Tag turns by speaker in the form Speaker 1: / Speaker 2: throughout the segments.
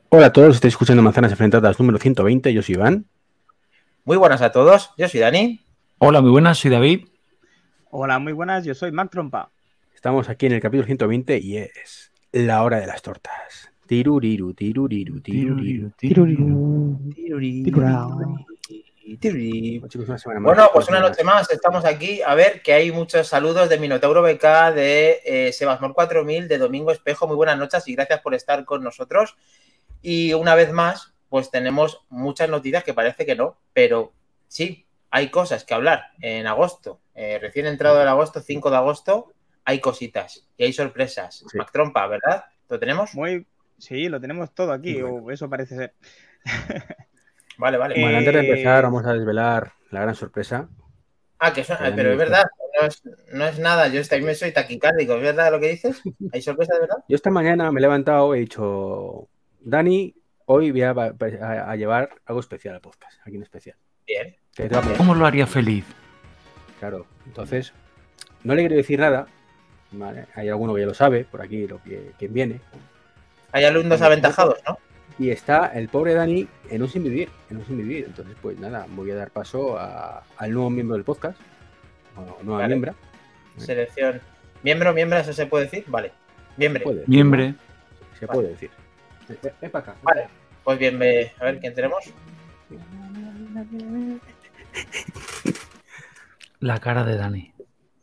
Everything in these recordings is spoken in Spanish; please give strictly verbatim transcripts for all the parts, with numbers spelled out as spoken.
Speaker 1: Hola a todos, estáis escuchando Manzanas Enfrentadas número ciento veinte, yo soy Iván.
Speaker 2: Muy buenas a todos, yo soy Dani.
Speaker 3: Hola, muy buenas, soy David.
Speaker 4: Hola, muy buenas, yo soy Mac Trompa.
Speaker 1: Estamos aquí en el capítulo ciento veinte y es la hora de las tortas. Tiruriru, tiruriru, tiruriru, tiruriru, tiruriru. Bueno, chicos, una semana más.
Speaker 2: Bueno, pues una noche más estamos aquí. A ver, que hay muchos saludos de Minotauro B K, de eh, Sebasmor cuatro mil, de Domingo Espejo. Muy buenas noches y gracias por estar con nosotros. Y una vez más, pues tenemos muchas noticias que parece que no, pero sí, hay cosas que hablar en agosto. Eh, recién entrado el agosto, cinco de agosto, hay cositas y hay sorpresas.
Speaker 1: Sí.
Speaker 2: Mac Trompa, ¿verdad? ¿Lo tenemos?
Speaker 4: Muy, sí, lo tenemos todo aquí,
Speaker 1: Bueno.
Speaker 4: o eso parece ser.
Speaker 2: Vale, vale.
Speaker 1: Bueno,
Speaker 4: Eh,
Speaker 1: antes de empezar, vamos a desvelar la gran sorpresa.
Speaker 2: Ah, que son,
Speaker 1: Que
Speaker 2: pero
Speaker 1: Dani
Speaker 2: es verdad, no es, no es nada. Yo también soy taquicárdico, ¿es verdad lo que dices? ¿Hay sorpresa de verdad?
Speaker 1: Yo esta mañana me he levantado y he dicho, Dani, hoy voy a, a- a llevar algo especial al podcast, aquí en especial.
Speaker 2: Bien.
Speaker 1: Que te va a poner.
Speaker 3: ¿Cómo lo haría feliz?
Speaker 1: Claro, entonces, no le quiero decir nada. Vale, hay alguno que ya lo sabe, por aquí, lo que quien viene.
Speaker 2: Hay alumnos aventajados, ¿no?
Speaker 1: Y está el pobre Dani en un sin vivir, en un sin vivir. Entonces, pues nada, voy a dar paso a- al nuevo miembro del podcast, o nueva
Speaker 2: Vale.
Speaker 1: miembra.
Speaker 2: Selección. ¿Miembro, miembra, eso se puede decir? Vale. Miembre.
Speaker 1: Puede,
Speaker 3: Miembre.
Speaker 1: se
Speaker 2: Vale.
Speaker 1: puede decir. Ven, ven- ven para acá.
Speaker 2: Vale. Pues bien, ve- a ver, ¿quién tenemos?
Speaker 3: La cara de Dani.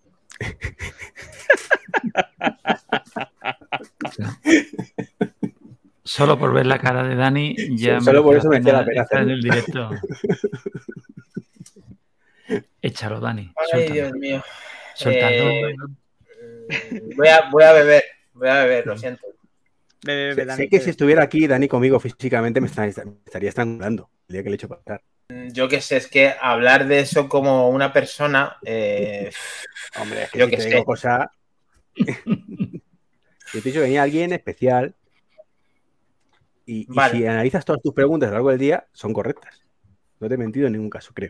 Speaker 3: O sea, solo por ver la cara de Dani ya
Speaker 1: Sí, solo por eso
Speaker 3: merece
Speaker 1: merece la pena
Speaker 3: estar en
Speaker 1: hacerlo.
Speaker 3: el directo. Échalo, Dani.
Speaker 2: Ay,
Speaker 3: Suéltalo.
Speaker 2: Dios mío.
Speaker 3: Suéltalo.
Speaker 2: Eh, mm, voy, a, voy a beber, voy a beber, lo siento.
Speaker 4: Bebe, bebe,
Speaker 1: Sé,
Speaker 4: Dani,
Speaker 1: sé que
Speaker 4: bebe.
Speaker 1: si estuviera aquí Dani conmigo físicamente me, está- me estaría estrangulando el día que le he hecho pasar.
Speaker 2: Yo qué sé, es que hablar de eso como una persona, eh,
Speaker 1: Hombre, es que
Speaker 2: Yo
Speaker 1: si
Speaker 2: qué
Speaker 1: te
Speaker 2: sé.
Speaker 1: digo cosa... Yo te he dicho que venía alguien especial y, y
Speaker 2: Vale.
Speaker 1: si analizas todas tus preguntas a lo largo del día, son correctas. No te he mentido en ningún caso, creo.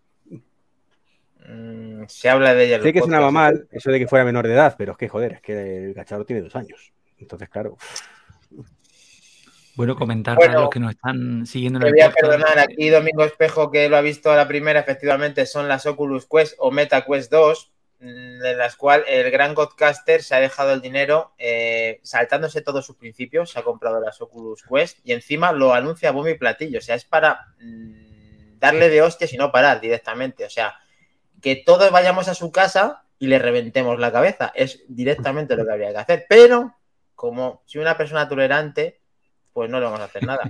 Speaker 2: mm, se habla de ella en
Speaker 1: Sé
Speaker 2: los
Speaker 1: que sonaba
Speaker 2: podcasts.
Speaker 1: mal eso de que fuera menor de edad, pero es que, joder, es que el cacharro tiene dos años. Entonces, claro,
Speaker 3: Bueno, comentar
Speaker 2: Bueno,
Speaker 3: para los que nos están siguiendo en
Speaker 2: Te
Speaker 3: el
Speaker 2: voy a
Speaker 3: podcast.
Speaker 2: perdonar aquí, Domingo Espejo, que lo ha visto a la primera, efectivamente son las Oculus Quest o Meta Quest dos, mm, en las cuales el gran Godcaster se ha dejado el dinero eh, saltándose todos sus principios, se ha comprado las Oculus Quest y encima lo anuncia a bombo y platillo, o sea, es para mm, darle de hostias y no parar directamente, o sea, que todos vayamos a su casa y le reventemos la cabeza, es directamente lo que habría que hacer, pero como soy una persona tolerante, pues no le vamos a hacer nada.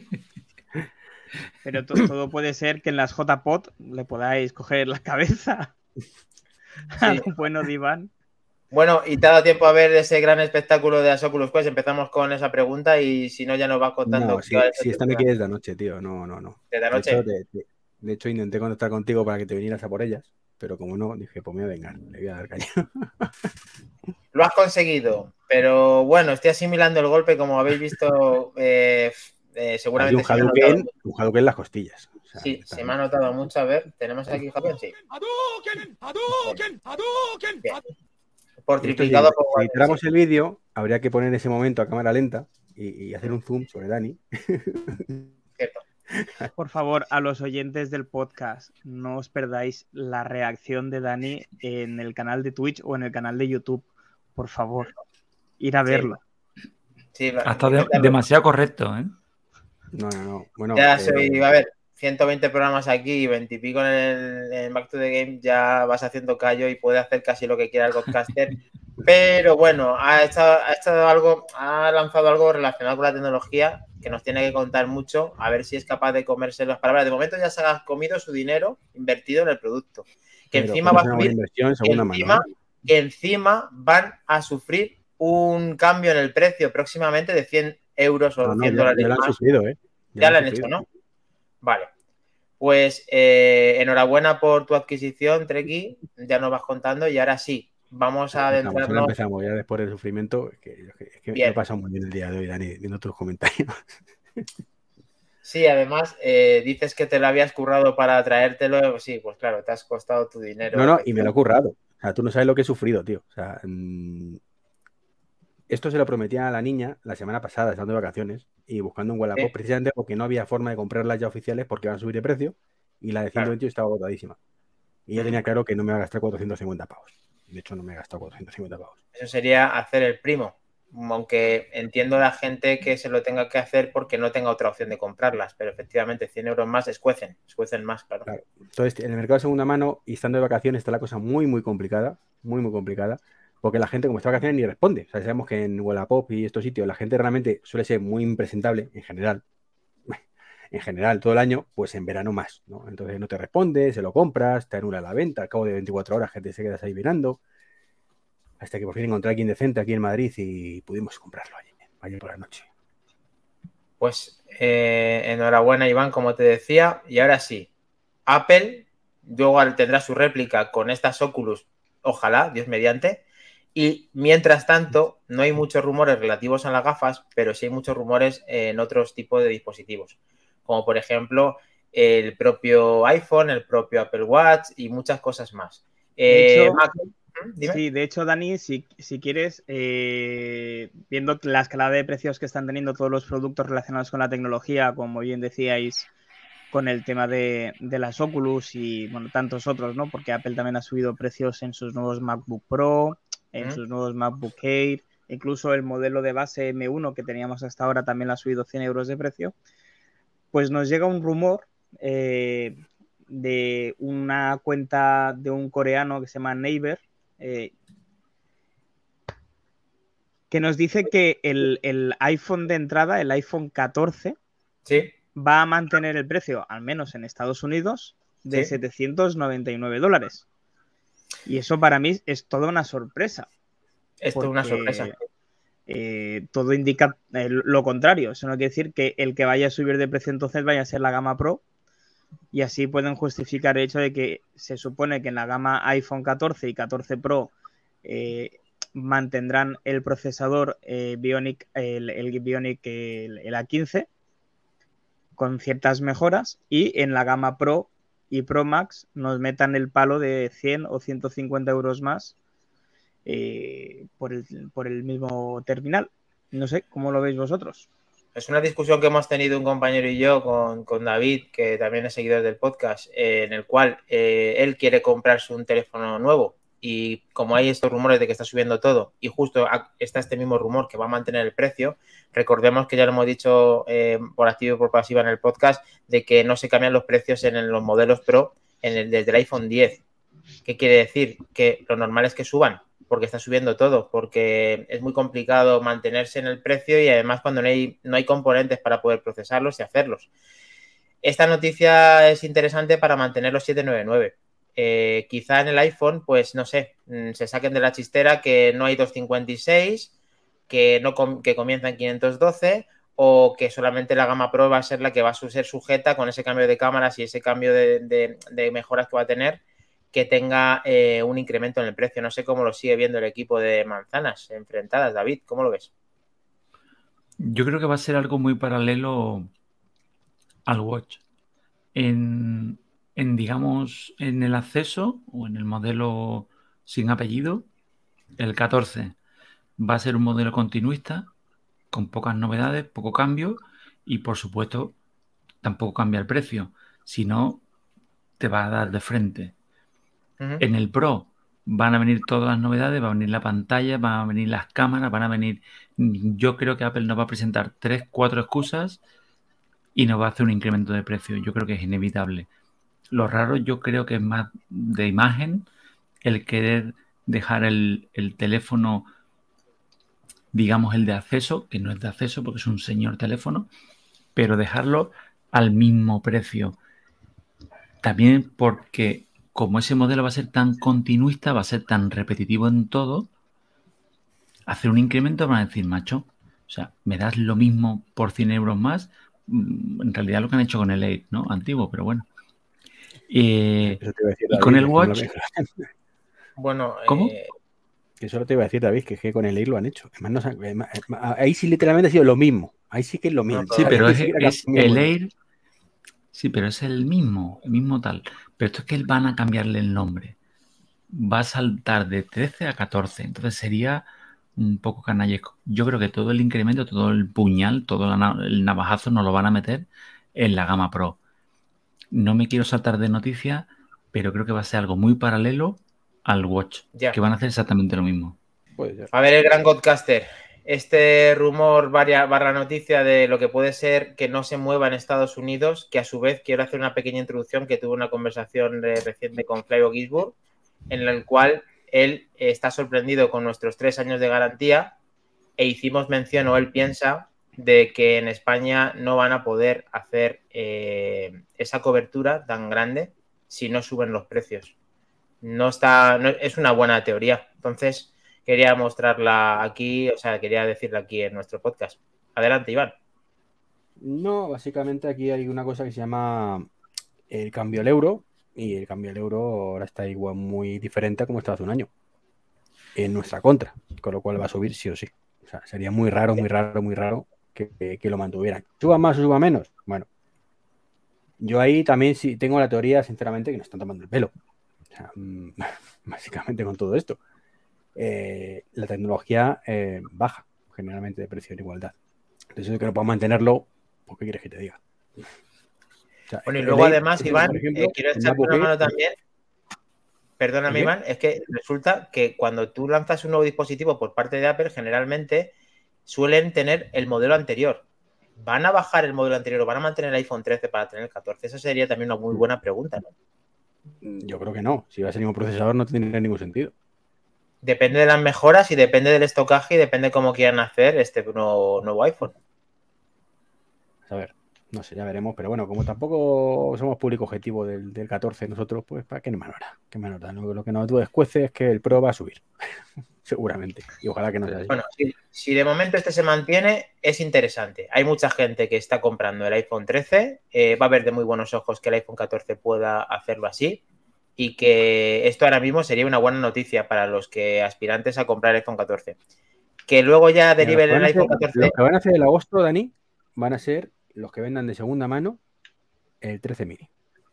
Speaker 4: Pero to- todo puede ser que en las J P O T le podáis coger la cabeza a
Speaker 2: Sí.
Speaker 4: un bueno de Iván.
Speaker 2: Bueno, y te ha dado tiempo a ver ese gran espectáculo de las Oculus Quest. Empezamos con esa pregunta y si no, ya nos vas contando.
Speaker 1: no, si,
Speaker 2: qué va a ser
Speaker 1: si esta
Speaker 2: tu
Speaker 1: me
Speaker 2: plan
Speaker 1: quieres de noche, tío, no, no, no.
Speaker 2: de la
Speaker 1: De
Speaker 2: noche.
Speaker 1: hecho, de, de- de hecho, intenté contactar contigo para que te vinieras a por ellas, pero como no, dije, pues me voy a vengar, le voy a dar caña.
Speaker 2: Lo has conseguido, pero bueno, estoy asimilando el golpe, como habéis visto, eh, eh,
Speaker 1: Hay
Speaker 2: seguramente
Speaker 1: un
Speaker 2: se me ha notado
Speaker 1: Hadouken,
Speaker 2: mucho.
Speaker 1: un Hadouken en las costillas. O sea,
Speaker 2: Sí,
Speaker 1: está
Speaker 2: se
Speaker 1: bien.
Speaker 2: me ha notado mucho. A ver, ¿tenemos aquí Javier? Sí. Bien. Por
Speaker 1: Y esto, si,
Speaker 2: triplicado por
Speaker 1: si
Speaker 2: cuatro,
Speaker 1: editáramos
Speaker 2: sí.
Speaker 1: el vídeo, habría que poner ese momento a cámara lenta y, y hacer un zoom sobre Dani.
Speaker 2: Cierto.
Speaker 4: Por favor, a los oyentes del podcast, no os perdáis la reacción de Dani en el canal de Twitch o en el canal de YouTube. Por favor, ir a
Speaker 2: Sí.
Speaker 4: verlo.
Speaker 2: Sí, va-
Speaker 3: Hasta de-
Speaker 2: intentarlo.
Speaker 3: demasiado correcto, ¿eh?
Speaker 1: No, no, no. Bueno,
Speaker 2: Ya
Speaker 1: eh,
Speaker 2: soy, a ver, ciento veinte programas aquí y veinte y pico en el en Back to the Game, ya vas haciendo callo y puede hacer casi lo que quiera el podcaster. Pero bueno, ha estado, ha estado algo, ha lanzado algo relacionado con la tecnología que nos tiene que contar mucho, a ver si es capaz de comerse las palabras. De momento ya se ha comido su dinero invertido en el producto. Que
Speaker 1: pero
Speaker 2: encima
Speaker 1: pero
Speaker 2: va
Speaker 1: es
Speaker 2: a
Speaker 1: una buena
Speaker 2: subir,
Speaker 1: inversión en
Speaker 2: que
Speaker 1: segunda
Speaker 2: encima,
Speaker 1: mano. ¿eh?
Speaker 2: que encima van a sufrir un cambio en el precio próximamente de cien euros o
Speaker 1: No, no,
Speaker 2: cien
Speaker 1: ya,
Speaker 2: dólares
Speaker 1: ya lo han
Speaker 2: más.
Speaker 1: sufrido, ¿eh?
Speaker 2: Ya
Speaker 1: lo
Speaker 2: lo han hecho, ¿no? Vale. Pues eh, enhorabuena por tu adquisición, Treki. Ya nos vas contando y ahora sí, vamos a
Speaker 1: Empezamos, ahora
Speaker 2: adentrarnos.
Speaker 1: empezamos, ya después del sufrimiento, es que, es que me
Speaker 2: Bien.
Speaker 1: he pasado muy bien el día de hoy, Dani, viendo tus comentarios.
Speaker 2: Sí, además, eh, dices que te lo habías currado para traértelo. Sí, pues claro, te has costado tu dinero.
Speaker 1: No, no, y me lo he currado. O sea, tú no sabes lo que he sufrido, tío. O sea, mmm, esto se lo prometían a la niña la semana pasada, estando de vacaciones y buscando un Wallapop,
Speaker 2: Sí.
Speaker 1: precisamente porque no había forma de comprarlas ya oficiales porque iban a subir de precio y la de ciento veinte estaba agotadísima. Y yo tenía claro que no me iba a gastar cuatrocientos cincuenta pavos. De hecho, no me he gastado cuatrocientos cincuenta pavos.
Speaker 2: Eso sería hacer el primo. Aunque entiendo a la gente que se lo tenga que hacer porque no tenga otra opción de comprarlas, pero efectivamente cien euros más escuecen, escuecen más, claro.
Speaker 1: Claro. Entonces, en el mercado de segunda mano y estando de vacaciones está la cosa muy, muy complicada, muy, muy complicada, porque la gente, como está de vacaciones, ni responde. O sea, sabemos que en Wallapop y estos sitios la gente realmente suele ser muy impresentable en general. En general, todo el año, pues en verano más, ¿no? Entonces no te responde, se lo compras, te anula la venta, al cabo de veinticuatro horas que te se quedas ahí mirando, hasta que por fin encontré a alguien decente aquí en Madrid y pudimos comprarlo allí, ayer por la noche.
Speaker 2: Pues eh, enhorabuena, Iván, como te decía. Y ahora sí, Apple luego tendrá su réplica con estas Oculus, ojalá, Dios mediante. Y mientras tanto, no hay muchos rumores relativos a las gafas, pero sí hay muchos rumores en otros tipos de dispositivos, como por ejemplo el propio iPhone, el propio Apple Watch y muchas cosas más.
Speaker 4: De
Speaker 2: Eh,
Speaker 4: hecho,
Speaker 2: Mac, dime.
Speaker 4: Sí, de hecho, Dani, si, si quieres, eh, viendo la escalada de precios que están teniendo todos los productos relacionados con la tecnología, como bien decíais, con el tema de, de las Oculus y bueno, tantos otros, ¿no? Porque Apple también ha subido precios en sus nuevos MacBook Pro, en
Speaker 2: ¿Mm?
Speaker 4: sus nuevos MacBook Air, incluso el modelo de base M uno que teníamos hasta ahora también le ha subido cien euros de precio. Pues nos llega un rumor eh, de una cuenta de un coreano que se llama Naver, eh, que nos dice que el, el iPhone de entrada, el iPhone catorce,
Speaker 2: Sí,
Speaker 4: va a mantener el precio, al menos en Estados Unidos, de
Speaker 2: sí.
Speaker 4: setecientos noventa y nueve dólares. Y eso para mí es toda una sorpresa.
Speaker 2: Esto es una sorpresa.
Speaker 4: Eh, todo indica eh, lo contrario. Eso no quiere decir que el que vaya a subir de precio entonces vaya a ser la gama Pro. Y así pueden justificar el hecho de que se supone que en la gama iPhone catorce y catorce Pro eh, mantendrán el procesador eh, Bionic, el, el Bionic, el, el A quince, con ciertas mejoras, y en la gama Pro y Pro Max nos metan el palo de cien o ciento cincuenta euros más eh, por, el, por el mismo terminal. No sé, ¿cómo lo veis vosotros?
Speaker 2: Es una discusión que hemos tenido un compañero y yo con, con David, que también es seguidor del podcast, eh, en el cual eh, él quiere comprarse un teléfono nuevo y como hay estos rumores de que está subiendo todo y justo está este mismo rumor que va a mantener el precio, recordemos que ya lo hemos dicho eh, por activa y por pasiva en el podcast, de que no se cambian los precios en los modelos Pro en el, desde el iPhone diez. ¿Qué quiere decir? Que lo normal es que suban, porque está subiendo todo, porque es muy complicado mantenerse en el precio y además cuando no hay, no hay componentes para poder procesarlos y hacerlos. Esta noticia es interesante para mantener los setecientos noventa y nueve. Eh, quizá en el iPhone, pues no sé, se saquen de la chistera que no hay doscientos cincuenta y seis, que, no com que comienza en quinientos doce o que solamente la gama Pro va a ser la que va a ser sujeta con ese cambio de cámaras y ese cambio de, de, de mejoras que va a tener, que tenga eh, un incremento en el precio. No sé cómo lo sigue viendo el equipo de manzanas enfrentadas. David, ¿cómo lo ves?
Speaker 3: Yo creo que va a ser algo muy paralelo al Watch. En, en, digamos, en el acceso o en el modelo sin apellido, el catorce va a ser un modelo continuista, con pocas novedades, poco cambio y, por supuesto, tampoco cambia el precio. Si no, te va a dar de frente. Uh-huh. En el Pro van a venir todas las novedades, va a venir la pantalla, van a venir las cámaras, van a venir... Yo creo que Apple nos va a presentar tres, cuatro excusas y nos va a hacer un incremento de precio. Yo creo que es inevitable. Lo raro yo creo que es más de imagen, el querer dejar el, el teléfono, digamos el de acceso, que no es de acceso porque es un señor teléfono, pero dejarlo al mismo precio. También porque como ese modelo va a ser tan continuista, va a ser tan repetitivo en todo, hacer un incremento van a decir, macho, o sea, me das lo mismo por cien euros más, en realidad lo que han hecho con el Air, ¿no? Antiguo, pero bueno. Eh,
Speaker 1: Eso te iba a decir,
Speaker 3: y
Speaker 1: David,
Speaker 3: con el
Speaker 1: es
Speaker 3: Watch...
Speaker 2: Bueno,
Speaker 3: ¿cómo?
Speaker 2: Eh...
Speaker 1: Eso lo te iba a decir, David, que es que con el Air lo han hecho. Además, no, ahí sí literalmente ha sido lo mismo. Ahí sí que es lo mismo.
Speaker 3: Sí, pero es, es el Air... Sí, pero es el mismo, el mismo tal. Pero esto es que van a cambiarle el nombre. Va a saltar de trece a catorce. Entonces sería un poco canallesco. Yo creo que todo el incremento, todo el puñal, todo el navajazo nos lo van a meter en la gama Pro. No me quiero saltar de noticias, pero creo que va a ser algo muy paralelo al Watch,
Speaker 2: Ya.
Speaker 3: que van a hacer exactamente lo mismo.
Speaker 1: Puede ser.
Speaker 2: A ver, el gran Godcaster. Este rumor varia- barra noticia de lo que puede ser que no se mueva en Estados Unidos, que a su vez quiero hacer una pequeña introducción, que tuve una conversación eh, reciente con Flavio Gisburg, en el cual él eh, está sorprendido con nuestros tres años de garantía e hicimos mención, o él piensa, de que en España no van a poder hacer eh, esa cobertura tan grande si no suben los precios. No está, no, es una buena teoría. Entonces, quería mostrarla aquí, o sea, quería decirla aquí en nuestro podcast. Adelante, Iván.
Speaker 1: No, básicamente aquí hay una cosa que se llama el cambio al euro, y el cambio al euro ahora está igual muy diferente a como estaba hace un año. En nuestra contra, con lo cual va a subir sí o sí. O sea, sería muy raro, muy raro, muy raro que, que, que lo mantuvieran. ¿Suba más o suba menos? Bueno, yo ahí también sí tengo la teoría, sinceramente, que nos están tomando el pelo. O sea, básicamente con todo esto. Eh, la tecnología eh, baja generalmente de precio en igualdad. Entonces, que no puedo mantenerlo, ¿por qué quieres que te diga? O sea,
Speaker 2: Bueno, y
Speaker 1: el
Speaker 2: luego
Speaker 1: Ace,
Speaker 2: además,
Speaker 1: ese,
Speaker 2: Iván,
Speaker 1: por ejemplo,
Speaker 2: eh, quiero
Speaker 1: el
Speaker 2: echarte
Speaker 1: MacBook
Speaker 2: una
Speaker 1: Air,
Speaker 2: mano también. Perdóname,
Speaker 1: ¿qué?
Speaker 2: Iván, es que resulta que cuando tú lanzas un nuevo dispositivo por parte de Apple, generalmente suelen tener el modelo anterior. ¿Van a bajar el modelo anterior o van a mantener el iPhone trece para tener el catorce? Esa sería también una muy buena pregunta, ¿no?
Speaker 1: Yo creo que no. Si va a ser el mismo procesador, no tendría ningún sentido.
Speaker 2: Depende de las mejoras y depende del estocaje y depende cómo quieran hacer este nuevo, nuevo iPhone.
Speaker 1: A ver, no sé, ya veremos. Pero bueno, como tampoco somos público objetivo del, del catorce nosotros, pues ¿para qué nos valora? ¿Qué me nota? Lo, lo que nos descuece es que el Pro va a subir. Seguramente. Y ojalá que no sea así.
Speaker 2: Bueno, si, si de momento este se mantiene, es interesante. Hay mucha gente que está comprando el iPhone trece. Eh, va a ver de muy buenos ojos que el iPhone catorce pueda hacerlo así. Y que esto ahora mismo sería una buena noticia para los que aspirantes a comprar el iPhone catorce. Que luego ya deriven el iPhone catorce.
Speaker 1: Los que van a hacer el agosto, Dani, van a ser los que vendan de segunda mano el trece mini.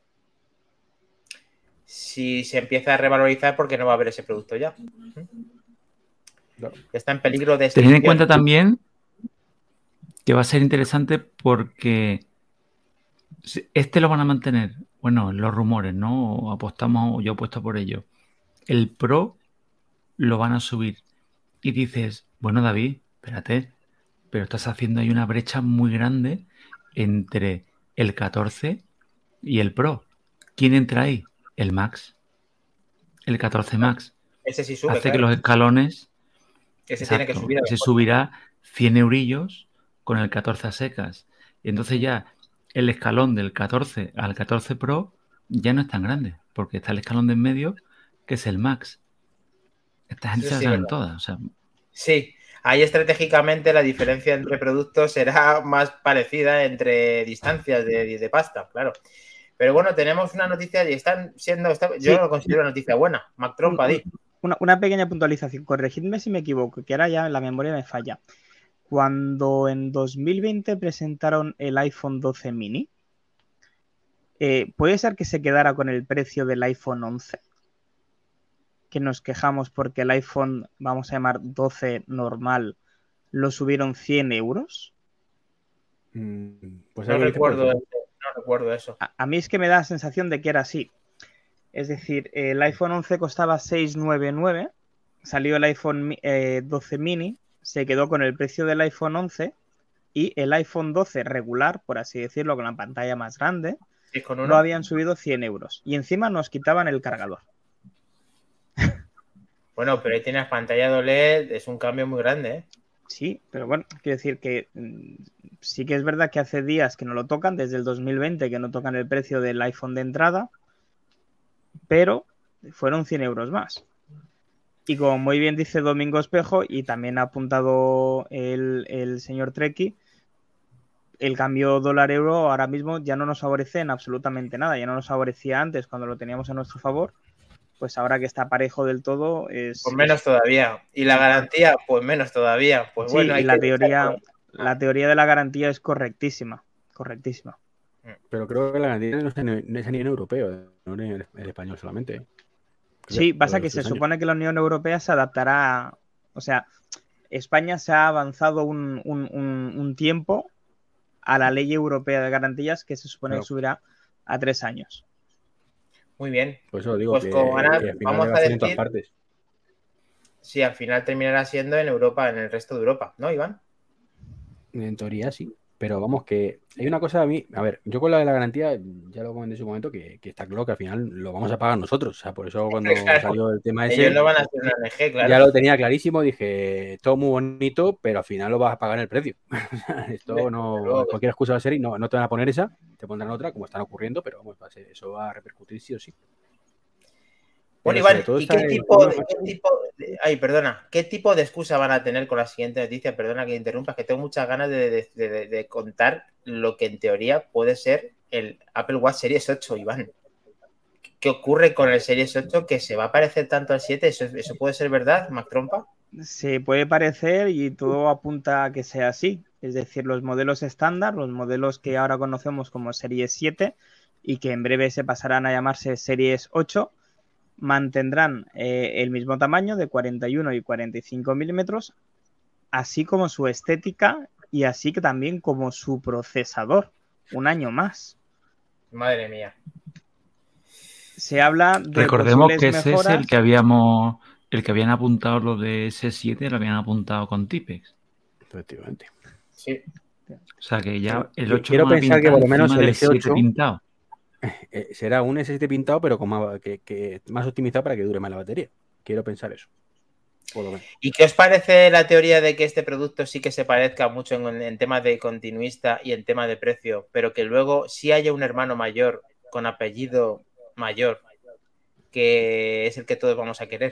Speaker 2: Si se empieza a revalorizar, porque no va a haber ese producto ya.
Speaker 1: Claro.
Speaker 2: Está en peligro de
Speaker 3: Tened en
Speaker 2: extinción.
Speaker 3: cuenta también que va a ser interesante porque este lo van a mantener, bueno, los rumores, ¿no? Apostamos, yo apuesto por ello. El Pro lo van a subir. Y dices, bueno, David, espérate, pero estás haciendo ahí una brecha muy grande entre el catorce y el Pro. ¿Quién entra ahí? El Max. El catorce Max.
Speaker 2: Ese sí sube,
Speaker 3: Hace
Speaker 2: claro.
Speaker 3: que los escalones...
Speaker 2: Ese
Speaker 3: exacto,
Speaker 2: tiene que subir a
Speaker 3: se subirá cien eurillos con el catorce a secas. Y entonces ya el escalón del catorce al catorce Pro ya no es tan grande, porque está el escalón de en medio, que es el Max. Esta gente
Speaker 2: Eso
Speaker 3: se
Speaker 2: sí,
Speaker 3: la saben
Speaker 2: verdad.
Speaker 3: todas. O sea,
Speaker 2: Sí, ahí estratégicamente la diferencia entre productos será más parecida entre distancias de, de pasta, claro. Pero bueno, tenemos una noticia y están siendo, está- yo
Speaker 4: Sí.
Speaker 2: lo considero una noticia buena. Mac
Speaker 4: Un-
Speaker 2: Trompa, di.
Speaker 4: Una, una pequeña puntualización, corregidme si me equivoco, que ahora ya la memoria me falla. Cuando en dos mil veinte presentaron el iPhone doce mini, eh, ¿puede ser que se quedara con el precio del iPhone once? Que nos quejamos porque el iPhone, vamos a llamar doce normal, lo subieron cien euros.
Speaker 1: Mm, pues
Speaker 2: No
Speaker 1: algo dice por
Speaker 2: recuerdo,
Speaker 1: eso.
Speaker 2: no recuerdo eso.
Speaker 4: A, a mí es que me da la sensación de que era así. Es decir, el iPhone once costaba seiscientos noventa y nueve, salió el iPhone eh, doce mini, se quedó con el precio del iPhone once y el iPhone doce regular, por así decirlo, con la pantalla más grande,
Speaker 2: seis con uno.
Speaker 4: lo habían subido cien euros. Y encima nos quitaban el cargador.
Speaker 2: Bueno, pero ahí tienes pantalla de O L E D, es un cambio muy grande, ¿eh?
Speaker 4: Sí, pero bueno, quiero decir que mm, sí que es verdad que hace días que no lo tocan, desde el dos mil veinte que no tocan el precio del iPhone de entrada, pero fueron cien euros más. Y como muy bien dice Domingo Espejo, y también ha apuntado el, el señor Treki, el cambio dólar-euro ahora mismo ya no nos favorece en absolutamente nada. Ya no nos favorecía antes cuando lo teníamos a nuestro favor. Pues ahora que está parejo del todo es...
Speaker 2: Pues menos todavía. Y la garantía, pues menos todavía. Pues
Speaker 4: Sí,
Speaker 2: bueno, hay
Speaker 4: y la
Speaker 2: que
Speaker 4: teoría,
Speaker 2: pensarlo.
Speaker 4: la teoría de la garantía es correctísima. Correctísima.
Speaker 1: Pero creo que la garantía no es a nivel, no es a nivel europeo, no es en el español solamente. Creo
Speaker 4: Sí,
Speaker 1: que
Speaker 4: pasa
Speaker 1: todos
Speaker 4: que
Speaker 1: los
Speaker 4: se
Speaker 1: tres años.
Speaker 4: supone que la Unión Europea se adaptará, a- o sea, España se ha avanzado un, un, un, un tiempo a la ley europea de garantías que se supone
Speaker 1: Claro.
Speaker 4: que subirá a tres años.
Speaker 2: Muy bien.
Speaker 1: Por eso digo
Speaker 2: Pues
Speaker 1: que,
Speaker 2: como van a-
Speaker 1: que al final
Speaker 2: vamos
Speaker 1: va
Speaker 2: a
Speaker 1: a ser en todas
Speaker 2: decir-
Speaker 1: partes.
Speaker 2: Sí, al final terminará siendo en Europa, en el resto de Europa, ¿no, Iván?
Speaker 1: En teoría sí. Pero vamos, que hay una cosa a mí. A ver, yo con la de la garantía, ya lo comenté en su momento, que, que está claro que al final lo vamos a pagar nosotros. O sea, por eso cuando
Speaker 2: Claro.
Speaker 1: salió el tema
Speaker 2: Ellos
Speaker 1: ese,
Speaker 2: no van a hacer una O N G, claro.
Speaker 1: ya lo tenía clarísimo. Dije, todo muy bonito, pero al final lo vas a pagar en el precio. Esto
Speaker 2: Desde
Speaker 1: no.
Speaker 2: luego.
Speaker 1: Cualquier excusa va a ser y no, no te van a poner esa, te pondrán otra, como están ocurriendo, pero vamos, va a ser- eso va a repercutir sí o sí.
Speaker 2: Bueno,
Speaker 1: Pero sobre
Speaker 2: Iván,
Speaker 1: todo
Speaker 2: ¿y
Speaker 1: está
Speaker 2: qué
Speaker 1: el
Speaker 2: tipo,
Speaker 1: tema,
Speaker 2: de,
Speaker 1: macho.
Speaker 2: qué tipo de- ay, perdona, qué tipo de excusa van a tener con la siguiente noticia? Perdona que interrumpas, que tengo muchas ganas de, de- de- de contar lo que en teoría puede ser el Apple Watch Series ocho, Iván. ¿Qué ocurre con el Series ocho que se va a parecer tanto al siete? ¿Eso, eso puede ser verdad, Mac Trompa?
Speaker 4: Se puede parecer y todo apunta a que sea así. Es decir, los modelos estándar, los modelos que ahora conocemos como Series siete y que en breve se pasarán a llamarse Series ocho, mantendrán eh, el mismo tamaño de cuarenta y uno y cuarenta y cinco milímetros, así como su estética y así que también como su procesador, un año más.
Speaker 2: Madre mía.
Speaker 4: Se habla de
Speaker 3: Recordemos
Speaker 4: posibles
Speaker 3: que ese
Speaker 4: mejoras.
Speaker 3: es el que habíamos, el que habían apuntado los de ese siete, lo habían apuntado con Tipex.
Speaker 1: Efectivamente.
Speaker 2: Sí.
Speaker 3: O sea que ya el
Speaker 1: Qui-
Speaker 3: ocho
Speaker 1: quiero
Speaker 3: lo van a
Speaker 1: pensar que
Speaker 3: pintar
Speaker 1: por lo menos
Speaker 3: encima
Speaker 1: el
Speaker 3: del
Speaker 1: S
Speaker 3: siete
Speaker 1: ocho
Speaker 3: pintado.
Speaker 1: eh, será un S siete pintado, pero con más, que, que más optimizado para que dure más la batería. Quiero pensar eso. Por lo menos.
Speaker 2: ¿Y qué os parece la teoría de que este producto sí que se parezca mucho en, en temas de continuista y en temas de precio, pero que luego sí haya un hermano mayor con apellido mayor, que es el que todos vamos a querer?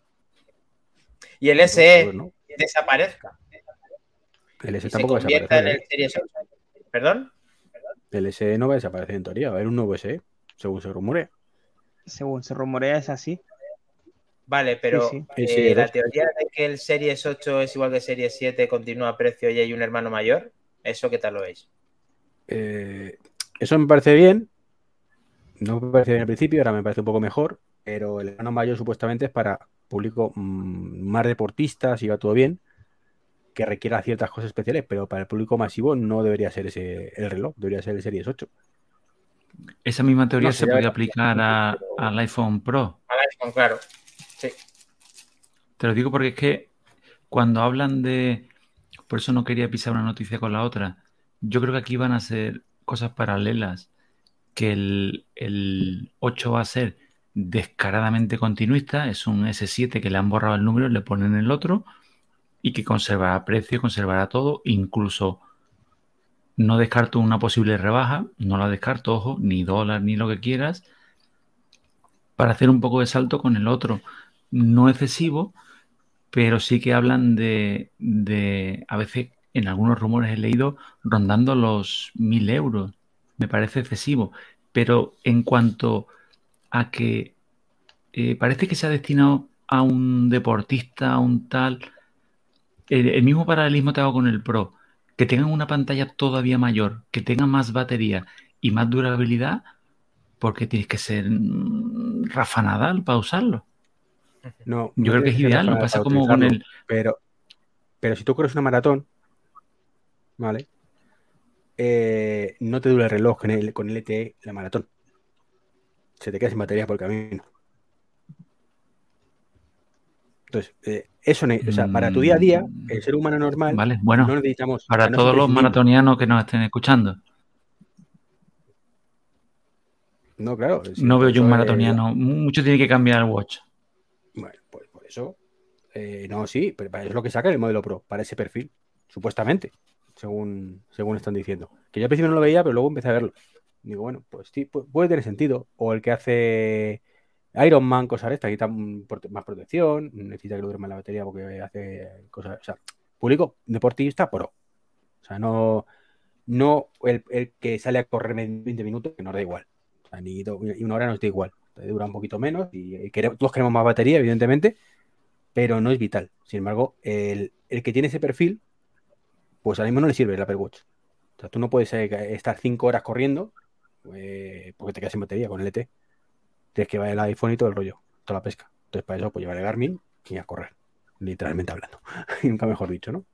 Speaker 2: Y el S E
Speaker 1: Pues no.
Speaker 2: desaparezca
Speaker 1: El S
Speaker 2: y
Speaker 1: E
Speaker 2: se
Speaker 1: tampoco va a
Speaker 2: convierta en
Speaker 1: desaparecer.
Speaker 2: el Series ocho. ¿Perdón?
Speaker 1: El S E no va a desaparecer en teoría. Va a haber un nuevo S E, según se rumorea.
Speaker 4: Según se rumorea, es así.
Speaker 2: Vale, pero
Speaker 4: Sí,
Speaker 2: eh,
Speaker 1: S E
Speaker 2: la
Speaker 1: dos.
Speaker 2: teoría de que el Series ocho es igual que el Series siete, continúa a precio y hay un hermano mayor, ¿eso qué tal lo veis?
Speaker 1: Eh, eso me parece bien. No me parecía bien al principio, ahora me parece un poco mejor. Pero el hermano mayor supuestamente es para público mmm, más deportistas, y va todo bien, que requiera ciertas cosas especiales, pero para el público masivo no debería ser ese el reloj, debería ser el Series ocho.
Speaker 3: Esa misma teoría
Speaker 1: No
Speaker 3: se
Speaker 1: sé, ya
Speaker 3: puede
Speaker 1: verás.
Speaker 3: aplicar a-
Speaker 1: Pero-
Speaker 3: al iPhone Pro.
Speaker 2: Al iPhone, claro. Sí.
Speaker 3: Te lo digo porque es que cuando hablan de... Por eso no quería pisar una noticia con la otra. Yo creo que aquí van a ser cosas paralelas. Que el, el ocho va a ser descaradamente continuista. Es un S siete que le han borrado el número, le ponen el otro y que conservará precio, conservará todo. Incluso no descarto una posible rebaja. No la descarto, ojo, ni dólar ni lo que quieras. Para hacer un poco de salto con el otro. No excesivo, pero sí que hablan de, de, a veces en algunos rumores he leído rondando los mil euros. Me parece excesivo. Pero en cuanto a que eh, parece que se ha destinado a un deportista, a un tal, el, el mismo paralelismo te hago con el Pro, que tengan una pantalla todavía mayor, que tenga más batería y más durabilidad, porque tienes que ser mm, Rafa Nadal para usarlo.
Speaker 1: No,
Speaker 3: Yo
Speaker 1: no
Speaker 3: creo que
Speaker 1: tienes
Speaker 3: es
Speaker 1: que ser
Speaker 3: ideal, no
Speaker 1: Rafa
Speaker 3: pasa
Speaker 1: para
Speaker 3: como con
Speaker 1: utilizarlo,
Speaker 3: el...
Speaker 1: pero, pero si tú corres una maratón, ¿vale? Eh, no te dura el reloj con el, con el L T E la maratón. Se te queda sin batería por el camino. Entonces, eh, eso, ne- o sea, para tu día a día, el ser humano normal,
Speaker 3: Vale, bueno,
Speaker 1: no necesitamos, o
Speaker 3: para
Speaker 1: sea, no es
Speaker 3: todos los
Speaker 1: imprescindible.
Speaker 3: maratonianos que nos estén escuchando.
Speaker 1: No, claro, sí,
Speaker 3: No
Speaker 1: por
Speaker 3: veo yo un
Speaker 1: eso, eh,
Speaker 3: maratoniano. Mucho tiene que cambiar el watch.
Speaker 1: bueno, pues por eso, eh, no, sí, pero para eso es lo que saca el modelo Pro, para ese perfil, supuestamente, según, según están diciendo. Que yo al principio no lo veía, pero luego empecé a verlo. Digo, bueno, pues sí, pu- puede tener sentido. O el que hace Iron Man, cosas de estas, necesita un prote- más protección, necesita que le dure más la batería porque hace cosas, o sea, público deportista Pro. O sea, no, no el, el que sale a correr veinte minutos, que nos da igual. O sea, ni do- y una hora nos da igual. Te dura un poquito menos y, y queremos- todos queremos más batería, evidentemente, pero no es vital. Sin embargo, el, el que tiene ese perfil, pues ahora mismo no le sirve el Apple Watch. O sea, tú no puedes eh, estar cinco horas corriendo eh, porque te quedas sin batería con el E T. Tienes que llevar el iPhone y todo el rollo, toda la pesca. Entonces, para eso, pues llevar el Garmin y a correr. literalmente hablando. Y nunca mejor dicho, ¿no?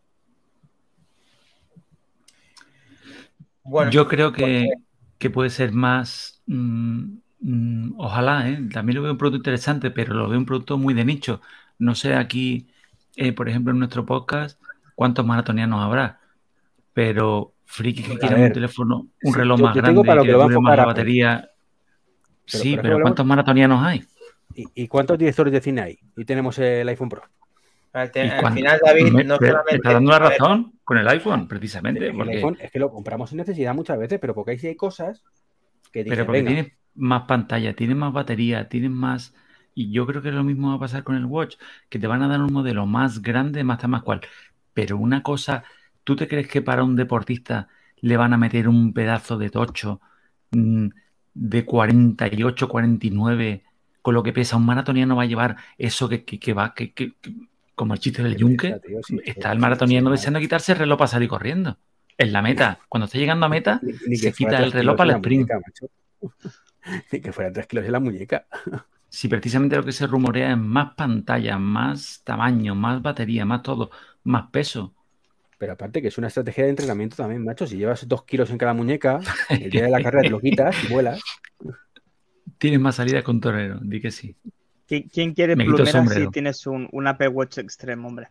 Speaker 3: Bueno, yo creo que, que puede ser más, mmm, mmm, ojalá, ¿eh? También lo veo un producto interesante, pero lo veo un producto muy de nicho. No sé aquí, eh, por ejemplo, en nuestro podcast, cuántos maratonianos habrá, pero frikis que quieran un teléfono, un
Speaker 1: sí,
Speaker 3: reloj
Speaker 1: yo,
Speaker 3: más
Speaker 1: yo tengo
Speaker 3: grande,
Speaker 1: para lo
Speaker 3: que
Speaker 1: que
Speaker 3: le
Speaker 1: lo va a
Speaker 3: dure más
Speaker 1: enfocar
Speaker 3: la
Speaker 1: Apple.
Speaker 3: batería.
Speaker 1: Pero,
Speaker 3: Sí,
Speaker 1: pero,
Speaker 3: pero
Speaker 1: hablamos...
Speaker 3: ¿cuántos maratonianos hay?
Speaker 1: ¿Y, ¿Y cuántos directores de cine hay? Y tenemos el iPhone Pro.
Speaker 2: Al, te, al final, David,
Speaker 3: me,
Speaker 2: no
Speaker 3: me,
Speaker 2: solamente...
Speaker 3: me está dando la razón con el iPhone, precisamente.
Speaker 1: Es que
Speaker 3: porque,
Speaker 1: el iPhone es que lo compramos sin necesidad muchas veces, pero porque ahí sí hay cosas que dices,
Speaker 3: pero porque
Speaker 1: venga.
Speaker 3: tiene más pantalla, tiene más batería, tiene más... Y yo creo que lo mismo va a pasar con el Watch, que te van a dar un modelo más grande, más tal, más cual. Pero una cosa, ¿tú te crees que para un deportista le van a meter un pedazo de tocho mmm, de cuarenta y ocho, cuarenta y nueve, con lo que pesa? Un maratoniano va a llevar eso que, que, que va, que, que, que, como el chiste del yunque, sí, está el maratoniano sí, deseando quitarse el reloj para salir corriendo. En la meta, cuando está llegando a meta,
Speaker 1: ni, ni
Speaker 3: se quita el reloj para el sprint.
Speaker 1: Muñeca, ni que fuera tres kilos en la muñeca.
Speaker 3: Si precisamente lo que se rumorea es más pantalla, más tamaño, más batería, más todo, más peso.
Speaker 1: Pero aparte que es una estrategia de entrenamiento también, macho. Si llevas dos kilos en cada muñeca, el día de la carrera te lo quitas y vuelas.
Speaker 3: Tienes más salida con torero, di que sí.
Speaker 4: ¿Quién quiere
Speaker 3: Me
Speaker 4: plumera si tienes un, un Apple Watch Extreme, hombre?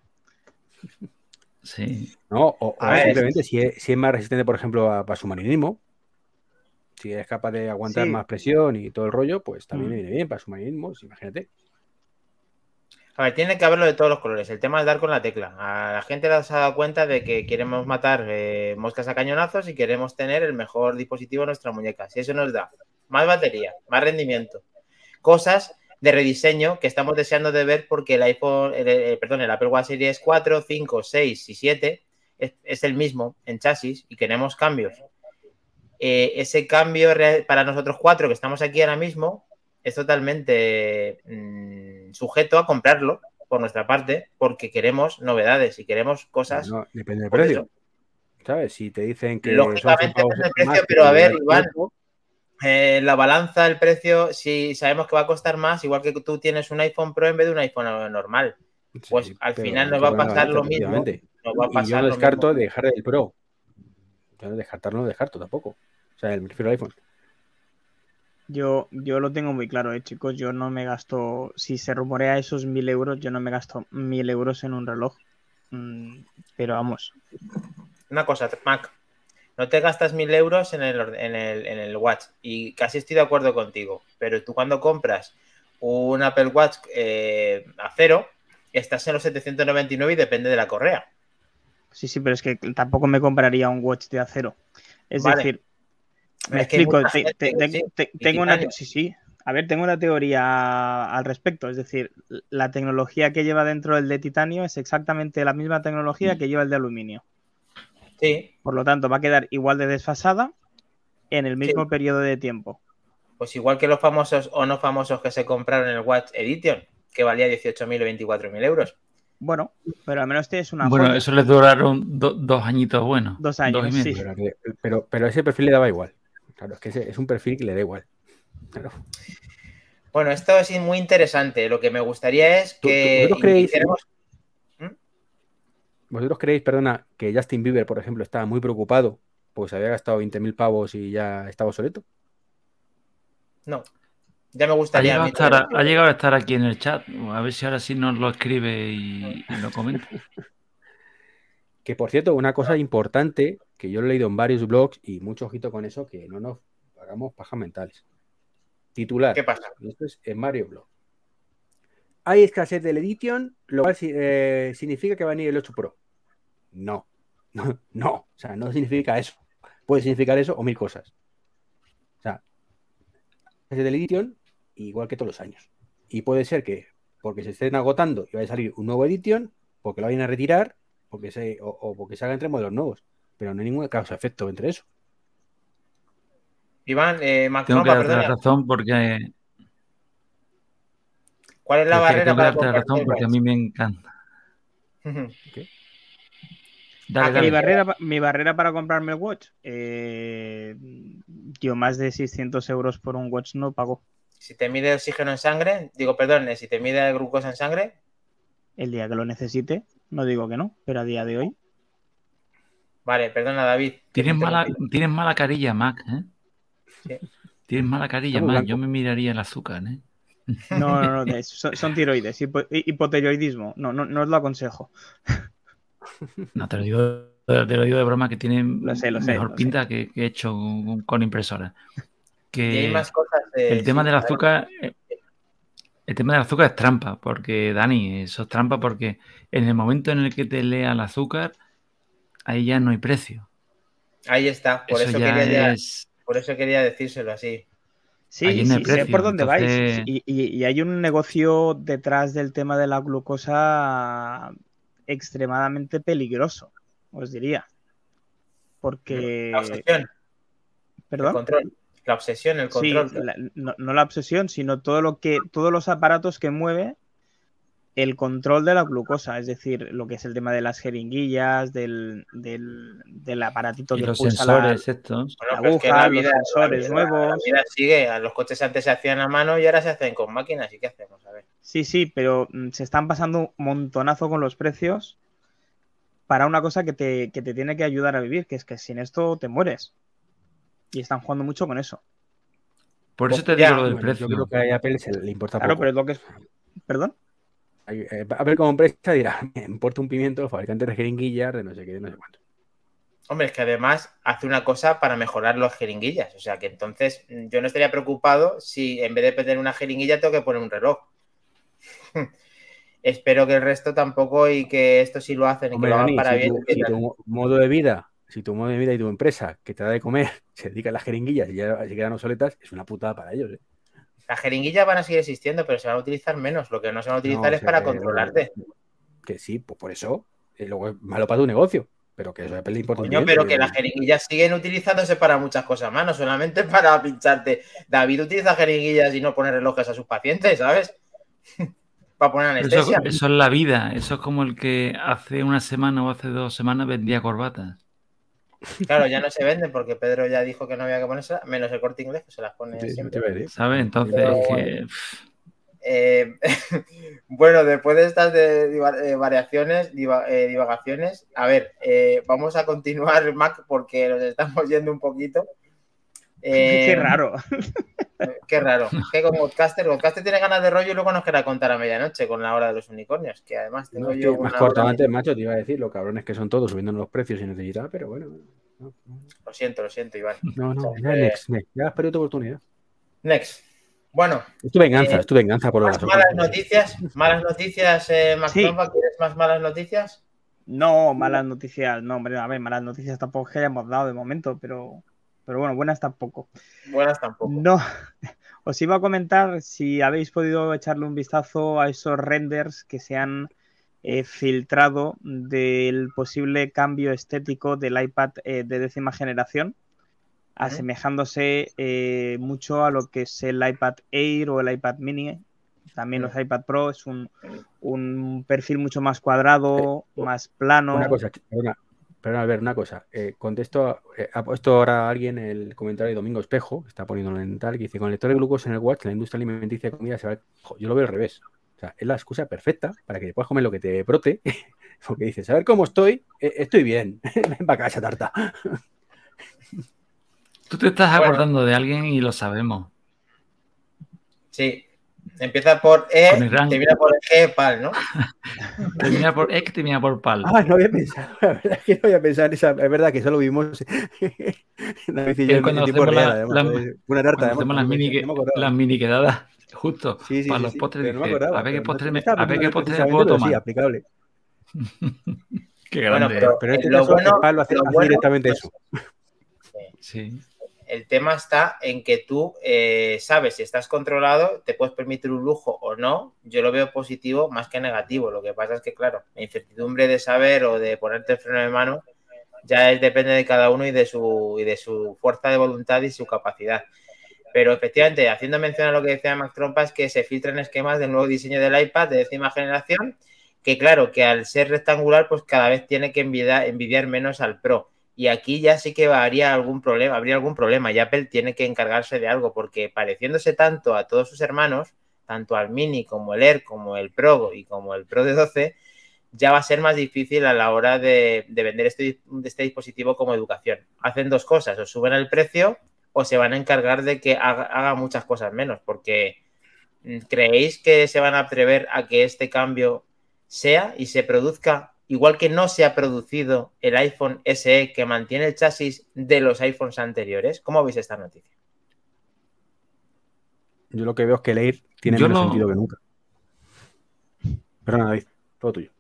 Speaker 3: Sí.
Speaker 1: No, o, o
Speaker 2: ver,
Speaker 1: simplemente si es, si es más resistente, por ejemplo, a, para submarinismo. Si es capaz de aguantar sí. más presión y todo el rollo, pues también mm. me viene bien para submarinismo, imagínate.
Speaker 2: A ver, tiene que haberlo de todos los colores. El tema es dar con la tecla. A la gente se ha dado cuenta de que queremos matar eh, moscas a cañonazos y queremos tener el mejor dispositivo en nuestra muñeca. Si eso nos da más batería, más rendimiento, cosas de rediseño que estamos deseando de ver porque el iPhone, el, el, perdón, el Apple Watch Series cuatro, cinco, seis y siete es, es el mismo en chasis y queremos cambios. Eh, ese cambio para nosotros cuatro que estamos aquí ahora mismo es totalmente mmm, sujeto a comprarlo por nuestra parte porque queremos novedades y queremos cosas.
Speaker 1: No, no, depende del precio. Eso. ¿Sabes? Si te dicen que
Speaker 2: lógicamente depende del precio, pero a ver, Iván, eh, la balanza del precio, si sabemos que va a costar más, igual que tú tienes un iPhone Pro en vez de un iPhone normal, pues sí, al final nos va a pasar balanza, lo mismo. Nos va a pasar
Speaker 1: y yo no descarto dejar el Pro. Yo no descartarlo, no descarto tampoco. O sea, prefiero el iPhone.
Speaker 4: Yo, yo lo tengo muy claro, eh, chicos. Yo no me gasto, si se rumorea esos mil euros, yo no me gasto mil euros en un reloj. Mm, pero vamos.
Speaker 2: Una cosa, Mac, no te gastas mil euros en el, en, el, en el Watch y casi estoy de acuerdo contigo. Pero tú cuando compras un Apple Watch eh, a cero, estás en los setecientos noventa y nueve y depende de la correa.
Speaker 4: Sí, sí, pero es que tampoco me compraría un watch de acero. Es vale. decir, me
Speaker 2: es
Speaker 4: explico, te, te, te, sí, te, tengo una sí, sí. A ver, tengo una teoría al respecto. Es decir, la tecnología que lleva dentro el de titanio es exactamente la misma tecnología que lleva el de aluminio.
Speaker 2: Sí.
Speaker 4: Por lo tanto, va a quedar igual de desfasada en el mismo sí. periodo de tiempo.
Speaker 2: Pues igual que los famosos o no famosos que se compraron en el Watch Edition, que valía dieciocho mil o veinticuatro mil euros.
Speaker 4: Bueno, pero al menos tienes una
Speaker 3: Bueno,
Speaker 4: joya.
Speaker 3: eso les duraron do, dos añitos buenos.
Speaker 4: Dos años,
Speaker 3: dos y medio.
Speaker 4: sí.
Speaker 1: Pero, pero, pero ese perfil le daba igual. Claro, es que ese, es un perfil que le da igual. Claro.
Speaker 2: Bueno, esto es muy interesante. Lo que me gustaría es que...
Speaker 1: ¿Vosotros creéis,
Speaker 2: queremos...
Speaker 1: ¿Mm? ¿Vosotros creéis, perdona, que Justin Bieber, por ejemplo, estaba muy preocupado porque se había gastado veinte mil pavos y ya estaba obsoleto?
Speaker 2: No. Ya me gustaría.
Speaker 3: Ha llegado, a, estar, ha llegado a estar aquí en el chat. A ver si ahora sí nos lo escribe y, y lo comenta.
Speaker 1: Que por cierto, una cosa importante que yo lo he leído en varios blogs y mucho ojito con eso, que no nos hagamos pajas mentales. Titular.
Speaker 2: ¿Qué pasa?
Speaker 1: Esto es en varios blogs. Hay escasez del Edition, lo cual eh, significa que va a venir el ocho Pro. No. No, no. O sea, no significa eso. Puede significar eso o mil cosas. O sea, escasez del Edition igual que todos los años. Y puede ser que porque se estén agotando y vaya a salir un nuevo Edition, porque lo vayan a retirar, porque se, o, o porque se hagan entre modelos nuevos. Pero no hay ningún causa-efecto entre eso.
Speaker 2: Iván, eh, Mac,
Speaker 3: tengo
Speaker 2: no,
Speaker 3: que darte
Speaker 2: perdona.
Speaker 3: la razón porque...
Speaker 2: ¿Cuál es la barrera
Speaker 3: tengo que
Speaker 2: para
Speaker 3: darte la razón porque a mí me encanta.
Speaker 1: ¿Qué?
Speaker 3: Dale, dale.
Speaker 4: Mi, barrera, mi barrera para comprarme el Watch, eh, yo más de seiscientos euros por un Watch no pago.
Speaker 2: Si te mide oxígeno en sangre, digo, perdón, si te mide glucosa en sangre.
Speaker 4: el día que lo necesite, no digo que no, pero a día de hoy.
Speaker 2: Vale, perdona, David.
Speaker 3: Tienes mala, tienes mala carilla, Mac, ¿eh?
Speaker 2: Sí.
Speaker 3: Tienes mala carilla, Mac. Yo me miraría el azúcar, ¿eh?
Speaker 4: No, no, no, son, son tiroides, hipo, hipotiroidismo. No, no, no os lo aconsejo.
Speaker 3: No, te lo digo, te lo digo de broma, que tiene
Speaker 4: lo sé, lo sé,
Speaker 3: mejor
Speaker 4: lo
Speaker 3: pinta
Speaker 4: sé.
Speaker 3: que, que he hecho con, con impresora. Que
Speaker 2: y hay más cosas de,
Speaker 3: el tema
Speaker 2: sí,
Speaker 3: del azúcar, el tema del azúcar es trampa, porque, Dani, eso es trampa porque en el momento en el que te lea el azúcar, ahí ya no hay precio.
Speaker 2: Ahí está, por eso,
Speaker 3: eso
Speaker 2: eso
Speaker 3: ya
Speaker 2: quería
Speaker 3: es...
Speaker 2: ya, por eso quería decírselo así.
Speaker 4: Sí,
Speaker 3: no
Speaker 4: sí, sé por dónde
Speaker 3: entonces...
Speaker 4: vais. Y, y, y hay un negocio detrás del tema de la glucosa extremadamente peligroso, os diría. Porque...
Speaker 2: La obsesión.
Speaker 4: ¿Perdón?
Speaker 2: El control. La obsesión, el control.
Speaker 4: Sí, la, no, no la obsesión, sino todo lo que, todos los aparatos que mueve el control de la glucosa, es decir, lo que es el tema de las jeringuillas, del, del, del aparatito
Speaker 3: y
Speaker 4: que
Speaker 3: los
Speaker 4: pulsa
Speaker 3: sensores
Speaker 4: la,
Speaker 3: estos.
Speaker 2: Bueno,
Speaker 4: la
Speaker 2: pero
Speaker 4: aguja,
Speaker 2: es que la vida,
Speaker 4: los sensores
Speaker 2: la vida,
Speaker 4: nuevos.
Speaker 2: La vida sigue. Los coches antes se hacían a mano y ahora se hacen con máquinas. ¿Y qué hacemos? A ver.
Speaker 4: Sí, sí, pero se están pasando un montonazo con los precios para una cosa que te, que te tiene que ayudar a vivir, que es que sin esto te mueres. Y están jugando mucho con eso.
Speaker 3: Por eso
Speaker 2: pues
Speaker 3: te
Speaker 2: ya,
Speaker 3: digo lo del
Speaker 1: bueno,
Speaker 3: precio.
Speaker 1: Yo creo que a Apple se le importa
Speaker 4: claro,
Speaker 1: poco.
Speaker 4: pero es lo que es... ¿Perdón?
Speaker 1: Apple como empresa dirá, me importa un pimiento, fabricantes de jeringuillas, de no sé qué, de no sé cuánto.
Speaker 2: Hombre, es que además hace una cosa para mejorar las jeringuillas. O sea que entonces yo no estaría preocupado si en vez de tener una jeringuilla tengo que poner un reloj. Espero que el resto tampoco y que esto sí lo hacen y
Speaker 1: Hombre,
Speaker 2: que lo hagan
Speaker 1: Dani,
Speaker 2: para
Speaker 1: si
Speaker 2: bien.
Speaker 1: tu, si tu modo de vida, si tu modo de vida y tu empresa que te da de comer se dedica a las jeringuillas y ya se quedan obsoletas, es una putada para ellos, ¿eh?
Speaker 2: Las jeringuillas van a seguir existiendo, pero se van a utilizar menos. Lo que no se van a utilizar
Speaker 1: No, o
Speaker 2: es
Speaker 1: sea,
Speaker 2: para
Speaker 1: que,
Speaker 2: controlarte.
Speaker 1: bueno, que sí, pues por eso. Y luego es malo para tu negocio. Pero que eso a Apple le importa un
Speaker 2: Coño,
Speaker 1: pimiento,
Speaker 2: pero que las jeringuillas siguen utilizándose para muchas cosas más, no solamente para pincharte. David utiliza jeringuillas y no pone relojes a sus pacientes, ¿sabes? Para poner anestesia.
Speaker 3: Eso, eso es la vida. Eso es como el que hace una semana o hace dos semanas vendía corbatas.
Speaker 2: Claro, ya no se venden porque Pedro ya dijo que no había que ponerse, menos el Corte Inglés, que se las pone
Speaker 1: Sí,
Speaker 2: siempre.
Speaker 3: ¿Sabes? Entonces,
Speaker 2: Pero,
Speaker 3: que...
Speaker 2: Eh, bueno, después de estas de, de variaciones, diva, eh, divagaciones, a ver, eh, vamos a continuar, Mac, porque nos estamos yendo un poquito.
Speaker 4: Eh, qué raro.
Speaker 2: Qué raro. Que como Godcaster, Godcaster tiene ganas de rollo y luego nos queda contar a medianoche con la hora de los unicornios, que además tengo
Speaker 1: no, es
Speaker 2: yo
Speaker 1: que
Speaker 2: una
Speaker 1: más corto
Speaker 2: hora...
Speaker 1: antes, macho, te iba a decir, los cabrones que son todos subiendo los precios y necesitas, pero bueno. No, no.
Speaker 2: Lo siento, lo siento, Iván.
Speaker 1: No, no,
Speaker 2: O sea,
Speaker 1: ya
Speaker 2: eh...
Speaker 1: next, next, ya has perdido tu oportunidad.
Speaker 2: Next. Bueno.
Speaker 1: Es tu venganza, eh, es tu venganza por
Speaker 2: más
Speaker 1: las
Speaker 2: malas noticias, malas noticias, eh, Mac
Speaker 4: sí.
Speaker 2: Trompa, ¿quieres más malas noticias?
Speaker 4: No, malas noticias, no, hombre, a ver, malas noticias tampoco es que hayamos dado de momento, pero, pero bueno, buenas tampoco.
Speaker 2: Buenas tampoco.
Speaker 4: No, os iba a comentar si habéis podido echarle un vistazo a esos renders que se han eh, filtrado del posible cambio estético del iPad eh, de décima generación, asemejándose eh, mucho a lo que es el iPad Air o el iPad Mini. También los iPad Pro es un, un perfil mucho más cuadrado, eh, más plano.
Speaker 1: Una cosa, perdona, perdona, a ver, una cosa. Eh, contesto, eh, ha puesto ahora alguien el comentario de Domingo Espejo, que está poniéndolo en tal, que dice, con el lector de glucosa en el watch, la industria alimenticia de comida se va... Yo lo veo al revés. O sea, es la excusa perfecta para que puedas comer lo que te brote, porque dices, a ver cómo estoy, eh, estoy bien, ven para acá esa tarta.
Speaker 3: Tú te estás bueno. acordando de alguien y lo sabemos.
Speaker 2: Sí. Empieza por E, termina por E, pal, ¿no?
Speaker 3: Termina por E, que termina por pal.
Speaker 1: Ah, no había pensado. La verdad es que no había pensado en esa. Es verdad que eso lo vimos.
Speaker 3: No, en
Speaker 1: cuando
Speaker 3: tipo
Speaker 1: real,
Speaker 3: la,
Speaker 1: además,
Speaker 3: la,
Speaker 1: una tarta,
Speaker 3: cuando hacemos las mini, que, no las mini quedadas, justo, sí, sí, para sí, los sí, postres.
Speaker 1: No
Speaker 3: dice, a ver qué postre, me,
Speaker 1: no
Speaker 3: a ver qué postre me puedo tomar.
Speaker 1: Sí, aplicable.
Speaker 3: Qué grande.
Speaker 2: Bueno, pero,
Speaker 1: pero en este
Speaker 2: lo
Speaker 1: caso,
Speaker 2: bueno,
Speaker 1: el pal lo hace,
Speaker 2: lo
Speaker 1: hace
Speaker 2: bueno,
Speaker 1: directamente
Speaker 2: pues,
Speaker 1: eso.
Speaker 3: Sí.
Speaker 2: El tema está en que tú eh, sabes si estás controlado, te puedes permitir un lujo o no. Yo lo veo positivo más que negativo. Lo que pasa es que, claro, la incertidumbre de saber o de ponerte el freno de mano ya es, depende de cada uno y de su y de su fuerza de voluntad y su capacidad. Pero efectivamente, haciendo mención a lo que decía Mac Trompa, es que se filtran esquemas del nuevo diseño del iPad de décima generación, que claro, que al ser rectangular, pues cada vez tiene que envidiar, envidiar menos al Pro. Y aquí ya sí que habría algún problema, habría algún problema y Apple tiene que encargarse de algo porque pareciéndose tanto a todos sus hermanos, tanto al Mini como el Air, como el Pro y como el Pro de doce, ya va a ser más difícil a la hora de, de vender este, este dispositivo como educación. Hacen dos cosas, o suben el precio o se van a encargar de que haga, haga muchas cosas menos, porque ¿creéis que se van a atrever a que este cambio sea y se produzca igual que no se ha producido el iPhone ese E que mantiene el chasis de los iPhones anteriores? ¿Cómo veis esta noticia?
Speaker 1: Yo lo que veo es que el Air tiene
Speaker 3: Yo
Speaker 1: menos
Speaker 3: lo-
Speaker 1: sentido que nunca. Perdona, David, todo tuyo.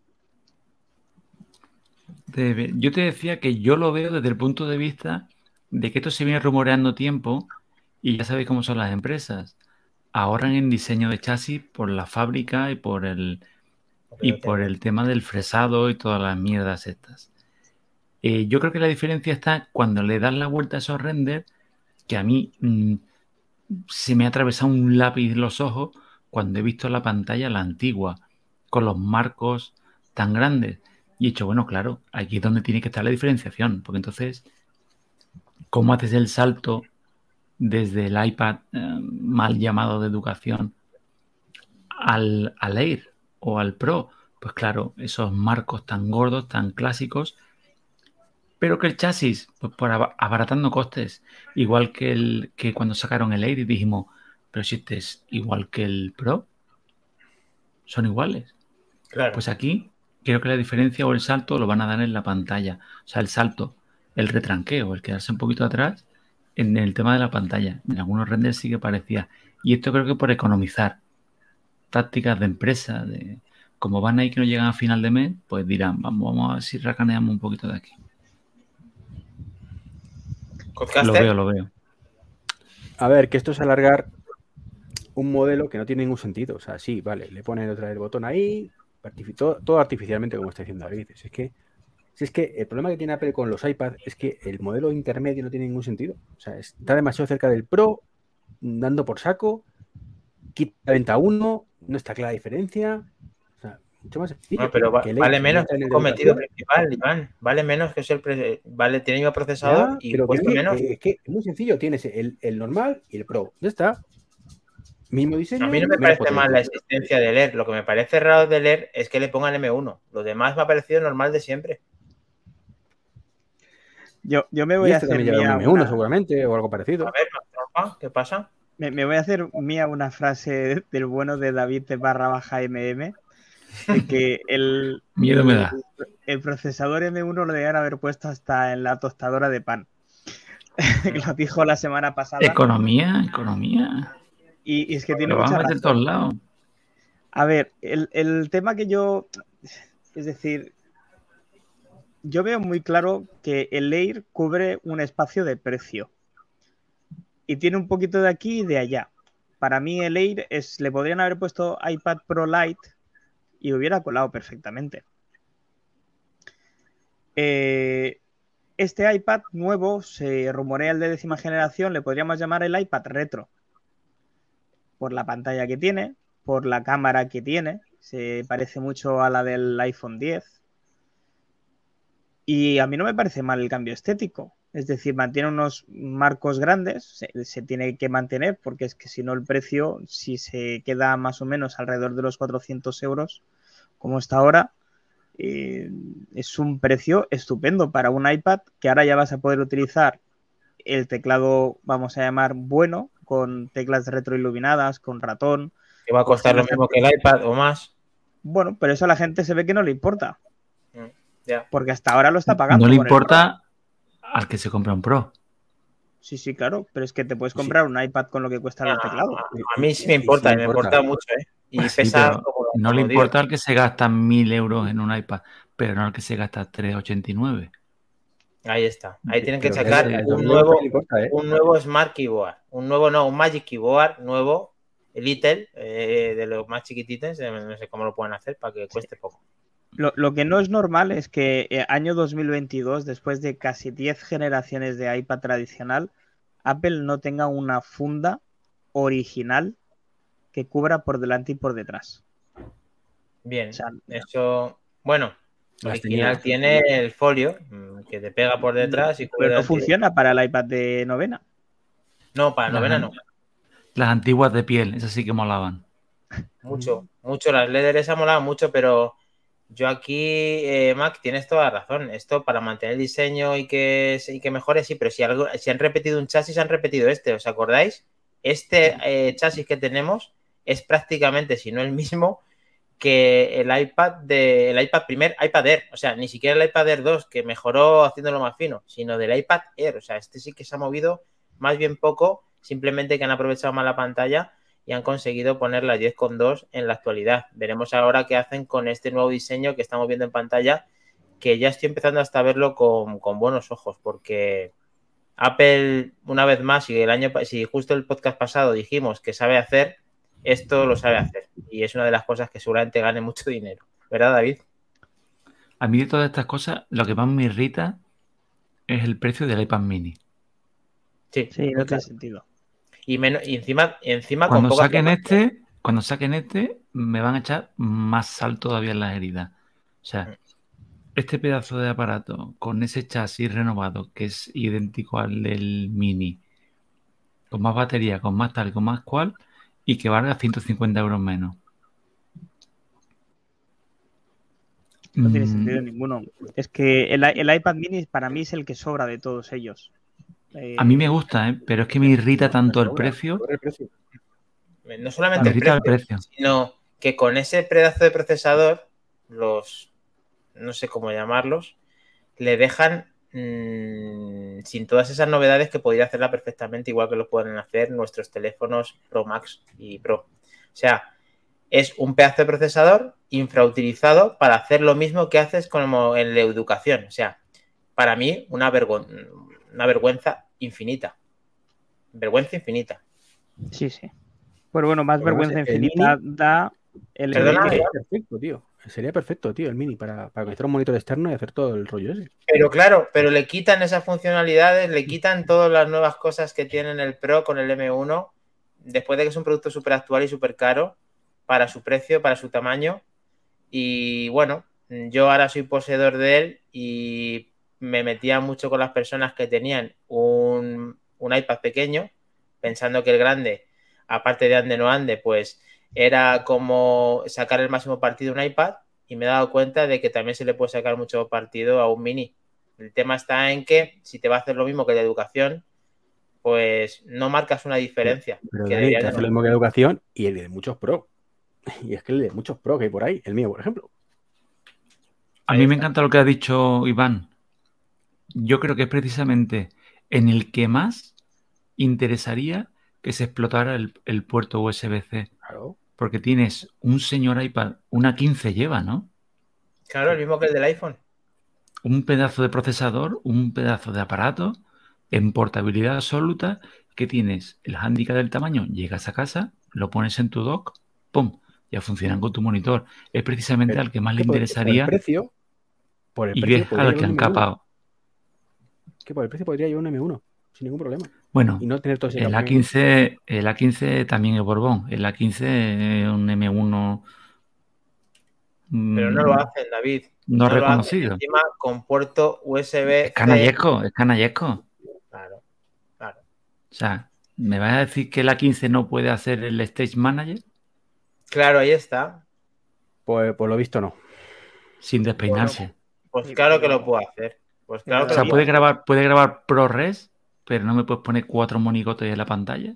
Speaker 3: Te- Yo te decía que yo lo veo desde el punto de vista de que esto se viene rumoreando tiempo y ya sabéis cómo son las empresas. Ahorran en diseño de chasis por la fábrica y por el, y por el tema del fresado y todas las mierdas estas. Eh, yo creo que la diferencia está cuando le das la vuelta a esos renders, que a mí mm, se me ha atravesado un lápiz en los ojos cuando he visto la pantalla, la antigua, con los marcos tan grandes. Y he dicho, bueno, claro, aquí es donde tiene que estar la diferenciación, porque entonces, ¿cómo haces el salto desde el iPad eh, mal llamado de educación al, al Air o al Pro? Pues claro, esos marcos tan gordos, tan clásicos, pero que el chasis, pues por ab- abaratando costes, igual que, el, que cuando sacaron el Air y dijimos, pero si este es igual que el Pro, son iguales.
Speaker 2: Claro.
Speaker 3: Pues aquí creo que la diferencia o el salto lo van a dar en la pantalla. O sea, el salto, el retranqueo, el quedarse un poquito atrás en el tema de la pantalla. En algunos renders sí que parecía. Y esto creo que por economizar. Tácticas de empresa, de como van ahí que no llegan a final de mes, pues dirán, vamos, vamos a ver si racaneamos un poquito de aquí.
Speaker 2: Codcaster.
Speaker 3: Lo veo, lo veo.
Speaker 1: A ver, que esto es alargar un modelo que no tiene ningún sentido. O sea, sí, vale, le ponen otra vez el botón ahí, artific- todo, todo artificialmente, como está diciendo David. Si es que, si es que el problema que tiene Apple con los iPads es que el modelo intermedio no tiene ningún sentido. O sea, está demasiado cerca del Pro, dando por saco, quita la venta uno, no está clara la diferencia. O sea, mucho más sencillo.
Speaker 2: No, pero va-
Speaker 1: que el Air
Speaker 2: vale
Speaker 1: se
Speaker 2: menos
Speaker 1: monta
Speaker 2: que
Speaker 1: en
Speaker 2: el
Speaker 1: el de
Speaker 2: cometido
Speaker 1: educación.
Speaker 2: principal, Iván. Vale menos que es el pre- vale, tiene el mismo procesador
Speaker 1: Ya,
Speaker 2: y
Speaker 1: pero que es,
Speaker 2: cuesta
Speaker 1: que,
Speaker 2: menos.
Speaker 1: eh, es que es muy sencillo. Tienes el, el normal y el Pro. Ya está. Mismo diseño,
Speaker 2: A mí no me
Speaker 1: menos
Speaker 2: parece mal la
Speaker 1: potencia.
Speaker 2: existencia del Air. Lo que me parece raro del Air es que le pongan M uno. Lo demás me ha parecido normal de siempre.
Speaker 4: Yo, yo me
Speaker 1: Y
Speaker 4: voy a
Speaker 1: este
Speaker 4: hacer
Speaker 1: también lleva un
Speaker 4: mía
Speaker 1: M uno
Speaker 4: una,
Speaker 1: seguramente o algo
Speaker 2: A
Speaker 1: parecido.
Speaker 2: ver, trompa, ¿qué pasa?
Speaker 4: me, me voy a hacer mía una frase del bueno de David de barra baja M M, de que el,
Speaker 3: Miedo me da.
Speaker 4: el, el procesador M uno lo deberían haber puesto hasta en la tostadora de pan. Lo dijo la semana pasada.
Speaker 3: Economía, economía.
Speaker 4: Y, y es que tiene
Speaker 3: Lo van a
Speaker 4: mucha
Speaker 3: meter en
Speaker 4: razón.
Speaker 3: todos lados.
Speaker 4: A ver, el, el tema que yo, es decir, yo veo muy claro que el Air cubre un espacio de precio y tiene un poquito de aquí y de allá. Para mí el Air es, le podrían haber puesto iPad Pro Lite y hubiera colado perfectamente. Eh, este iPad nuevo, se rumorea el de décima generación, le podríamos llamar el iPad Retro. Por la pantalla que tiene, por la cámara que tiene, se parece mucho a la del iPhone diez. Y a mí no me parece mal el cambio estético. Es decir, mantiene unos marcos grandes, se, se tiene que mantener, porque es que si no el precio, si se queda más o menos alrededor de los cuatrocientos euros, como está ahora, eh, es un precio estupendo para un iPad que ahora ya vas a poder utilizar el teclado, vamos a llamar, bueno, con teclas retroiluminadas, con ratón.
Speaker 2: Que va a costar lo mismo que el iPad o más.
Speaker 4: Bueno, pero eso a la gente se ve que no le importa.
Speaker 2: Mm, ya.
Speaker 4: Porque hasta ahora lo está pagando.
Speaker 3: No le
Speaker 4: con el Pro.
Speaker 3: importa al que se compra un Pro.
Speaker 4: Sí, sí, claro, pero es que te puedes comprar un iPad con lo que cuesta el
Speaker 2: Ah,
Speaker 4: teclado.
Speaker 2: a, a mí sí me importa,
Speaker 1: Sí,
Speaker 2: me
Speaker 1: importa.
Speaker 2: importa mucho, ¿eh? Y
Speaker 3: Sí,
Speaker 2: pesa
Speaker 3: pero
Speaker 2: como,
Speaker 3: no le
Speaker 2: como
Speaker 3: importa
Speaker 2: Dios.
Speaker 3: al que se gasta mil euros en un iPad, pero no al que se gasta tres ochenta y nueve.
Speaker 2: Ahí está. Ahí tienen que
Speaker 1: Pero
Speaker 2: sacar
Speaker 1: a- a
Speaker 2: un
Speaker 1: dos
Speaker 2: nuevo,
Speaker 1: no le importa, ¿eh?
Speaker 2: un nuevo Smart Keyboard. Un nuevo, no, un Magic Keyboard nuevo, Little, eh, de los más chiquititos. eh, No sé cómo lo pueden hacer para que cueste poco.
Speaker 4: Lo, lo que no es normal es que eh, año dos mil veintidós, después de casi diez generaciones de iPad tradicional, Apple no tenga una funda original que cubra por delante y por detrás.
Speaker 2: Bien,
Speaker 4: O sea,
Speaker 2: eso, bueno,
Speaker 1: Las
Speaker 2: original
Speaker 1: tenía.
Speaker 2: tiene el folio mm, que te pega por detrás y cubre
Speaker 4: pero no
Speaker 2: delante.
Speaker 4: funciona para el iPad de novena.
Speaker 2: No, para
Speaker 3: Las,
Speaker 2: novena no.
Speaker 3: las antiguas de piel, esas sí que molaban.
Speaker 2: Mucho, mucho. Las L E D R S ha molado mucho, pero yo aquí, eh, Mac, tienes toda la razón. Esto para mantener el diseño y que, y que mejore, sí, pero si, algo, si han repetido un chasis, han repetido este. ¿Os acordáis? Este eh, chasis que tenemos es prácticamente, si no el mismo, que el iPad de el iPad primer, iPad Air. O sea, ni siquiera el iPad Air dos, que mejoró haciéndolo más fino, sino del iPad Air. O sea, este sí que se ha movido más bien poco, simplemente que han aprovechado más la pantalla y han conseguido poner la diez coma dos en la actualidad. Veremos ahora qué hacen con este nuevo diseño que estamos viendo en pantalla, que ya estoy empezando hasta a verlo con, con buenos ojos, porque Apple, una vez más, y el año, si justo el podcast pasado dijimos que sabe hacer, esto lo sabe hacer. Y es una de las cosas que seguramente gane mucho dinero. ¿Verdad, David?
Speaker 3: A mí de todas estas cosas, lo que más me irrita es el precio del iPad mini.
Speaker 2: Sí,
Speaker 4: Sí, no tiene sentido.
Speaker 2: Y, menos, y encima, encima
Speaker 3: cuando
Speaker 2: con poca
Speaker 3: saquen
Speaker 2: información.
Speaker 3: este, cuando saquen este, me van a echar más sal todavía en las heridas. O sea, este pedazo de aparato con ese chasis renovado que es idéntico al del mini, con más batería, con más tal, con más cual, y que valga ciento cincuenta euros menos.
Speaker 4: No tiene
Speaker 3: Mm,
Speaker 4: sentido ninguno. Es que el, el iPad mini para mí es el que sobra de todos ellos. Eh,
Speaker 3: a mí me gusta, ¿eh? Pero es que me irrita tanto el
Speaker 1: Sobra,
Speaker 3: precio.
Speaker 1: sobra el precio.
Speaker 2: No solamente
Speaker 3: Me
Speaker 2: el
Speaker 3: irrita
Speaker 2: precio,
Speaker 3: el precio.
Speaker 2: sino que con ese pedazo de procesador, los, no sé cómo llamarlos, le dejan mmm, sin todas esas novedades que podría hacerla perfectamente, igual que lo pueden hacer nuestros teléfonos Pro Max y Pro. O sea, es un pedazo de procesador infrautilizado para hacer lo mismo que haces como en la educación. O sea, para mí, una, vergo una vergüenza infinita. Vergüenza infinita.
Speaker 4: Sí, sí. Pero bueno, más
Speaker 1: Pero
Speaker 4: vergüenza
Speaker 1: además, el
Speaker 4: infinita
Speaker 1: mini-
Speaker 4: da el
Speaker 2: Perdona,
Speaker 4: M N.
Speaker 1: Sería perfecto, tío. Sería perfecto, tío, el mini para, para conectar un monitor externo y hacer todo el rollo ese.
Speaker 2: Pero claro, pero le quitan esas funcionalidades, le quitan todas las nuevas cosas que tienen el Pro con el M uno, después de que es un producto súper actual y súper caro para su precio, para su tamaño. Y bueno, yo ahora soy poseedor de él y me metía mucho con las personas que tenían un, un iPad pequeño, pensando que el grande, aparte de ande no ande, pues era como sacar el máximo partido de un iPad, y me he dado cuenta de que también se le puede sacar mucho partido a un mini. El tema está en que si te va a hacer lo mismo que la educación, pues no marcas una diferencia.
Speaker 1: Pero
Speaker 2: que
Speaker 1: Dani,
Speaker 2: debería
Speaker 1: te
Speaker 2: de
Speaker 1: hace lo
Speaker 2: marcar.
Speaker 1: mismo que educación y el de muchos pro. Y es que el de muchos pro que hay por ahí, el mío, por ejemplo.
Speaker 3: A
Speaker 2: Ahí
Speaker 3: mí me
Speaker 2: está.
Speaker 3: encanta lo que ha dicho Iván. Yo creo que es precisamente en el que más interesaría que se explotara el, el puerto U S B C.
Speaker 1: Claro.
Speaker 3: Porque tienes un señor iPad, una quince lleva, ¿no?
Speaker 2: Claro, el mismo que el del iPhone.
Speaker 3: Un pedazo de procesador, un pedazo de aparato en portabilidad absoluta, que tienes el hándicap del tamaño, llegas a casa, lo pones en tu dock, ¡pum! Ya funcionan con tu monitor. Es precisamente
Speaker 1: Pero
Speaker 3: al que más
Speaker 1: es
Speaker 3: le
Speaker 1: que por, por el
Speaker 3: interesaría
Speaker 1: precio, por el
Speaker 3: y
Speaker 1: precio
Speaker 3: ves
Speaker 1: podría
Speaker 3: al que
Speaker 1: llevar un
Speaker 3: han
Speaker 1: M uno.
Speaker 3: capado.
Speaker 1: Que por el precio podría llevar un M uno, sin ningún problema.
Speaker 3: Bueno,
Speaker 1: Y no tener todo ese
Speaker 3: el
Speaker 1: cacao.
Speaker 3: A quince, el A quince también es Borbón. El A quince es un M uno
Speaker 2: Pero no
Speaker 3: mm,
Speaker 2: lo hacen, David.
Speaker 3: no
Speaker 2: No lo hacen
Speaker 3: reconocido.
Speaker 2: encima con puerto
Speaker 3: Es
Speaker 2: U S B C.
Speaker 3: canallesco, es canallesco.
Speaker 2: Claro, claro.
Speaker 3: O sea, ¿me vas a decir que el A quince no puede hacer el Stage Manager
Speaker 2: Claro, ahí está.
Speaker 1: Pues por lo visto no.
Speaker 3: sin despeinarse?
Speaker 2: Pues
Speaker 4: Sí,
Speaker 2: claro que
Speaker 4: pero-
Speaker 2: lo puedo hacer. Pues
Speaker 4: pero
Speaker 2: claro
Speaker 3: O
Speaker 2: que
Speaker 3: sea,
Speaker 2: lo
Speaker 4: David,
Speaker 2: puedo
Speaker 3: puede
Speaker 2: hacer.
Speaker 3: grabar, puede grabar ProRes, pero no me puedes poner cuatro monigotes en la pantalla.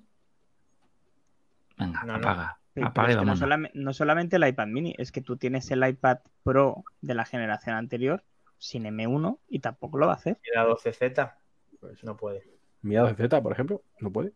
Speaker 3: Venga,
Speaker 2: No, no.
Speaker 3: apaga,
Speaker 4: sí, pero
Speaker 3: apaga y
Speaker 4: es que no,
Speaker 3: vámonos.
Speaker 4: solame- no solamente el iPad mini, es que tú tienes el iPad Pro de la generación anterior sin M uno y tampoco lo va a hacer.
Speaker 2: Y la doce Z
Speaker 1: Pues,
Speaker 2: no puede.
Speaker 1: mi A doce Z, por ejemplo, no puede.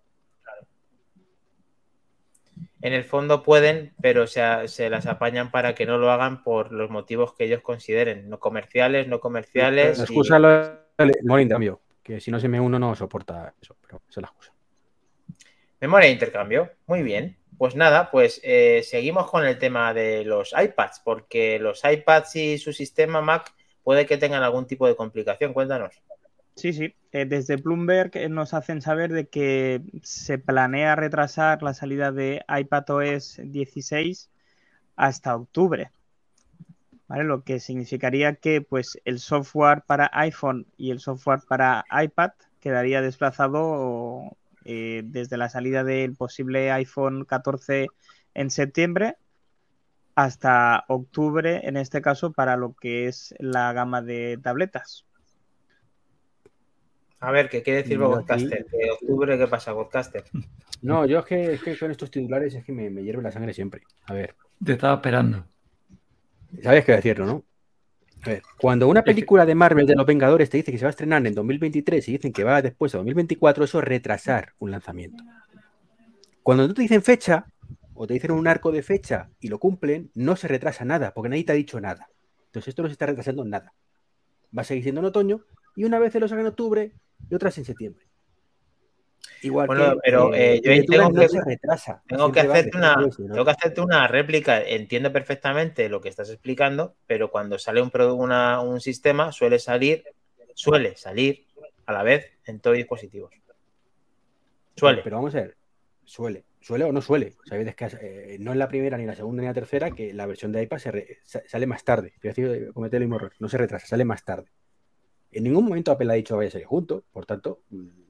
Speaker 2: En el fondo pueden, pero o sea, se las apañan para que no lo hagan por los motivos que ellos consideren. No comerciales, no
Speaker 1: La
Speaker 2: comerciales.
Speaker 1: excusa
Speaker 2: Y...
Speaker 1: es lo del memoria de intercambio, que si no es M uno no soporta eso, pero esa es la excusa.
Speaker 2: Memoria de intercambio. Muy bien. Pues nada, pues eh, seguimos con el tema de los iPads, porque los iPads y su sistema Mac puede que tengan algún tipo de complicación. Cuéntanos.
Speaker 4: Sí, sí. Eh, desde Bloomberg eh, nos hacen saber de que se planea retrasar la salida de iPadOS dieciséis hasta octubre. ¿Vale? Lo que significaría que pues, el software para iPhone y el software para iPad quedaría desplazado eh, desde la salida del posible iPhone catorce en septiembre hasta octubre, en este caso, para lo que es la gama de tabletas.
Speaker 2: A ver, ¿qué quiere decir Godcaster? ¿De octubre qué pasa, Godcaster?
Speaker 1: No, yo es que, es que con estos titulares es que me, me hierve la sangre siempre. A ver.
Speaker 3: Te estaba esperando.
Speaker 1: Sabes qué decirlo, ¿no? A ver, cuando una película de Marvel de los Vengadores te dice que se va a estrenar en dos mil veintitrés y dicen que va después de dos mil veinticuatro, eso es retrasar un lanzamiento. Cuando no te dicen fecha o te dicen un arco de fecha y lo cumplen, no se retrasa nada, porque nadie te ha dicho nada. Entonces esto no se está retrasando en nada. Va a seguir siendo en otoño y una vez se lo saca en octubre y otras en septiembre. Igual
Speaker 2: bueno,
Speaker 1: que
Speaker 2: pero eh, yo tengo
Speaker 1: no
Speaker 2: que,
Speaker 1: se retrasa.
Speaker 2: Tengo que, hacerte una, ese, ¿no? tengo que hacerte una réplica. Entiendo perfectamente lo que estás explicando, pero cuando sale un, una, un sistema suele salir, suele salir a la vez en todos los dispositivos. Suele.
Speaker 1: Pero, pero vamos a ver, suele. ¿Suele o no suele? Sabéis que eh, no es la primera, ni la segunda, ni la tercera, que la versión de iPad se re, sale más tarde. Estoy haciendo cometer el mismo error. No se retrasa, sale más tarde. En ningún momento Apple ha dicho que vaya a salir junto, por tanto,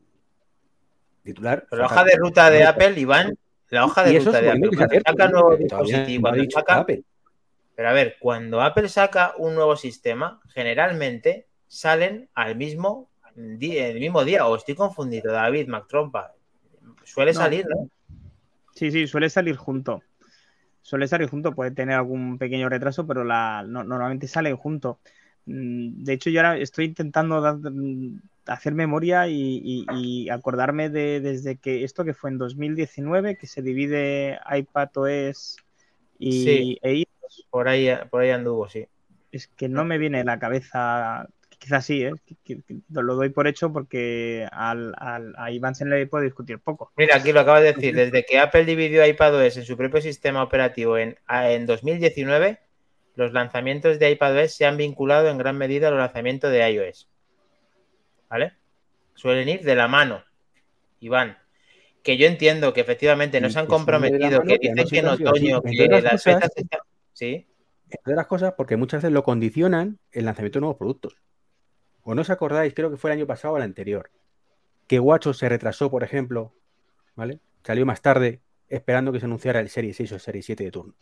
Speaker 1: titular.
Speaker 2: Pero la hoja de ruta de Apple, Iván, la hoja de ruta de Apple, cuando saca un nuevo dispositivo, cuando saca... Pero a ver, cuando Apple saca un nuevo sistema, generalmente salen al mismo día, el mismo día, o estoy confundido, David, Mac Trompa. Suele no. salir, ¿no?
Speaker 4: Sí, sí, suele salir junto. Suele salir junto, puede tener algún pequeño retraso, pero la, no, normalmente salen junto. De hecho, yo ahora estoy intentando dar, hacer memoria y, y, y acordarme de desde que esto que fue en dos mil diecinueve, que se divide iPadOS y
Speaker 2: sí,
Speaker 4: e iOS.
Speaker 2: Por ahí, por ahí anduvo, sí.
Speaker 4: Es que no me viene a la cabeza, quizás sí, ¿eh? que, que lo doy por hecho porque al, al, a Iván se le puede discutir poco.
Speaker 2: Mira, aquí lo acabas de decir, desde que Apple dividió iPadOS en su propio sistema operativo en, en dos mil diecinueve, los lanzamientos de iPadOS se han vinculado en gran medida a los lanzamientos de iOS. ¿Vale? Suelen ir de la mano, Iván. Que yo entiendo que efectivamente no se han comprometido, que dicen que en otoño, que las fechas están... ¿Sí?
Speaker 1: Entre otras cosas, porque muchas veces lo condicionan el lanzamiento de nuevos productos. ¿O no os acordáis? Creo que fue el año pasado o el anterior. Que WatchOS se retrasó, por ejemplo, ¿vale? Salió más tarde esperando que se anunciara el Serie seis o el Serie siete de turno.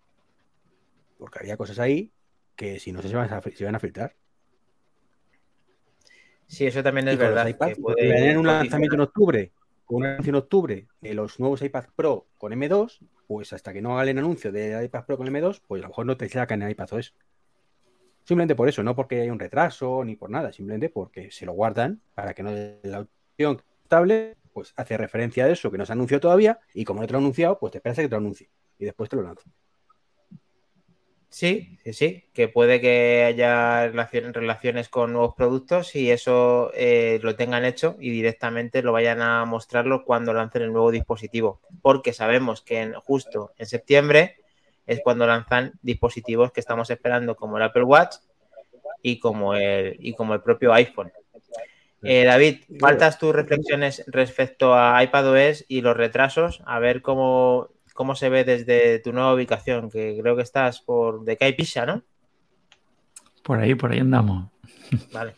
Speaker 1: Porque había cosas ahí que si no se iban a, se iban a filtrar.
Speaker 2: Sí, eso también es
Speaker 1: y
Speaker 2: verdad.
Speaker 1: IPads,
Speaker 2: que puede
Speaker 1: tener un lanzamiento en octubre, con un anuncio en octubre de los nuevos iPad Pro con M dos, pues hasta que no hagan el anuncio de iPad Pro con M dos, pues a lo mejor no te sacan el iPadOS. Simplemente por eso, no porque haya un retraso ni por nada, simplemente porque se lo guardan para que no den la opción estable, pues hace referencia a eso que no se anunció todavía y como no te lo ha anunciado, pues te esperas a que te lo anuncie y después te lo lanzo.
Speaker 2: Sí, sí, sí, que puede que haya relaciones, relaciones con nuevos productos y eso eh, lo tengan hecho y directamente lo vayan a mostrarlo cuando lancen el nuevo dispositivo, porque sabemos que en, justo en septiembre es cuando lanzan dispositivos que estamos esperando como el Apple Watch y como el, y como el propio iPhone. Eh, David, faltas tus reflexiones respecto a iPadOS y los retrasos, a ver cómo... ¿Cómo se ve desde tu nueva ubicación? Que creo que estás por de Caipixa, ¿no?
Speaker 3: Por ahí, por ahí andamos.
Speaker 2: Vale.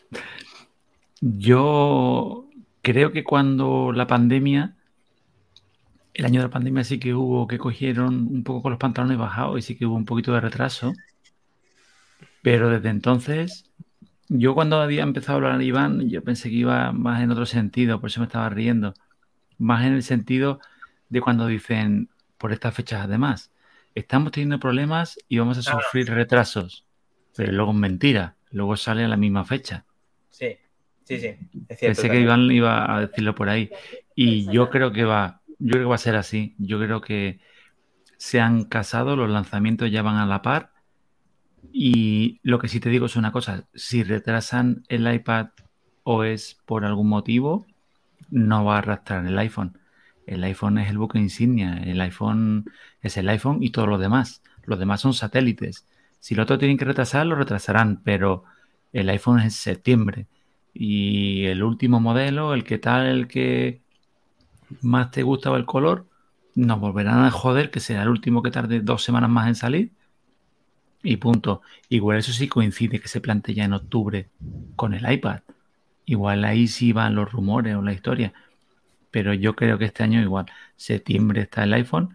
Speaker 3: Yo creo que cuando la pandemia, el año de la pandemia sí que hubo que cogieron un poco con los pantalones bajados y sí que hubo un poquito de retraso. Pero desde entonces, yo cuando había empezado a hablar Iván, yo pensé que iba más en otro sentido, por eso me estaba riendo. Más en el sentido de cuando dicen... por estas fechas además, estamos teniendo problemas y vamos a sufrir ah. retrasos, pero luego es mentira, luego sale a la misma fecha.
Speaker 2: Sí, sí, sí, es
Speaker 3: Pensé
Speaker 2: cierto.
Speaker 3: que
Speaker 2: también.
Speaker 3: Iván iba a decirlo por ahí y yo creo que va, yo creo que va a ser así, yo creo que se han casado, los lanzamientos ya van a la par y lo que sí te digo es una cosa, si retrasan el iPad o es por algún motivo, no va a arrastrar el iPhone. El iPhone es el buque insignia, el iPhone es el iPhone y todo lo demás. Los demás son satélites. Si lo otro tienen que retrasar, lo retrasarán, pero el iPhone es en septiembre. Y el último modelo, el que tal, el que más te gusta o el color, nos volverán a joder, que será el último que tarde dos semanas más en salir. Y punto. Igual eso sí coincide que se plantea ya en octubre con el iPad. Igual ahí sí van los rumores o la historia. Pero yo creo que este año igual, septiembre está el iPhone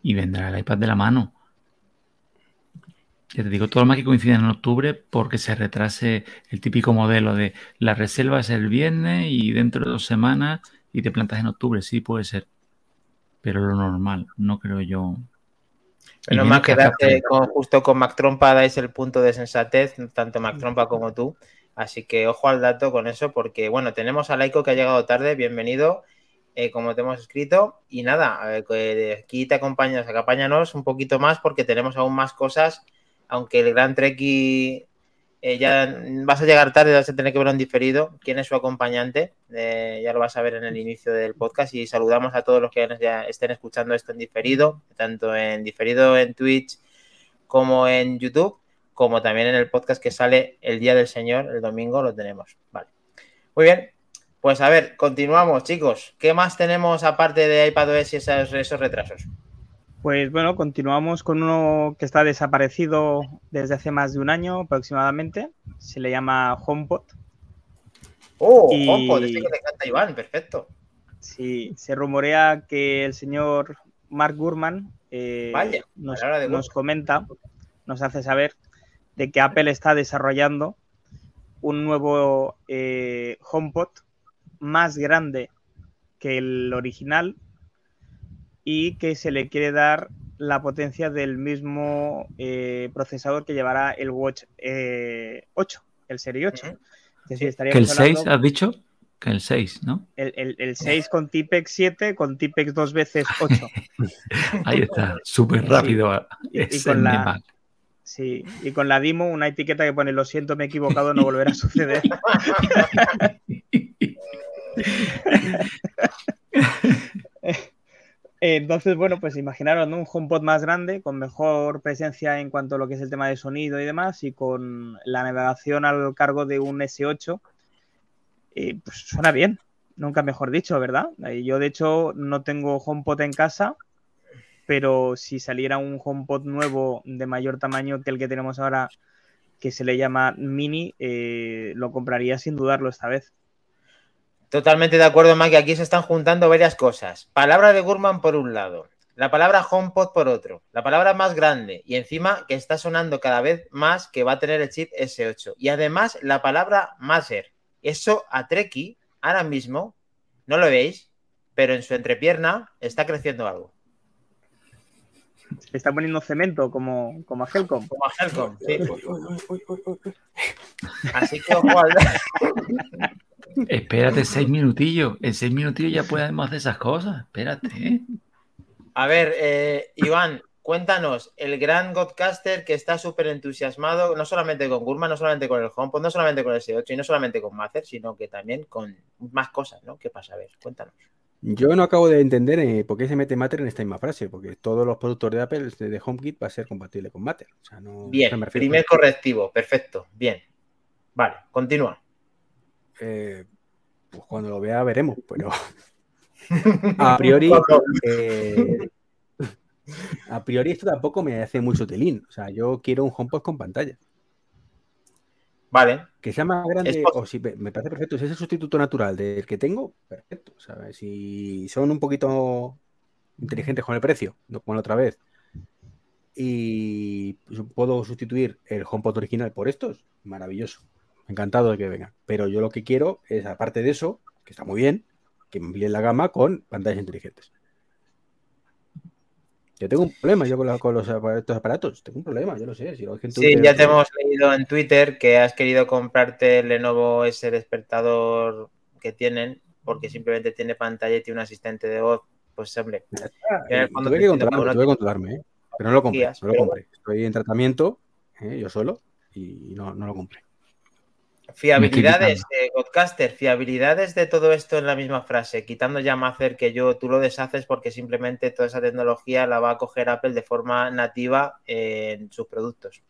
Speaker 3: y vendrá el iPad de la mano. Ya te digo, todo lo más que coincide en octubre porque se retrase el típico modelo de la reserva es el viernes y dentro de dos semanas y te plantas en octubre. Sí, puede ser. Pero lo normal, no creo yo.
Speaker 2: Menos mal que date con, justo con Mac Trompa dais el punto de sensatez, tanto Mac Trompa como tú. Así que ojo al dato con eso porque, bueno, tenemos a Laiko que ha llegado tarde. Bienvenido, eh, como te hemos escrito. Y nada, eh, aquí te acompañas, acompáñanos un poquito más porque tenemos aún más cosas. Aunque el gran Treki eh, ya vas a llegar tarde, vas a tener que verlo en diferido. ¿Quién es su acompañante? Eh, ya lo vas a ver en el inicio del podcast. Y saludamos a todos los que ya estén escuchando esto en diferido, tanto en diferido en Twitch como en YouTube, como también en el podcast que sale el Día del Señor, el domingo lo tenemos. Vale. Muy bien. Pues a ver, continuamos, chicos. ¿Qué más tenemos aparte de iPadOS y esos, esos retrasos?
Speaker 4: Pues bueno, continuamos con uno que está desaparecido desde hace más de un año aproximadamente. Se le llama HomePod.
Speaker 2: Oh, y... HomePod, este que le canta Iván, perfecto.
Speaker 4: Sí, se rumorea que el señor Mark Gurman eh,
Speaker 2: Vaya,
Speaker 4: nos, nos comenta, nos hace saber de que Apple está desarrollando un nuevo eh, HomePod más grande que el original y que se le quiere dar la potencia del mismo eh, procesador que llevará el Watch eh, ocho, el Serie ocho.
Speaker 2: Uh-huh.
Speaker 4: Es decir,
Speaker 3: ¿Que el seis has dicho? Que el seis, ¿no?
Speaker 4: El, el, el seis con Tipex siete, con Tipex dos veces ocho.
Speaker 3: Ahí está, súper rápido.
Speaker 4: Sí. Y, y, con la, sí, y con la Dimo, una etiqueta que pone: lo siento, me he equivocado, no volverá a suceder. Entonces, bueno, pues imaginaros, ¿no? Un HomePod más grande, con mejor presencia en cuanto a lo que es el tema de sonido y demás, y con la navegación al cargo de un ese ocho. Y pues suena bien, nunca mejor dicho, ¿verdad? Yo, de hecho, no tengo HomePod en casa, pero si saliera un HomePod nuevo de mayor tamaño que el que tenemos ahora, que se le llama Mini, eh, lo compraría sin dudarlo esta vez.
Speaker 2: Totalmente de acuerdo, Mike. Aquí se están juntando varias cosas. Palabra de Gurman por un lado, la palabra HomePod por otro, la palabra más grande y encima que está sonando cada vez más que va a tener el chip ese ocho. Y además la palabra Maser. Eso a Treki ahora mismo, no lo veis, pero en su entrepierna está creciendo algo.
Speaker 4: Se está poniendo cemento como, como a Helcom.
Speaker 2: Como a Helcom, sí. Así que ojo al...
Speaker 3: Espérate seis minutillos. En seis minutillos ya podemos hacer esas cosas. Espérate, ¿eh?
Speaker 2: A ver, eh, Iván, cuéntanos, el gran Godcaster que está súper entusiasmado, no solamente con Gurman, no solamente con el HomePod, no solamente con el ese ocho y no solamente con Macer, sino que también con más cosas, ¿no? ¿Qué pasa? A ver, cuéntanos.
Speaker 1: Yo no acabo de entender eh, por qué se mete Matter en esta misma frase, porque todos los productos de Apple de HomeKit va a ser compatible con Matter. O sea, no,
Speaker 2: bien,
Speaker 1: no
Speaker 2: primer correctivo, perfecto, bien. Vale, continúa.
Speaker 1: Eh, pues cuando lo vea veremos, pero a priori eh, a priori esto tampoco me hace mucho telín. O sea, yo quiero un HomePod con pantalla.
Speaker 2: Vale.
Speaker 1: Que sea más grande, o si me parece perfecto. Si es el sustituto natural del que tengo, perfecto. ¿Sabes? Si son un poquito inteligentes con el precio, no como la otra vez, y puedo sustituir el HomePod original por estos, maravilloso. Encantado de que vengan. Pero yo lo que quiero es, aparte de eso, que está muy bien, que me envíen la gama con pantallas inteligentes. Yo tengo un problema yo con, la, con los estos aparatos. Tengo un problema, yo lo sé. Si lo
Speaker 2: sí, Twitter, ya te hemos leído en Twitter que has querido comprarte el Lenovo, ese despertador que tienen, porque simplemente tiene pantalla y tiene un asistente de voz. Pues hombre.
Speaker 1: Eh, tuve que controlarme, tuve que controlarme, ¿eh? Pero no lo compré. No lo compré. Estoy en tratamiento, ¿eh? Yo solo, y no, no lo compré.
Speaker 2: Fiabilidades, eh, Godcaster, fiabilidades de todo esto en la misma frase, quitando ya Macer que yo, tú lo deshaces porque simplemente toda esa tecnología la va a coger Apple de forma nativa en sus productos.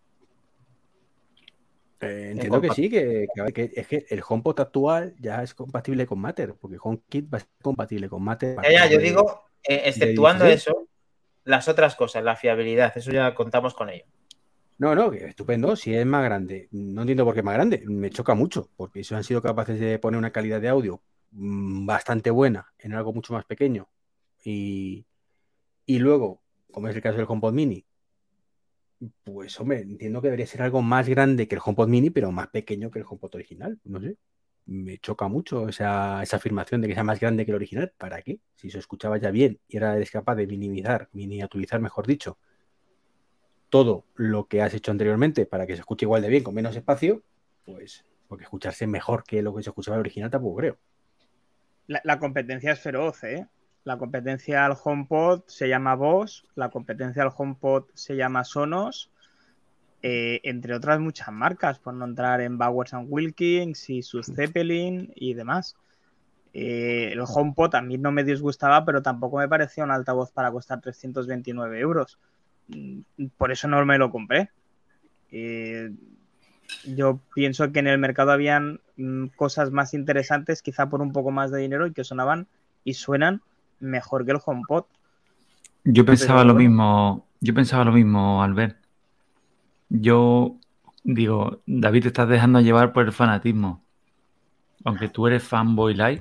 Speaker 1: Eh, entiendo que sí, que, que, que es que el HomePod actual ya es compatible con Matter, porque HomeKit va a ser compatible con Matter.
Speaker 2: Ya, ya, yo de, digo, eh, exceptuando eso, las otras cosas, la fiabilidad, eso ya contamos con ello.
Speaker 1: No, no, que estupendo. Si es más grande, no entiendo por qué es más grande. Me choca mucho, porque ellos han sido capaces de poner una calidad de audio bastante buena en algo mucho más pequeño. Y, y luego como es el caso del HomePod Mini, pues hombre, entiendo que debería ser algo más grande que el HomePod Mini, pero más pequeño que el HomePod original. No sé. Me choca mucho esa, esa afirmación de que sea más grande que el original. ¿Para qué? Si se escuchaba ya bien y ahora eres capaz de minimizar, miniaturizar, mejor dicho, todo lo que has hecho anteriormente para que se escuche igual de bien, con menos espacio, pues porque escucharse mejor que lo que se escuchaba en el original tampoco creo.
Speaker 4: La, la competencia es feroz, ¿eh? La competencia al HomePod se llama Bose, la competencia al HomePod se llama Sonos, eh, entre otras muchas marcas, por no entrar en Bowers and Wilkins y sus Zeppelin y demás. Eh, el HomePod a mí no me disgustaba, pero tampoco me parecía un altavoz para costar trescientos veintinueve euros. Por eso no me lo compré. Eh, yo pienso que en el mercado habían mm, cosas más interesantes, quizá por un poco más de dinero, y que sonaban y suenan mejor que el HomePod.
Speaker 3: Yo pensaba
Speaker 4: Pero
Speaker 3: lo
Speaker 4: bueno.
Speaker 3: mismo, yo pensaba lo mismo, Albert. Yo digo, David, te estás dejando llevar por el fanatismo. Aunque tú eres fanboy light,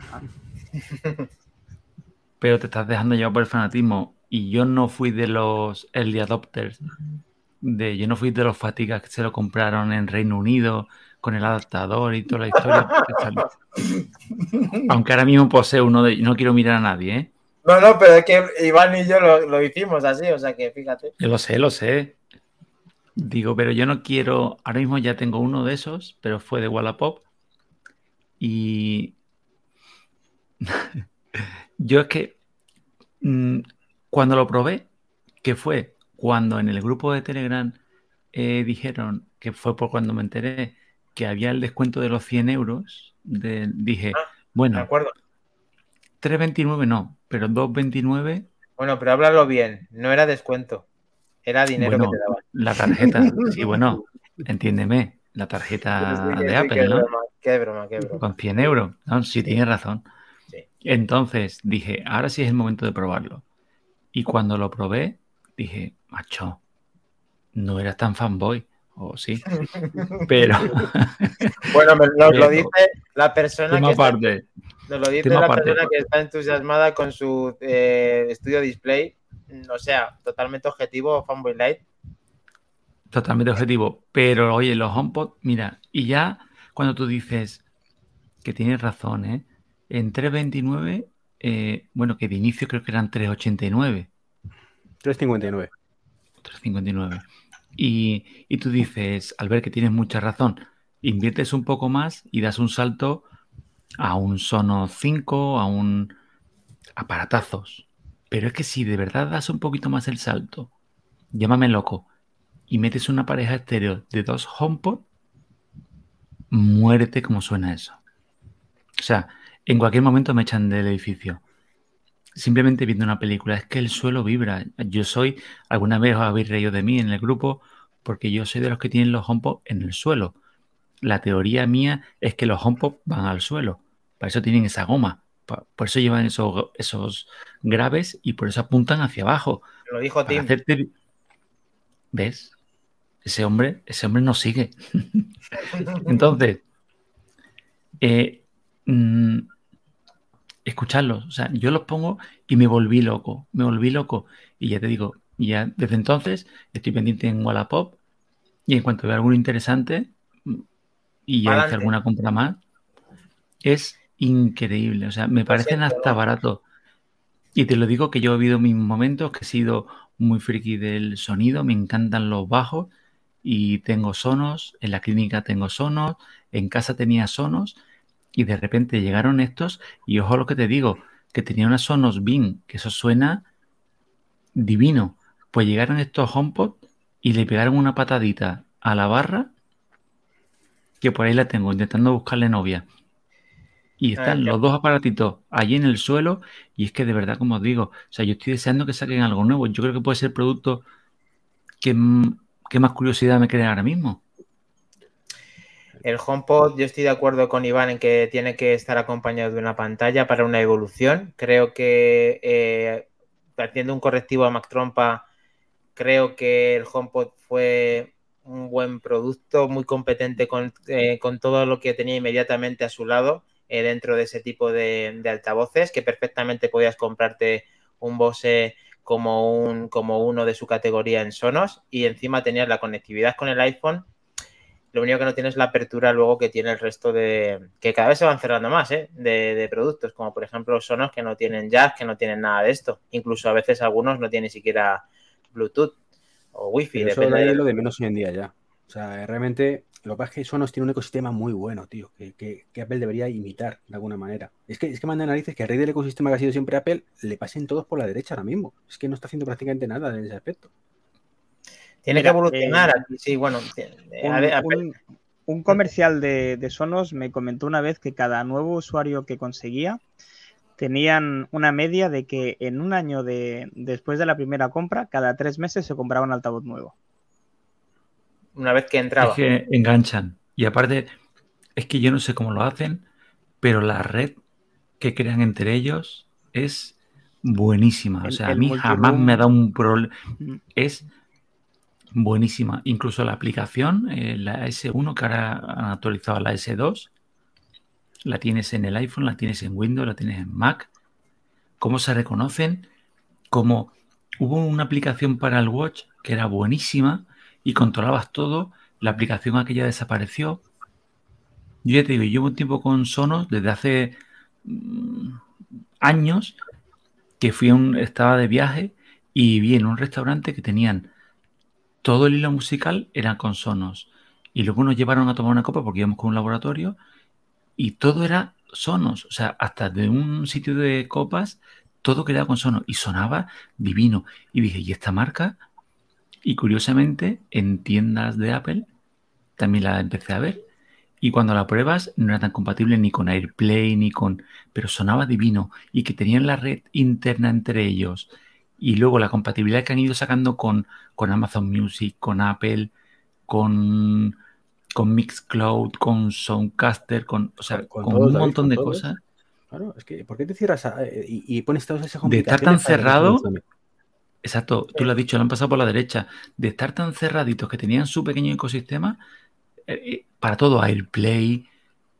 Speaker 3: pero te estás dejando llevar por el fanatismo. Y yo no fui de los early adopters. De, yo no fui de los fatigas que se lo compraron en Reino Unido con el adaptador y toda la historia. Aunque ahora mismo poseo uno de... No quiero mirar a nadie, ¿eh?
Speaker 2: No, no, pero es que Iván y yo lo, lo hicimos así, o sea que fíjate.
Speaker 3: Yo lo sé, lo sé. Digo, pero yo no quiero... Ahora mismo ya tengo uno de esos, pero fue de Wallapop. Y... yo es que... Mmm, cuando lo probé, que fue cuando en el grupo de Telegram eh, dijeron, que fue por cuando me enteré, que había el descuento de los cien euros, de, dije,
Speaker 2: Ah, de
Speaker 3: bueno,
Speaker 2: acuerdo.
Speaker 3: tres veintinueve no, pero dos veintinueve,
Speaker 2: Bueno, pero háblalo bien, no era descuento, era dinero que
Speaker 3: bueno,
Speaker 2: te daban.
Speaker 3: la tarjeta, sí, bueno, entiéndeme, la
Speaker 2: Que
Speaker 3: tarjeta
Speaker 2: sí, que
Speaker 3: de
Speaker 2: sí,
Speaker 3: Apple,
Speaker 2: qué
Speaker 3: ¿no?
Speaker 2: broma, qué broma, qué broma.
Speaker 3: Con cien euros, ¿no? Sí,
Speaker 2: Sí,
Speaker 3: tienes razón.
Speaker 2: sí.
Speaker 3: Entonces dije, ahora sí es el momento de probarlo. Y cuando lo probé, dije, macho, no eras tan fanboy, o sí, pero...
Speaker 2: Bueno, me- nos lo
Speaker 3: pero,
Speaker 2: dice la persona que
Speaker 3: tema
Speaker 2: está,
Speaker 3: aparte,
Speaker 2: nos lo dice
Speaker 3: tema
Speaker 2: la
Speaker 3: aparte.
Speaker 2: persona que está entusiasmada con su eh, estudio display, o sea, totalmente objetivo, fanboy light.
Speaker 3: Totalmente objetivo. Pero oye, los HomePod, mira, y ya cuando tú dices que tienes razón, ¿eh? En tres veintinueve, eh, bueno, que de inicio creo que eran tres ochenta y nueve,
Speaker 1: tres cincuenta y nueve.
Speaker 3: tres cincuenta y nueve. Y, y tú dices, al ver que tienes mucha razón, inviertes un poco más y das un salto a un Sonos cinco, a un aparatazos. Pero es que si de verdad das un poquito más el salto, llámame loco, y metes una pareja estéreo de dos HomePod, muérete como suena eso. O sea, en cualquier momento me echan del edificio. Simplemente viendo una película. Es que el suelo vibra. Yo soy, alguna vez os habéis reído de mí en el grupo, porque yo soy de los que tienen los HomePod en el suelo. La teoría mía es que los HomePod van al suelo. Para eso tienen esa goma. Por eso llevan esos, esos graves y por eso apuntan hacia abajo.
Speaker 2: Lo dijo
Speaker 3: Para
Speaker 2: Tim.
Speaker 3: hacerte... ¿Ves? Ese hombre, ese hombre no sigue. Entonces, eh, mmm, escucharlos. O sea, yo los pongo y me volví loco. Me volví loco. Y ya te digo, ya desde entonces estoy pendiente en Wallapop y en cuanto vea alguno interesante y ya hice
Speaker 2: Pa'lante.
Speaker 3: alguna compra más, es increíble. O sea, me
Speaker 2: Lo
Speaker 3: parecen
Speaker 2: siento,
Speaker 3: hasta
Speaker 2: ¿no?
Speaker 3: baratos. Y te lo digo que yo he habido mis momentos que he sido muy friki del sonido, me encantan los bajos y tengo Sonos, en la clínica tengo Sonos, en casa tenía Sonos y de repente llegaron estos y ojo lo que te digo, que tenía una Sonos Beam, que eso suena divino. Pues llegaron estos HomePod y le pegaron una patadita a la barra, que por ahí la tengo, intentando buscarle novia. Y
Speaker 2: Ah,
Speaker 3: están
Speaker 2: ya.
Speaker 3: los dos aparatitos allí en el suelo y es que de verdad, como os digo, o sea, yo estoy deseando que saquen algo nuevo. Yo creo que puede ser el producto que, que más curiosidad me crea ahora mismo.
Speaker 2: El HomePod, yo estoy de acuerdo con Iván en que tiene que estar acompañado de una pantalla para una evolución. Creo que, eh, haciendo un correctivo a Mac Trompa, creo que el HomePod fue un buen producto, muy competente con, eh, con todo lo que tenía inmediatamente a su lado eh, dentro de ese tipo de, de altavoces, que perfectamente podías comprarte un Bose como, un, como uno de su categoría en Sonos y encima tenías la conectividad con el iPhone. Lo único que no tienes es la apertura luego que tiene el resto de... que cada vez se van cerrando más, ¿eh? de, de productos, como por ejemplo los Sonos que no tienen jack, que no tienen nada de esto. Incluso a veces algunos no tienen ni siquiera Bluetooth o Wi-Fi.
Speaker 1: Pero eso
Speaker 2: depende
Speaker 1: de
Speaker 2: de...
Speaker 1: lo de menos hoy en día ya. O sea, realmente lo que pasa es que Sonos tiene un ecosistema muy bueno, tío, que, que, que Apple debería imitar de alguna manera. Es que, es que manda narices que el rey del ecosistema que ha sido siempre Apple le pasen todos por la derecha ahora mismo. Es que no está haciendo prácticamente nada en ese aspecto.
Speaker 2: Tiene
Speaker 4: Mira,
Speaker 2: que evolucionar.
Speaker 4: eh,
Speaker 2: aquí, sí, bueno.
Speaker 4: un,
Speaker 2: a ver, a ver.
Speaker 4: un, un comercial de, de Sonos me comentó una vez que cada nuevo usuario que conseguía tenían una media de que en un año de, después de la primera compra, cada tres meses se compraba un altavoz nuevo.
Speaker 2: Una vez que entraba.
Speaker 3: Es que enganchan. Y aparte, es que yo no sé cómo lo hacen, pero la red que crean entre ellos es buenísima. O
Speaker 4: El-
Speaker 3: sea, a
Speaker 4: el
Speaker 3: mí jamás
Speaker 4: multiroom-
Speaker 3: me ha dado un problema.
Speaker 4: Mm.
Speaker 3: Es buenísima. Incluso la aplicación, eh, la ese uno, que ahora han actualizado a la ese dos, la tienes en el iPhone, la tienes en Windows, la tienes en Mac. Cómo se reconocen, cómo hubo una aplicación para el Watch que era buenísima y controlabas todo. La aplicación aquella desapareció. Yo ya te digo, llevo un tiempo con Sonos desde hace mm, años que fui a un, estaba de viaje y vi en un restaurante que tenían todo el hilo musical era con Sonos. Y luego nos llevaron a tomar una copa porque íbamos con un laboratorio y todo era Sonos. O sea, hasta de un sitio de copas, todo quedaba con Sonos y sonaba divino. Y dije, ¿y esta marca? Y curiosamente, en tiendas de Apple también la empecé a ver. Y cuando la pruebas, no era tan compatible ni con AirPlay, ni con... pero sonaba divino. Y que tenían la red interna entre ellos. Y luego la compatibilidad que han ido sacando con, con Amazon Music, con Apple, con, con Mixcloud, con Soundcaster, con, o sea,
Speaker 1: Con, con
Speaker 3: con
Speaker 1: todos,
Speaker 3: un
Speaker 1: David,
Speaker 3: montón
Speaker 1: con
Speaker 3: de
Speaker 1: todos.
Speaker 3: cosas.
Speaker 1: Claro, es que ¿por qué te cierras a- eh, y, y pones todas esas
Speaker 3: De estar
Speaker 1: complicaciones
Speaker 3: tan
Speaker 1: para que no
Speaker 3: cerrado,
Speaker 1: funcione?
Speaker 3: exacto, tú lo has dicho, lo han pasado por la derecha, de estar tan cerraditos que tenían su pequeño ecosistema, eh, eh, para todo, AirPlay.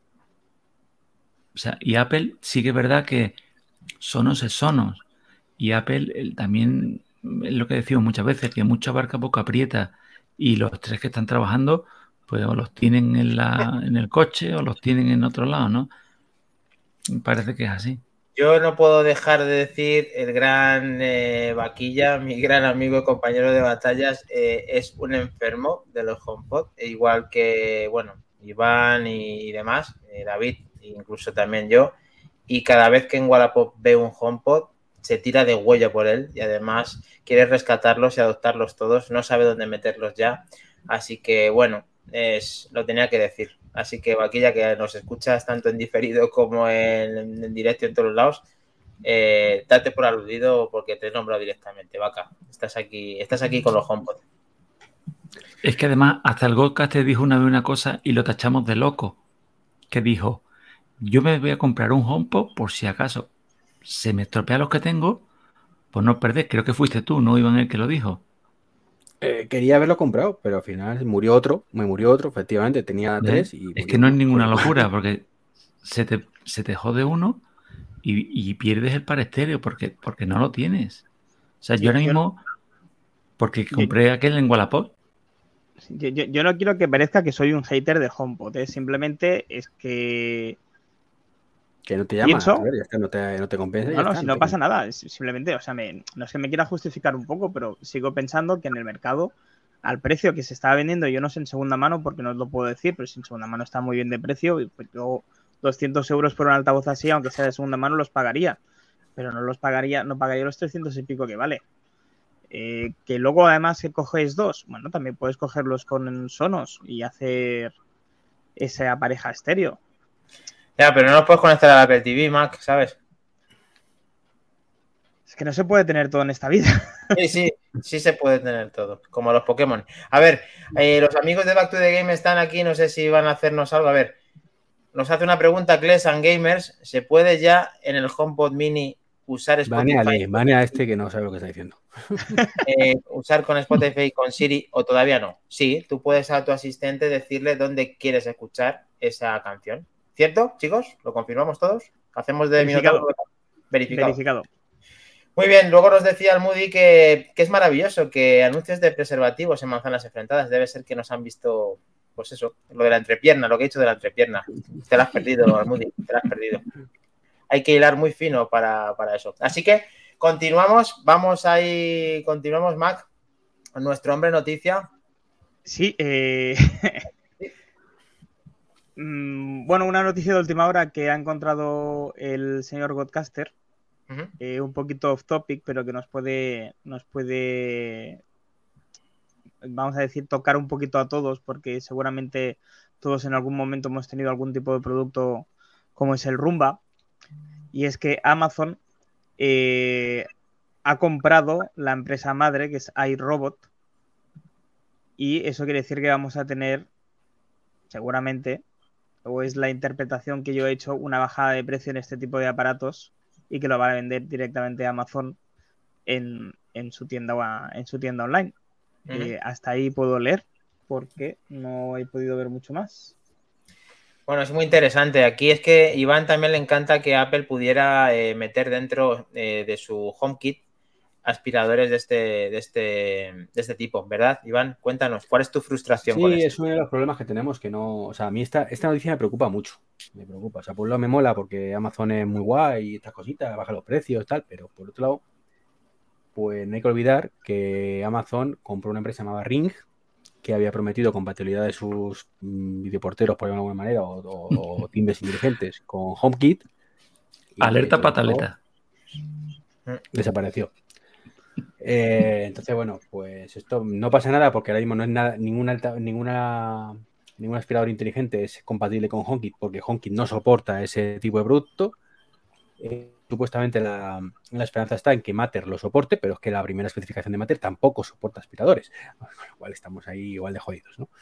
Speaker 3: O sea, y Apple sí que es verdad que Sonos es Sonos. Y Apple el, también es lo que decimos muchas veces, que mucho abarca, poco aprieta. Y los tres que están trabajando, pues o los tienen en, la, en el coche o los tienen en otro lado, ¿no? Me parece que es así.
Speaker 2: Yo no puedo dejar de decir el gran eh, Vaquilla, mi gran amigo y compañero de batallas, eh, es un enfermo de los HomePod, e igual que, bueno, Iván y, y demás, eh, David, incluso también yo, y cada vez que en Wallapop ve un HomePod, se tira de huello por él y además quiere rescatarlos y adoptarlos todos, no sabe dónde meterlos ya, así que, bueno, es, lo tenía que decir. Así que, Vaquilla, que nos escuchas tanto en diferido como en, en directo en todos los lados, eh, date por aludido porque te he nombrado directamente, Vaca. Estás aquí, estás aquí con los HomePod.
Speaker 3: Es que además hasta el Godcast te dijo una vez una cosa y lo tachamos de loco. Que dijo, yo me voy a comprar un HomePod por si acaso se me estropean los que tengo, pues no perder. Creo que fuiste tú, no Iván el que lo dijo.
Speaker 1: Eh, quería haberlo comprado, pero al final murió otro, me murió otro, efectivamente, tenía
Speaker 3: ¿Ves?
Speaker 1: tres y
Speaker 3: Es
Speaker 1: murió
Speaker 3: que no es
Speaker 1: uno.
Speaker 3: ninguna
Speaker 1: Con lo cual-
Speaker 3: locura, porque se te, se te jode uno y, y pierdes el par estéreo porque, porque no lo tienes. O sea, yo
Speaker 4: Yo-
Speaker 3: ahora
Speaker 4: yo-
Speaker 3: mismo, porque
Speaker 4: yo-
Speaker 3: compré aquel en Wallapop,
Speaker 4: Yo, yo- yo no quiero que parezca que soy un hater de HomePod, ¿eh? Simplemente es que
Speaker 1: Que no te llama,
Speaker 4: pienso,
Speaker 1: a ver, ya está, no te, no te compensa y
Speaker 4: no,
Speaker 1: ya
Speaker 4: no,
Speaker 1: está.
Speaker 4: si
Speaker 1: no
Speaker 4: no
Speaker 1: te
Speaker 4: pasa
Speaker 1: compensa.
Speaker 4: nada, es simplemente, o sea, me- no es que me quiera justificar un poco, pero sigo pensando que en el mercado, al precio que se estaba vendiendo, yo no sé en segunda mano porque no os lo puedo decir, pero si en segunda mano está muy bien de precio, pues yo doscientos euros por un altavoz así, aunque sea de segunda mano, los pagaría, pero no los pagaría, no pagaría los trescientos y pico que vale. Eh, que luego además que cogéis dos, bueno, también puedes cogerlos con Sonos y hacer esa pareja estéreo.
Speaker 2: Ya, pero no los puedes conectar al Apple T V, Mac, ¿sabes?
Speaker 4: Es que no se puede tener todo en esta vida.
Speaker 2: Sí, sí, sí se puede tener todo, como los Pokémon. A ver, eh, los amigos de Back to the Game están aquí, no sé si van a hacernos algo. A ver, nos hace una pregunta Kles and Gamers. ¿Se puede ya en el HomePod Mini usar Spotify?
Speaker 1: Baneale, banea a este que no sabe lo que está diciendo.
Speaker 2: Eh, usar con Spotify y con Siri o todavía no. Sí, tú puedes a tu asistente decirle dónde quieres escuchar esa canción. ¿Cierto, chicos? ¿Lo confirmamos todos? ¿Hacemos de
Speaker 4: Verificado.
Speaker 2: Minotauro? Verificado.
Speaker 4: Verificado.
Speaker 2: Muy bien, luego nos decía el Moody que, que es maravilloso, que anuncios de preservativos en manzanas enfrentadas. Debe ser que nos han visto, pues eso, lo de la entrepierna, lo que he dicho de la entrepierna. Te la has perdido, Moody, te la has perdido. Hay que hilar muy fino para, para eso. Así que continuamos, vamos ahí, continuamos, Mac, nuestro hombre noticia.
Speaker 4: Sí, eh... bueno, una noticia de última hora que ha encontrado el señor Godcaster. Uh-huh. Eh, un poquito off topic, pero que nos puede, nos puede, vamos a decir, tocar un poquito a todos, porque seguramente todos en algún momento hemos tenido algún tipo de producto como es el Roomba, y es que Amazon eh, ha comprado la empresa madre, que es iRobot, y eso quiere decir que vamos a tener, seguramente, o es la interpretación que yo he hecho, una bajada de precio en este tipo de aparatos, y que lo va a vender directamente a Amazon en, en, su, tienda, en su tienda online. Uh-huh. Eh, hasta ahí puedo leer, porque no he podido ver mucho más.
Speaker 2: Bueno, es muy interesante. Aquí es que Iván también le encanta que Apple pudiera eh, meter dentro eh, de su HomeKit aspiradores de este, de, este, de este tipo, ¿verdad? Iván, cuéntanos, ¿cuál es tu frustración
Speaker 1: sí,
Speaker 2: con esto?
Speaker 1: Sí, es uno de los problemas que tenemos que no... O sea, a mí esta, esta noticia me preocupa mucho. Me preocupa. O sea, por un lado me mola porque Amazon es muy guay y estas cositas, baja los precios y tal, pero por otro lado, pues no hay que olvidar que Amazon compró una empresa llamada Ring, que había prometido compatibilidad de sus mmm, videoporteros, por alguna manera, o, o, o timbres inteligentes con HomeKit.
Speaker 3: Alerta pataleta.
Speaker 1: Desapareció. Eh, entonces, bueno, pues esto no pasa nada porque ahora mismo no es nada, ninguna, ninguna, ningún aspirador inteligente es compatible con HomeKit porque HomeKit no soporta ese tipo de producto. Eh, supuestamente la, la esperanza está en que Matter lo soporte, pero es que la primera especificación de Matter tampoco soporta aspiradores, con lo cual estamos ahí igual de jodidos, ¿no?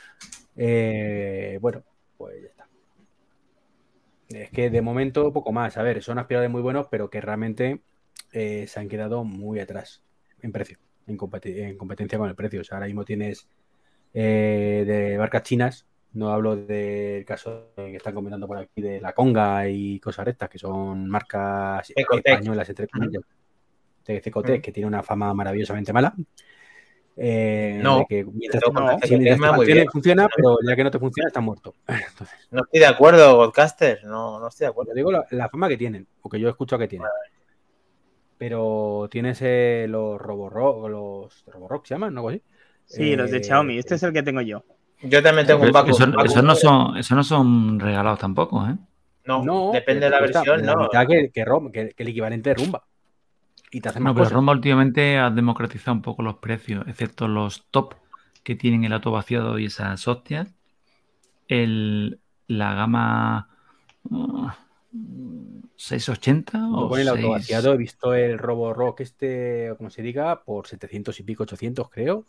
Speaker 1: Eh, bueno, pues ya está. Es que de momento poco más. A ver, son aspiradores muy buenos, pero que realmente eh, se han quedado muy atrás en precio, en, competi en competencia con el precio. O sea, ahora mismo tienes eh, de marcas chinas, no hablo del caso que están comentando por aquí de la Conga y cosas estas, que son marcas
Speaker 2: Ecotec.
Speaker 1: españolas, entre comillas, de Ecotec, que tiene una fama maravillosamente mala. Eh,
Speaker 2: no,
Speaker 1: de que mientras,
Speaker 2: no,
Speaker 1: si mientras te funciona, funciona, pero ya que no te funciona, está muerto. Entonces,
Speaker 2: no estoy de acuerdo, Godcaster, no, no estoy de acuerdo.
Speaker 1: Te digo la, la fama que tienen, porque yo he escuchado que tienen. Pero tienes eh, los Roborock, los Roborock se llaman, ¿no? Algo así.
Speaker 4: Sí, eh, los de Xiaomi. Este es el que tengo yo.
Speaker 2: Yo también tengo un Baku.
Speaker 3: Esos eso no, son, eso no son regalados tampoco, ¿eh?
Speaker 2: No, no depende de la versión,
Speaker 1: la
Speaker 2: no.
Speaker 1: mitad que, que, que, que el equivalente de Roomba. Y te hacen más
Speaker 3: no, pero
Speaker 1: cosas.
Speaker 3: Roomba últimamente ha democratizado un poco los precios, excepto los top que tienen el autovaciado y esas hostias. El, la gama uh, seiscientos ochenta
Speaker 1: Yo
Speaker 3: o
Speaker 1: con el
Speaker 3: seis...
Speaker 1: autovaciado he visto el Roborock este, o como se diga, por setecientos y pico, ochocientos creo.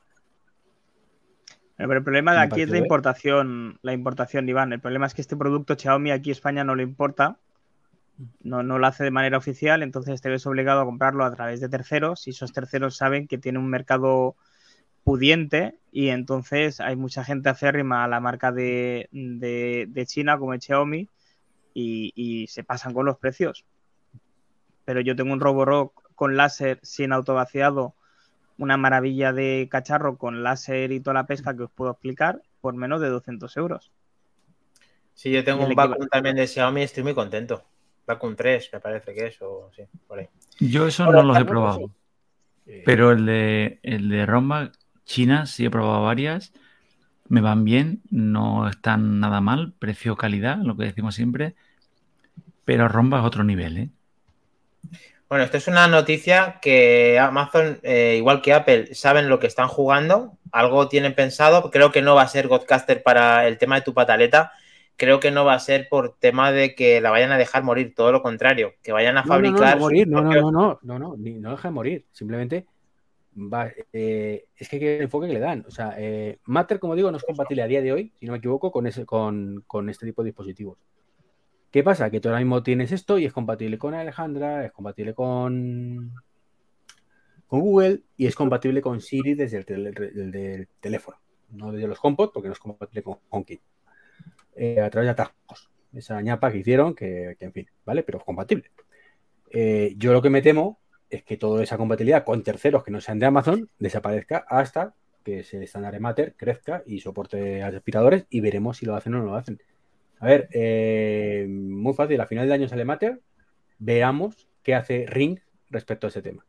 Speaker 4: Pero el problema de aquí es la importación, la importación, Iván. El problema es que este producto Xiaomi aquí España no lo importa, no, no lo hace de manera oficial, entonces te ves obligado a comprarlo a través de terceros y esos terceros saben que tiene un mercado pudiente y entonces hay mucha gente acérrima a la marca de, de, de China como es Xiaomi y, y se pasan con los precios. Pero yo tengo un Roborock con láser sin autovaciado, una maravilla de cacharro con láser y toda la pesca que os puedo explicar por menos de doscientos euros.
Speaker 2: Sí, yo tengo un Vacuum también de Xiaomi y estoy muy contento. Vacuum tres me parece que es, o sí, por ahí.
Speaker 3: Yo eso no los he probado, pero el de, el de Roomba China sí he probado varias, me van bien, no están nada mal, precio-calidad, lo que decimos siempre, pero Roomba es otro nivel, ¿eh?
Speaker 2: Bueno, esto es una noticia que Amazon, eh, igual que Apple, saben lo que están jugando, algo tienen pensado, creo que no va a ser Godcaster para el tema de tu pataleta, creo que no va a ser por tema de que la vayan a dejar morir, todo lo contrario, que vayan a
Speaker 1: no,
Speaker 2: fabricar...
Speaker 1: No, no, no, morir, no, no, no, no, no, no, ni, no deja de morir, simplemente va, eh, es que hay que ver el enfoque que le dan, o sea, eh, Matter, como digo, no es compatible a día de hoy, si no me equivoco, con, ese, con, con este tipo de dispositivos. ¿Qué pasa? Que tú ahora mismo tienes esto y es compatible con Alejandra, es compatible con, con Google y es compatible con Siri desde el, tel el del teléfono, no desde los HomePod, porque no es compatible con HomeKit. Eh, a través de atajos. Esa ñapa que hicieron, que, que en fin, ¿vale? Pero es compatible. Eh, yo lo que me temo es que toda esa compatibilidad con terceros que no sean de Amazon desaparezca hasta que el estándar Matter crezca y soporte a aspiradores y veremos si lo hacen o no lo hacen. A ver, eh, muy fácil, a final de año sale Matter, veamos qué hace Ring respecto a ese tema.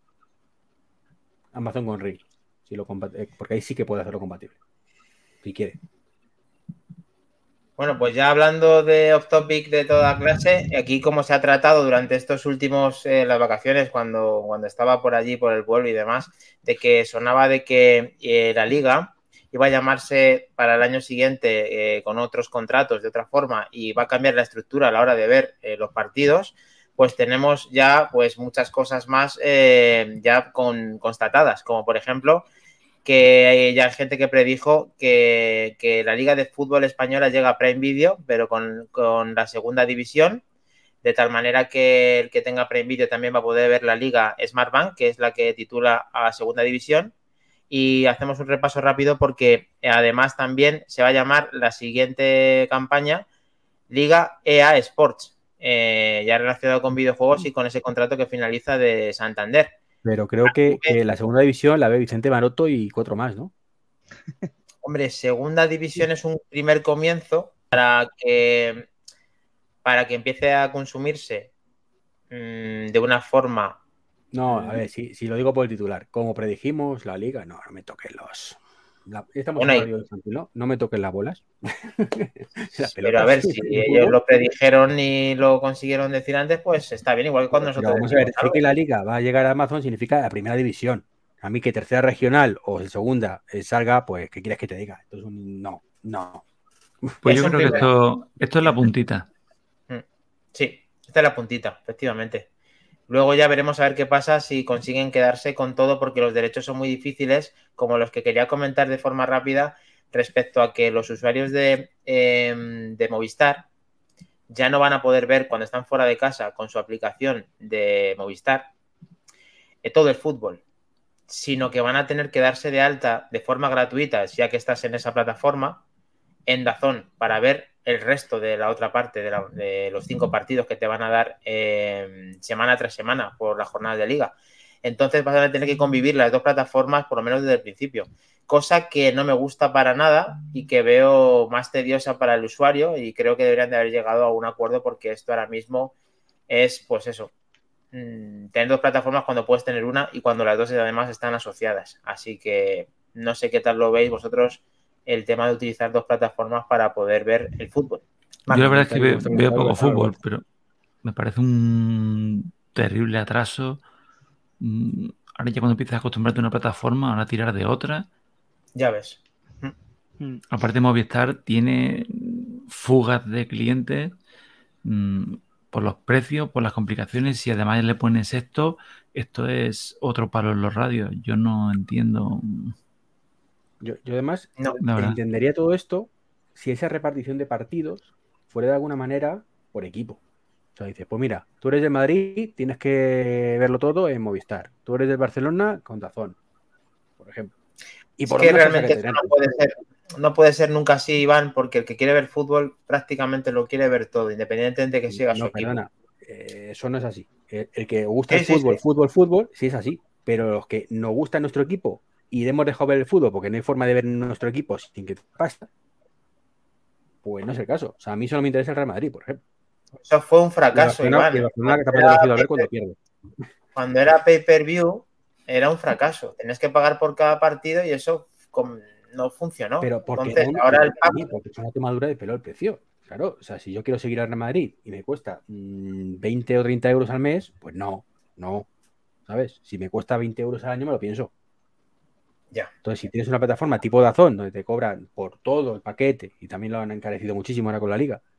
Speaker 1: Amazon con Ring, si lo porque ahí sí que puede hacerlo compatible, si quiere.
Speaker 2: Bueno, pues ya hablando de off topic de toda clase, aquí como se ha tratado durante estos últimos, eh, las vacaciones, cuando, cuando estaba por allí, por el pueblo y demás, de que sonaba de que eh, la liga iba a llamarse para el año siguiente eh, con otros contratos de otra forma y va a cambiar la estructura a la hora de ver eh, los partidos, pues tenemos ya pues muchas cosas más eh, ya con, constatadas, como por ejemplo que ya hay gente que predijo que, que la Liga de Fútbol Española llega a Prime Video, pero con, con la segunda división, de tal manera que el que tenga Prime Video también va a poder ver la Liga Smartbank, que es la que titula a segunda división. Y hacemos un repaso rápido porque además también se va a llamar la siguiente campaña Liga E A Sports, eh, ya relacionado con videojuegos y con ese contrato que finaliza de Santander.
Speaker 1: Pero creo que, que la segunda división la ve Vicente Maroto y cuatro más, ¿no?
Speaker 2: Hombre, segunda división es un primer comienzo para que, para que empiece a consumirse mmm, de una forma...
Speaker 1: No, a ver, si, si lo digo por el titular, como predijimos la liga, no, no me toquen los... La, estamos
Speaker 2: bueno,
Speaker 1: en horario infantil, ¿no? No me toquen las bolas.
Speaker 2: Las pero a ver, si ellos lo predijeron y lo consiguieron decir antes, pues está bien, igual que cuando nosotros...
Speaker 1: Pero vamos a ver, sí que la liga va a llegar a Amazon significa la primera división. A mí que tercera regional o segunda salga, pues, ¿qué quieres que te diga? Entonces, no, no.
Speaker 3: Pues yo creo que esto, esto es la puntita.
Speaker 2: Sí, esta es la puntita, efectivamente. Luego ya veremos a ver qué pasa si consiguen quedarse con todo, porque los derechos son muy difíciles, como los que quería comentar de forma rápida respecto a que los usuarios de, eh, de Movistar ya no van a poder ver cuando están fuera de casa con su aplicación de Movistar eh, todo el fútbol, sino que van a tener que darse de alta de forma gratuita, ya que estás en esa plataforma, en DAZN, para ver el resto de la otra parte de, la, de los cinco partidos que te van a dar eh, semana tras semana por las jornadas de liga. Entonces vas a tener que convivir las dos plataformas por lo menos desde el principio, cosa que no me gusta para nada y que veo más tediosa para el usuario, y creo que deberían de haber llegado a un acuerdo, porque esto ahora mismo es, pues eso, mmm, tener dos plataformas cuando puedes tener una y cuando las dos además están asociadas. Así que no sé qué tal lo veis vosotros, el tema de utilizar dos plataformas para poder ver el fútbol.
Speaker 3: Yo la verdad es que veo, veo poco fútbol, pero me parece un terrible atraso. Ahora ya cuando empiezas a acostumbrarte a una plataforma, ahora tirar de otra.
Speaker 2: Ya ves.
Speaker 3: Mm. Aparte, Movistar tiene fugas de clientes mmm, por los precios, por las complicaciones. Si además le pones esto, esto es otro palo en los radios. Yo no entiendo...
Speaker 1: Yo, yo además
Speaker 2: no,
Speaker 1: entendería todo esto si esa repartición de partidos fuera de alguna manera por equipo. O sea, dices, pues mira, tú eres de Madrid, tienes que verlo todo en Movistar. Tú eres del Barcelona, con DAZN, por ejemplo.
Speaker 2: Y por es que realmente que no, puede ser, no puede ser nunca así, Iván, porque el que quiere ver fútbol prácticamente lo quiere ver todo, independientemente de que siga
Speaker 1: no,
Speaker 2: su
Speaker 1: perdona,
Speaker 2: equipo.
Speaker 1: Eh, eso no es así. El, el que gusta
Speaker 2: sí,
Speaker 1: el fútbol,
Speaker 2: sí, sí.
Speaker 1: fútbol, fútbol, sí es así. Pero los que nos gusta nuestro equipo y hemos dejado ver el fútbol porque no hay forma de ver nuestro equipo sin que te pase, pues no es el caso. O sea, a mí solo me interesa el Real Madrid, por ejemplo.
Speaker 2: Eso fue un fracaso,
Speaker 1: y
Speaker 2: Iván.
Speaker 1: Y Barcelona que te ha a ver cuando pierde.
Speaker 2: Cuando era pay-per-view, era un fracaso. Tenías que pagar por cada partido y eso no funcionó.
Speaker 1: Pero porque,
Speaker 2: Entonces,
Speaker 1: no,
Speaker 2: ahora el pack...
Speaker 1: porque es una tomadura de pelo el precio. Claro, o sea, si yo quiero seguir al Real Madrid y me cuesta mmm, veinte o treinta euros al mes, pues no, no, ¿sabes? Si me cuesta veinte euros al año, me lo pienso.
Speaker 2: Ya.
Speaker 1: Entonces, si tienes una plataforma tipo DAZN, donde te cobran por todo el paquete, y también lo han encarecido muchísimo ahora con la liga,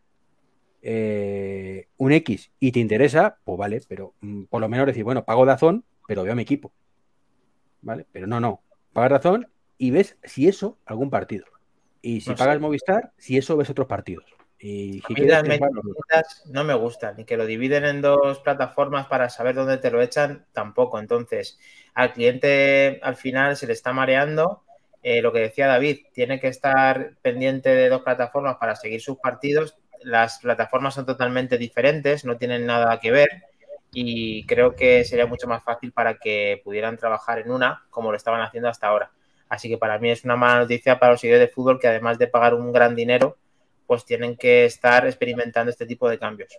Speaker 1: eh, un X y te interesa, pues vale, pero mmm, por lo menos decir, bueno, pago DAZN, pero veo a mi equipo. ¿Vale? Pero no, no. Pagas DAZN y ves, si eso, algún partido. Y si no pagas sé. Movistar, si eso, ves otros partidos. Y si
Speaker 2: quieres que no me gustan, ni que lo dividen en dos plataformas para saber dónde te lo echan, tampoco. Entonces, al cliente al final se le está mareando. Eh, lo que decía David, tiene que estar pendiente de dos plataformas para seguir sus partidos. Las plataformas son totalmente diferentes, no tienen nada que ver. y creo que sería mucho más fácil para que pudieran trabajar en una como lo estaban haciendo hasta ahora. Así que para mí es una mala noticia para los seguidores de fútbol que además de pagar un gran dinero, pues tienen que estar experimentando este tipo de cambios.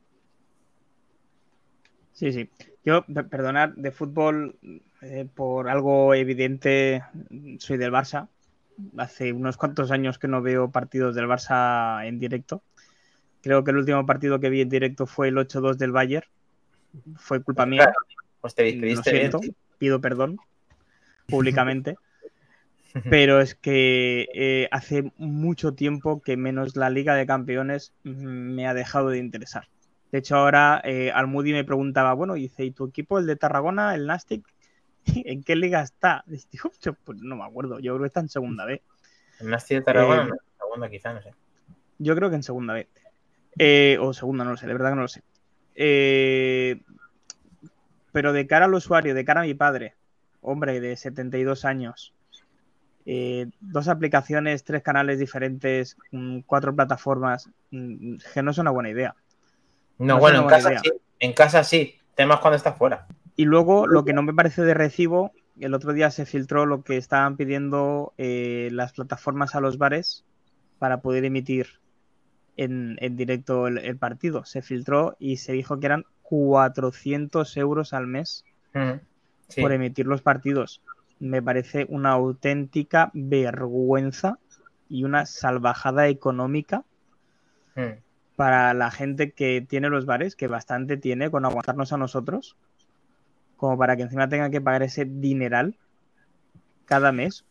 Speaker 4: Sí, sí. Yo, perdonad, de fútbol, eh, por algo evidente, soy del Barça. Hace unos cuantos años que no veo partidos del Barça en directo. Creo que el último partido que vi en directo fue el ocho dos del Bayern. Fue culpa mía.
Speaker 2: Claro, pues te despediste
Speaker 4: Lo siento,
Speaker 2: bien.
Speaker 4: pido perdón públicamente. Pero es que eh, hace mucho tiempo que menos la Liga de Campeones me ha dejado de interesar. De hecho, ahora eh, Almudi me preguntaba, bueno, dice, ¿y tu equipo, el de Tarragona, el Nastic, en qué liga está? Digo, pues no me acuerdo, yo creo que está en segunda B.
Speaker 2: El Nastic de Tarragona,
Speaker 4: Eh,
Speaker 2: no, segunda quizá, no sé.
Speaker 4: Yo creo que en segunda B. Eh, o segunda, no lo sé, de verdad que no lo sé. Eh, pero de cara al usuario, de cara a mi padre, hombre de setenta y dos años, eh, dos aplicaciones, tres canales diferentes, mm, cuatro plataformas, mm, que no es una buena idea.
Speaker 2: No,
Speaker 4: No
Speaker 2: bueno,
Speaker 4: es
Speaker 2: en
Speaker 4: una buena
Speaker 2: casa
Speaker 4: idea.
Speaker 2: sí, en casa sí, temas cuando estás fuera.
Speaker 4: Y luego, lo que no me parece de recibo, el otro día se filtró lo que estaban pidiendo eh, las plataformas a los bares para poder emitir en, en directo el, el partido. Se filtró y se dijo que eran cuatrocientos euros al mes
Speaker 2: Mm, sí.
Speaker 4: por emitir los partidos. Me parece una auténtica vergüenza y una salvajada económica
Speaker 2: Mm.
Speaker 4: para la gente que tiene los bares, que bastante tiene con aguantarnos a nosotros, como para que encima tengan que pagar ese dineral cada mes.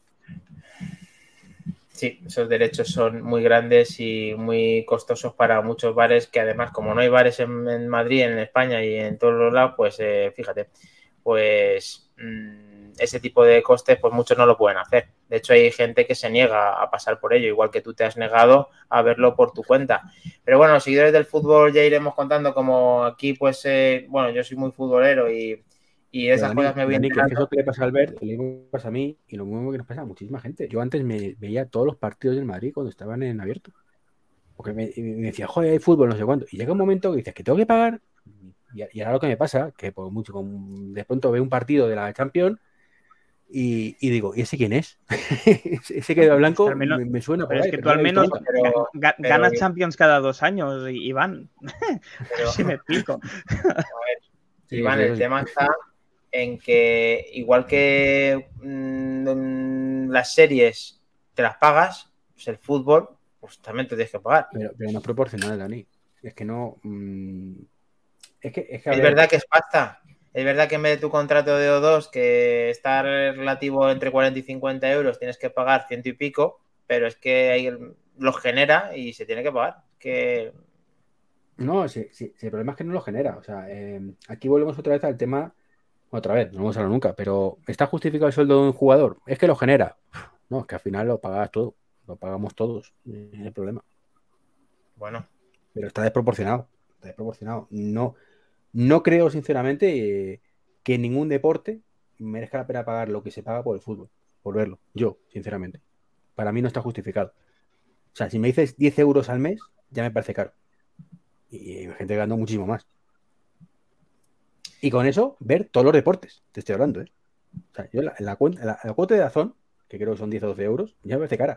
Speaker 2: Sí, esos derechos son muy grandes y muy costosos para muchos bares que además, como no hay bares en, en Madrid, en España y en todos los lados, pues eh, fíjate, pues mmm, ese tipo de costes pues muchos no lo pueden hacer. De hecho, hay gente que se niega a pasar por ello, igual que tú te has negado a verlo por tu cuenta. Pero bueno, los seguidores del fútbol ya iremos contando como aquí, pues, eh, bueno, yo soy muy futbolero y Y de esas
Speaker 1: Dani,
Speaker 2: cosas me voy
Speaker 1: Dani, que es que
Speaker 2: enterando.
Speaker 1: eso que le pasa a Albert, lo mismo que pasa a mí y lo mismo que nos pasa a muchísima gente. Yo antes me veía todos los partidos del Madrid cuando estaban en abierto. Porque me, me decía, joder, hay fútbol, no sé cuánto. Y llega un momento que dices que tengo que pagar. Y, y ahora lo que me pasa, que por mucho, con, de pronto veo un partido de la Champions y, y digo, ¿y ese quién es? Ese que de blanco
Speaker 4: Al menos,
Speaker 1: me, me suena por
Speaker 4: pero
Speaker 1: ahí.
Speaker 4: es que
Speaker 1: pero
Speaker 4: tú
Speaker 1: no
Speaker 4: al
Speaker 1: lo he visto
Speaker 4: menos
Speaker 1: nunca.
Speaker 2: Pero-
Speaker 4: ga-
Speaker 2: pero-
Speaker 4: ganas Champions cada dos años, I- Iván.
Speaker 2: Pero-
Speaker 4: Si me explico.
Speaker 1: Sí,
Speaker 2: Iván,
Speaker 1: sí, eso
Speaker 2: el
Speaker 1: sí.
Speaker 2: tema está en que igual que mm, las series te las pagas, pues el fútbol, pues también te tienes que pagar.
Speaker 1: Pero, pero no es proporcional, Dani. Es que no. mm, es que, es que a
Speaker 2: Es
Speaker 1: ver,
Speaker 2: verdad que es pasta. Es verdad que en vez de tu contrato de O dos, que está relativo entre cuarenta y cincuenta euros, tienes que pagar ciento y pico, pero es que ahí el- lo genera y se tiene que pagar. Que
Speaker 1: no, sí, sí, sí, el problema es que no lo genera. O sea, eh, aquí volvemos otra vez al tema. Otra vez, no hemos hablado nunca, pero ¿está justificado el sueldo de un jugador? Es que lo genera. No, es que al final lo pagas todo. Lo pagamos todos. eh, Es el problema.
Speaker 2: bueno,
Speaker 1: Pero está desproporcionado. Está desproporcionado. No, no creo, sinceramente, eh, que ningún deporte merezca la pena pagar lo que se paga por el fútbol. Por verlo. Yo, sinceramente. Para mí no está justificado. O sea, si me dices diez euros al mes, ya me parece caro. Y hay gente ganando muchísimo más. Y con eso, ver todos los deportes. Te estoy hablando, ¿eh? O sea, yo la, la, cuenta, la, la cuota de Dazón, que creo que son diez o doce euros, ya me parece cara.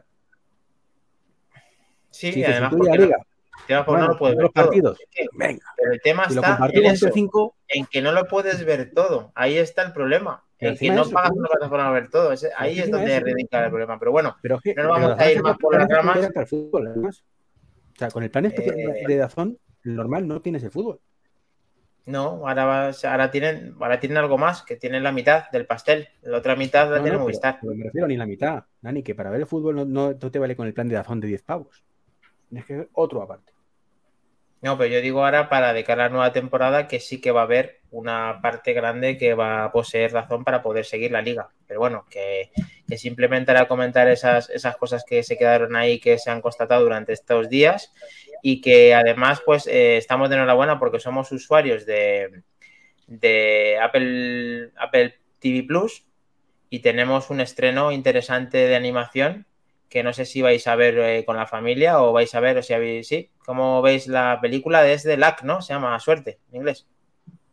Speaker 2: sí,
Speaker 1: Si
Speaker 2: y
Speaker 1: dices,
Speaker 2: además
Speaker 1: incluye la
Speaker 2: porque no,
Speaker 1: liga,
Speaker 2: además, pues
Speaker 1: bueno,
Speaker 2: no lo puedes
Speaker 1: todos
Speaker 2: ver
Speaker 1: los
Speaker 2: todo.
Speaker 1: partidos,
Speaker 2: Es que-
Speaker 1: venga.
Speaker 2: pero el tema
Speaker 1: Si lo
Speaker 2: está en
Speaker 1: compartimos entre
Speaker 2: eso,
Speaker 1: cinco,
Speaker 2: en que no lo puedes ver todo. Ahí está el problema.
Speaker 1: pero
Speaker 2: En que
Speaker 1: encima de
Speaker 2: no
Speaker 1: eso,
Speaker 2: pagas
Speaker 1: encima
Speaker 2: una
Speaker 1: de eso,
Speaker 2: plataforma a ver todo. Ese-
Speaker 1: pero
Speaker 2: ahí es
Speaker 1: encima de
Speaker 2: donde
Speaker 1: eso,
Speaker 2: radica el problema. Pero bueno,
Speaker 1: pero, es que-
Speaker 2: no nos
Speaker 1: pero
Speaker 2: vamos
Speaker 1: Dazón
Speaker 2: a
Speaker 1: ha
Speaker 2: ir más
Speaker 1: sacado
Speaker 2: por las
Speaker 1: planes
Speaker 2: ramas.
Speaker 1: especiales para el fútbol, además. O sea, con el plan especial
Speaker 2: Eh,
Speaker 1: de Dazón, normal no tienes el fútbol.
Speaker 2: No, ahora, vas- ahora, tienen, ahora tienen algo más, que tienen la mitad del pastel. La otra mitad la
Speaker 1: No,
Speaker 2: tiene
Speaker 1: no, pero,
Speaker 2: Movistar.
Speaker 1: pero me refiero ni la mitad, Dani, que para ver el fútbol no, no, no te vale con el plan de Dazón de diez pavos. Tienes que ver otro aparte.
Speaker 2: No, pero yo digo ahora para de cara a la nueva temporada que sí que va a haber una parte grande que va a poseer razón para poder seguir la liga. Pero bueno, que, que simplemente era comentar esas, esas cosas que se quedaron ahí, que se han constatado durante estos días y que además pues eh, estamos de enhorabuena porque somos usuarios de, de Apple, Apple T V Plus y tenemos un estreno interesante de animación que no sé si vais a ver eh, con la familia o vais a ver, o si habéis, sí, ¿cómo veis la película? Es de Luck, ¿no? Se llama Suerte, en inglés.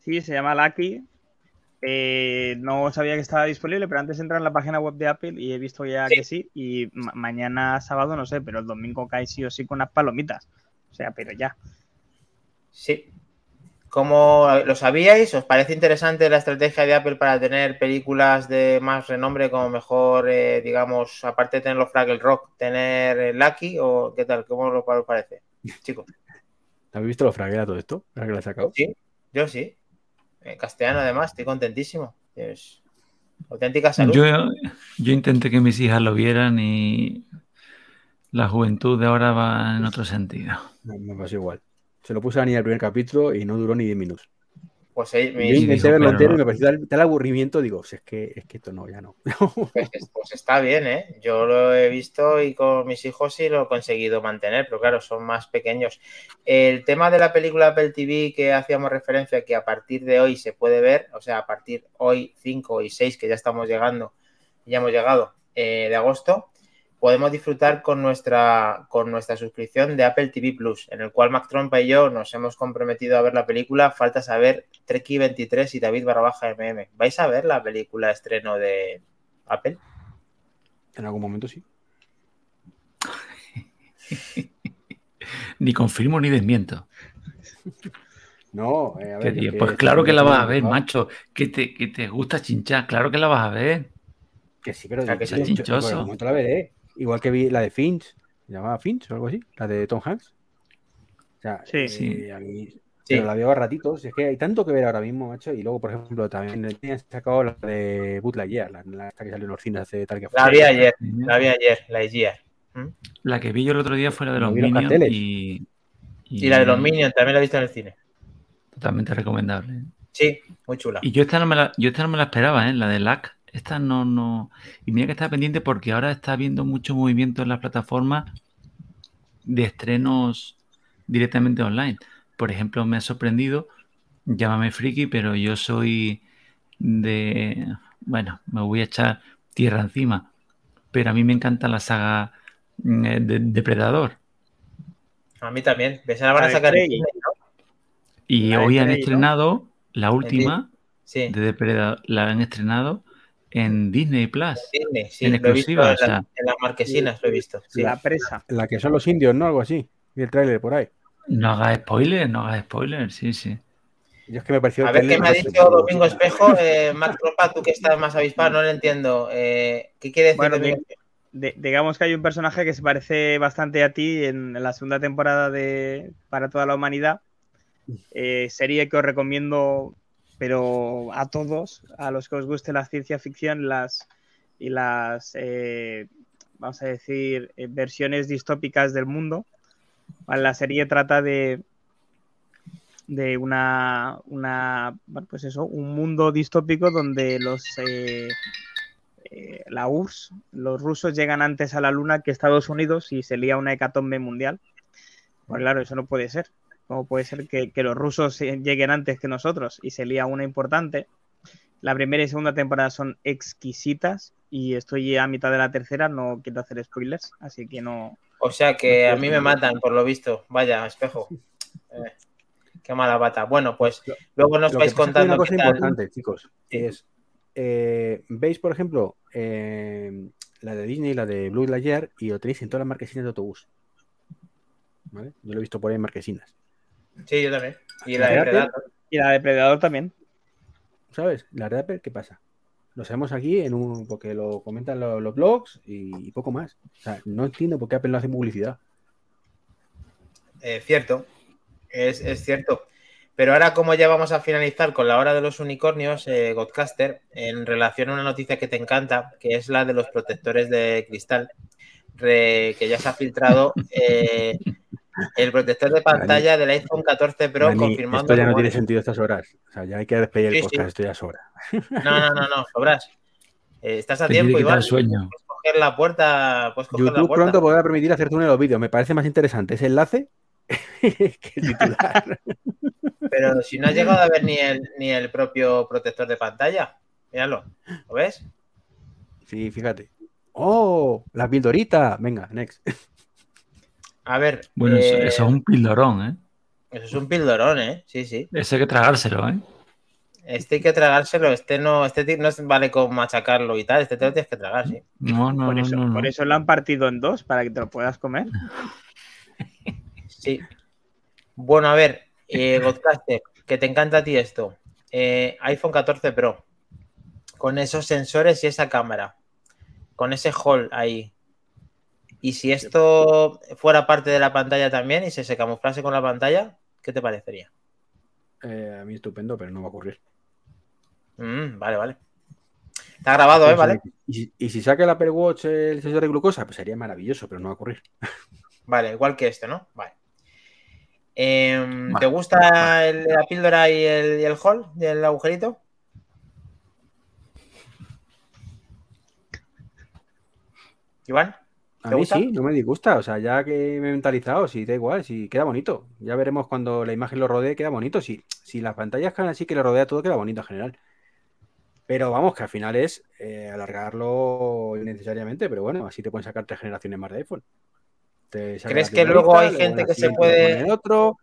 Speaker 4: Sí, se llama Lucky. Eh, no sabía que estaba disponible, pero antes entré en la página web de Apple y he visto ya
Speaker 2: Sí.
Speaker 4: que sí. Y ma mañana sábado no sé, pero el domingo cae sí o sí con unas palomitas. O sea, pero ya.
Speaker 2: Sí. ¿Cómo lo sabíais? ¿Os parece interesante la estrategia de Apple para tener películas de más renombre, como mejor, eh, digamos, aparte de tener los Fraggle Rock, tener eh, Lucky o qué tal? ¿Cómo lo- os parece, chicos?
Speaker 1: ¿Habéis visto lo fraguera todo esto? ¿Ahora que lo he sacado?
Speaker 2: Sí, yo sí. En castellano, además, estoy contentísimo. Es auténtica salud.
Speaker 3: Yo, yo intenté que mis hijas lo vieran y la juventud de ahora va en otro sentido.
Speaker 1: Me, me pasó igual. Se lo puse a la niña el primer capítulo y no duró ni diez minutos.
Speaker 2: Pues eh,
Speaker 1: Yo
Speaker 2: mis-
Speaker 3: Y
Speaker 1: intenté
Speaker 3: dijo,
Speaker 1: verlo
Speaker 3: claro,
Speaker 1: entero y me pareció tal, tal aburrimiento. Digo, si es que, es que esto no, ya no.
Speaker 2: pues, pues está bien, ¿eh? Yo lo he visto y con mis hijos sí lo he conseguido mantener, pero claro, son más pequeños. El tema de la película Apple T V que hacíamos referencia, que a partir de hoy se puede ver, o sea, a partir hoy cinco y seis, que ya estamos llegando, ya hemos llegado, eh, de agosto, podemos disfrutar con nuestra, con nuestra suscripción de Apple T V Plus, en el cual Mac Trompa y yo nos hemos comprometido a ver la película. Falta saber Treki veintitrés y David Barbaja M M. ¿Vais a ver la película estreno de Apple?
Speaker 1: En algún momento sí.
Speaker 3: ni confirmo ni desmiento.
Speaker 1: No, eh, a
Speaker 3: ¿Qué
Speaker 1: ver, yo
Speaker 3: tío?
Speaker 1: que
Speaker 3: Pues
Speaker 1: estoy
Speaker 3: claro que la
Speaker 1: mucho
Speaker 3: vas
Speaker 1: más
Speaker 3: a ver,
Speaker 1: enfocado.
Speaker 3: macho. Que te, que te gusta chinchar, claro que la vas a ver.
Speaker 1: Que sí, pero
Speaker 2: ¿A que
Speaker 1: yo,
Speaker 2: sí?
Speaker 1: yo- yo en
Speaker 3: Chinchoso.
Speaker 1: algún momento la veré. Igual que vi la de Finch, ¿se llamaba Finch o algo así? La de Tom Hanks. O sea,
Speaker 4: Sí.
Speaker 1: eh,
Speaker 3: Sí.
Speaker 1: a mí,
Speaker 2: Sí.
Speaker 1: pero la veo a ratitos. Es que hay tanto que ver ahora mismo, macho. Y luego, por ejemplo, también han sacado la de Buzz Lightyear, la, la esta que salió en los cines hace tal que fue.
Speaker 2: La vi ayer,
Speaker 3: Sí.
Speaker 2: la vi ayer, la Lightyear. ¿Mm?
Speaker 3: La que vi yo el otro día fue la de
Speaker 1: No
Speaker 3: los
Speaker 1: vi los
Speaker 3: Minions
Speaker 1: carteles.
Speaker 3: y,
Speaker 2: Y la de los
Speaker 3: y
Speaker 2: Minions también la he visto en el cine.
Speaker 3: totalmente recomendable.
Speaker 2: Sí, muy chula.
Speaker 3: Y yo esta no me la, yo esta no me la esperaba, ¿eh? La de L A C. Esta no, no. Y mira que está pendiente porque ahora está habiendo mucho movimiento en las plataformas de estrenos directamente online. Por ejemplo, me ha sorprendido, llámame friki, pero yo soy de. Bueno, me voy a echar tierra encima. Pero a mí me encanta la saga mm, eh, de Depredador.
Speaker 2: A mí también. ¿Ves? Ahora van
Speaker 4: La
Speaker 2: a
Speaker 4: de
Speaker 2: sacar el
Speaker 4: Prey.
Speaker 2: cine, ¿no?
Speaker 3: Y
Speaker 4: La de
Speaker 3: hoy han
Speaker 4: Prey, ¿no?
Speaker 3: estrenado la
Speaker 2: En Di-
Speaker 3: última
Speaker 2: Sí,
Speaker 3: de Depredador. La han estrenado en Disney Plus.
Speaker 2: Disney, sí,
Speaker 3: En
Speaker 2: lo he visto
Speaker 3: exclusiva,
Speaker 2: en,
Speaker 3: o sea,
Speaker 2: la- en las marquesinas, lo he visto. Sí.
Speaker 4: La presa.
Speaker 1: La que son los indios, ¿no? Algo así. Vi el tráiler por ahí.
Speaker 3: no hagas spoiler, no hagas spoiler, sí, sí.
Speaker 1: Yo es que me pareció
Speaker 2: A
Speaker 1: el
Speaker 2: ver qué
Speaker 1: tráiler
Speaker 2: me ha
Speaker 1: macho,
Speaker 2: dicho
Speaker 1: como-
Speaker 2: Domingo Espejo, eh, Mac Trompa, tú que estás más avispado, no lo entiendo. Eh, ¿qué quiere decir
Speaker 4: Bueno,
Speaker 2: Domingo
Speaker 4: de-
Speaker 2: Espejo?
Speaker 4: de- digamos que hay un personaje que se parece bastante a ti en, en la segunda temporada de Para toda la humanidad. Eh, serie que os recomiendo, pero a todos, a los que os guste la ciencia ficción las, y las, eh, vamos a decir, eh, versiones distópicas del mundo. Vale, la serie trata de, de una, una, bueno, pues eso, un mundo distópico donde los eh, eh, la U R S S, los rusos llegan antes a la Luna que Estados Unidos y se lía una hecatombe mundial. Pues claro, eso no puede ser. ¿Cómo puede ser que, que los rusos lleguen antes que nosotros y se lía una importante? La primera y segunda temporada son exquisitas y estoy a mitad de la tercera, no quiero hacer spoilers, así que no...
Speaker 2: O sea que
Speaker 4: No
Speaker 2: a mí me matan, por lo visto. Vaya, Espejo. Eh, qué mala pata. Bueno, pues
Speaker 1: Lo-
Speaker 2: luego nos
Speaker 1: Lo que
Speaker 2: vais
Speaker 1: pasa es que hay una
Speaker 2: contando
Speaker 1: cosa
Speaker 2: qué tal.
Speaker 1: importante, chicos, que
Speaker 2: Sí.
Speaker 1: es, eh, veis, por ejemplo, eh, la de Disney, la de Blue Lightyear, y lo tenéis en todas las marquesinas de autobús. ¿Vale? Yo lo he visto por ahí en marquesinas.
Speaker 2: Sí, yo también. Y
Speaker 1: La
Speaker 2: la de
Speaker 1: de Apple,
Speaker 2: Predator.
Speaker 4: Y la Depredador también.
Speaker 1: ¿sabes? La de Apple, ¿qué pasa? Lo sabemos aquí en un, porque lo comentan los, los blogs y, y poco más. O sea, no entiendo por qué Apple no hace publicidad.
Speaker 2: Eh, cierto, es, es cierto. Pero ahora, como ya vamos a finalizar con la hora de los unicornios, eh, Godcaster, en relación a una noticia que te encanta, que es la de los protectores de cristal, re- que ya se ha filtrado eh, el protector de pantalla del iPhone catorce Pro
Speaker 1: Dani,
Speaker 2: confirmando
Speaker 1: esto ya no tiene
Speaker 2: rumores.
Speaker 1: sentido a estas horas. O sea, ya hay que despedir el
Speaker 2: Sí,
Speaker 1: podcast,
Speaker 2: sí.
Speaker 1: esto ya es hora.
Speaker 2: No, no, no, no, sobras. Eh, estás a
Speaker 3: Te quiere
Speaker 2: tiempo,
Speaker 3: quitar
Speaker 2: Iván.
Speaker 3: el sueño.
Speaker 2: Puedes coger la puerta, puedes coger la
Speaker 1: YouTube
Speaker 2: puerta.
Speaker 1: pronto podrá permitir hacerte uno de los vídeos. Me parece más interesante ese enlace que el titular.
Speaker 2: Pero si no has llegado a ver ni el, ni el propio protector de pantalla, míralo, ¿lo ves?
Speaker 1: Sí, fíjate. ¡Oh! La pildorita. Venga, next.
Speaker 2: A ver,
Speaker 3: Bueno,
Speaker 2: eh,
Speaker 3: eso, eso es un pildorón, ¿eh?
Speaker 2: eso es un pildorón, ¿eh? Sí, sí.
Speaker 3: Eso hay que tragárselo, ¿eh?
Speaker 2: Este hay que tragárselo, este no, este no vale con machacarlo y tal, este te lo tienes que tragar, sí.
Speaker 3: No, no,
Speaker 4: Por
Speaker 3: no,
Speaker 4: eso,
Speaker 3: no, no.
Speaker 4: por eso lo han partido en dos, para que te lo puedas comer.
Speaker 2: Sí. Bueno, a ver, eh, Godcaster, que te encanta a ti esto. Eh, iPhone catorce Pro, con esos sensores y esa cámara, con ese hall ahí. Y si esto fuera parte de la pantalla también y se, se camuflase con la pantalla, ¿qué te parecería?
Speaker 1: Eh, a mí estupendo, pero no va a ocurrir.
Speaker 2: Mm, vale, vale. Está grabado, ¿eh? ¿Vale?
Speaker 1: Y si, y si saca el Apple Watch el sensor de glucosa, pues sería maravilloso, pero no va a ocurrir.
Speaker 2: Vale, igual que este, ¿no? Vale. Eh,
Speaker 1: Vale,
Speaker 2: ¿Te gusta
Speaker 1: vale.
Speaker 2: el, la píldora y el, y el hall del agujerito? ¿Iván?
Speaker 1: A
Speaker 2: ¿Te
Speaker 1: mí
Speaker 2: gusta?
Speaker 1: sí, no me disgusta. O sea, ya que me he mentalizado, sí, da igual, sí, queda bonito. Ya veremos cuando la imagen lo rodee, queda bonito. Si, si las pantallas quedan así que lo rodea todo, queda bonito en general. Pero vamos, que al final es eh, alargarlo innecesariamente, pero bueno, así te pueden sacar tres generaciones más de iPhone. Te sacan
Speaker 2: ¿Crees
Speaker 1: la
Speaker 2: que
Speaker 1: pildorita,
Speaker 2: luego hay
Speaker 1: luego en
Speaker 2: gente
Speaker 1: la
Speaker 2: que se
Speaker 1: siguiente te ponen
Speaker 2: puede...
Speaker 1: otro.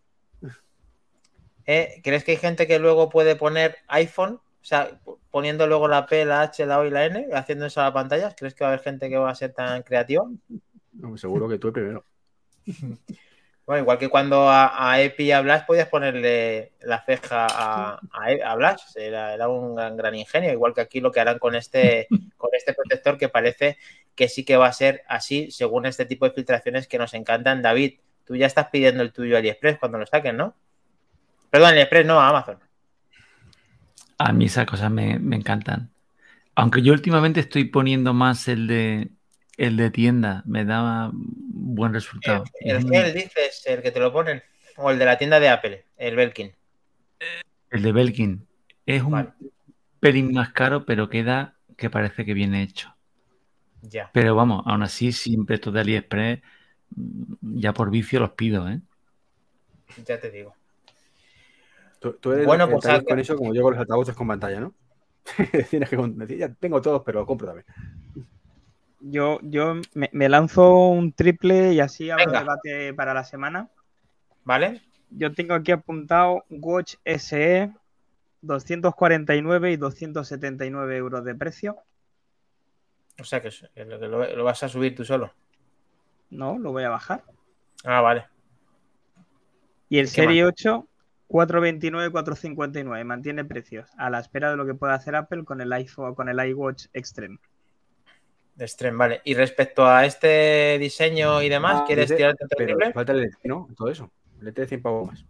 Speaker 2: ¿Eh? ¿Crees que hay gente que luego puede poner iPhone? O sea, poniendo luego la P, la H, la O y la N, haciendo eso a la pantalla. ¿Crees que va a haber gente que va a ser tan creativa?
Speaker 1: No, seguro que tú el primero.
Speaker 2: Bueno, igual que cuando a, a Epi y a Blas podías ponerle la ceja a, a, a Blas, era, era un gran, gran ingenio, igual que aquí lo que harán con este, con este protector que parece que sí que va a ser así según este tipo de filtraciones que nos encantan. David, tú ya estás pidiendo el tuyo a AliExpress cuando lo saquen, ¿no? Perdón, AliExpress no, a Amazon.
Speaker 3: A mí esas cosas me, me encantan. Aunque yo últimamente estoy poniendo más el de el de tienda, me da buen resultado.
Speaker 2: El, el gel, dices, el que te lo ponen, o el de la tienda de Apple, el Belkin.
Speaker 3: El de Belkin es un
Speaker 2: Vale.
Speaker 3: pelín más caro, pero queda que parece que viene hecho.
Speaker 2: Ya.
Speaker 3: Pero vamos, aún así, siempre estos de AliExpress, ya por vicio los pido, ¿eh?
Speaker 2: Ya te digo.
Speaker 1: Tú, tú eres
Speaker 2: Bueno,
Speaker 1: el
Speaker 2: pues
Speaker 1: talles
Speaker 2: acá-
Speaker 1: con eso como yo con los altavoces con pantalla, ¿no? Tienes que decir, ya tengo todos, pero lo compro también.
Speaker 4: Yo, yo me, me lanzo un triple y así abro
Speaker 2: Venga.
Speaker 4: debate para la semana.
Speaker 2: ¿Vale?
Speaker 4: Yo tengo aquí apuntado Watch S E, doscientos cuarenta y nueve y doscientos setenta y nueve euros de precio.
Speaker 2: O sea que es- que lo, que lo- lo vas a subir tú solo.
Speaker 4: No, lo voy a bajar.
Speaker 2: Ah, vale.
Speaker 4: Y el
Speaker 2: ¿Qué
Speaker 4: Serie ocho, cuatrocientos veintinueve, cuatrocientos cincuenta y nueve. Mantiene precios a la espera de lo que pueda hacer Apple con el iPhone, con el iWatch Extreme.
Speaker 2: Extreme, vale. Y respecto a este diseño y demás,
Speaker 1: Ah,
Speaker 2: ¿quieres
Speaker 1: dice-
Speaker 2: tirarte otro
Speaker 1: pero
Speaker 2: triple?
Speaker 1: falta el L T E, ¿no? Todo eso. El L T E de cien pavos más.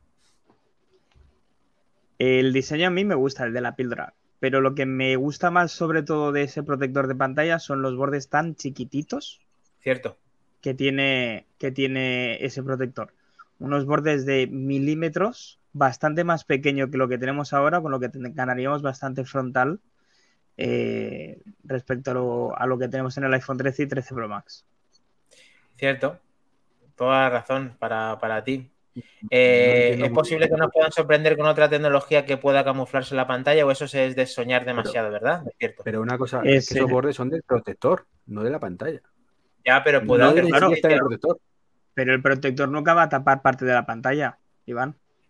Speaker 4: El diseño a mí me gusta, el de la píldora. Pero lo que me gusta más sobre todo de ese protector de pantalla son los bordes tan chiquititos
Speaker 2: Cierto.
Speaker 4: que tiene, que tiene ese protector. Unos bordes de milímetros, bastante más pequeño que lo que tenemos ahora, con lo que ganaríamos bastante frontal eh, respecto a lo, a lo que tenemos en el iPhone trece y trece Pro Max.
Speaker 2: Cierto. Toda la razón para, para ti.
Speaker 1: No
Speaker 2: Eh,
Speaker 1: entiendo
Speaker 2: ¿Es
Speaker 1: muy
Speaker 2: posible
Speaker 1: bien.
Speaker 2: que nos puedan sorprender con otra tecnología que pueda camuflarse en la pantalla o eso es de soñar demasiado, verdad? Es cierto.
Speaker 1: Pero una cosa, es
Speaker 4: Es,
Speaker 1: que esos
Speaker 4: eh,
Speaker 1: bordes son del protector, no de la pantalla.
Speaker 2: Ya, pero puede
Speaker 1: No
Speaker 2: hacer
Speaker 1: debería
Speaker 4: claro.
Speaker 1: estar en el protector.
Speaker 4: pero el protector nunca va a tapar parte de la pantalla, Iván.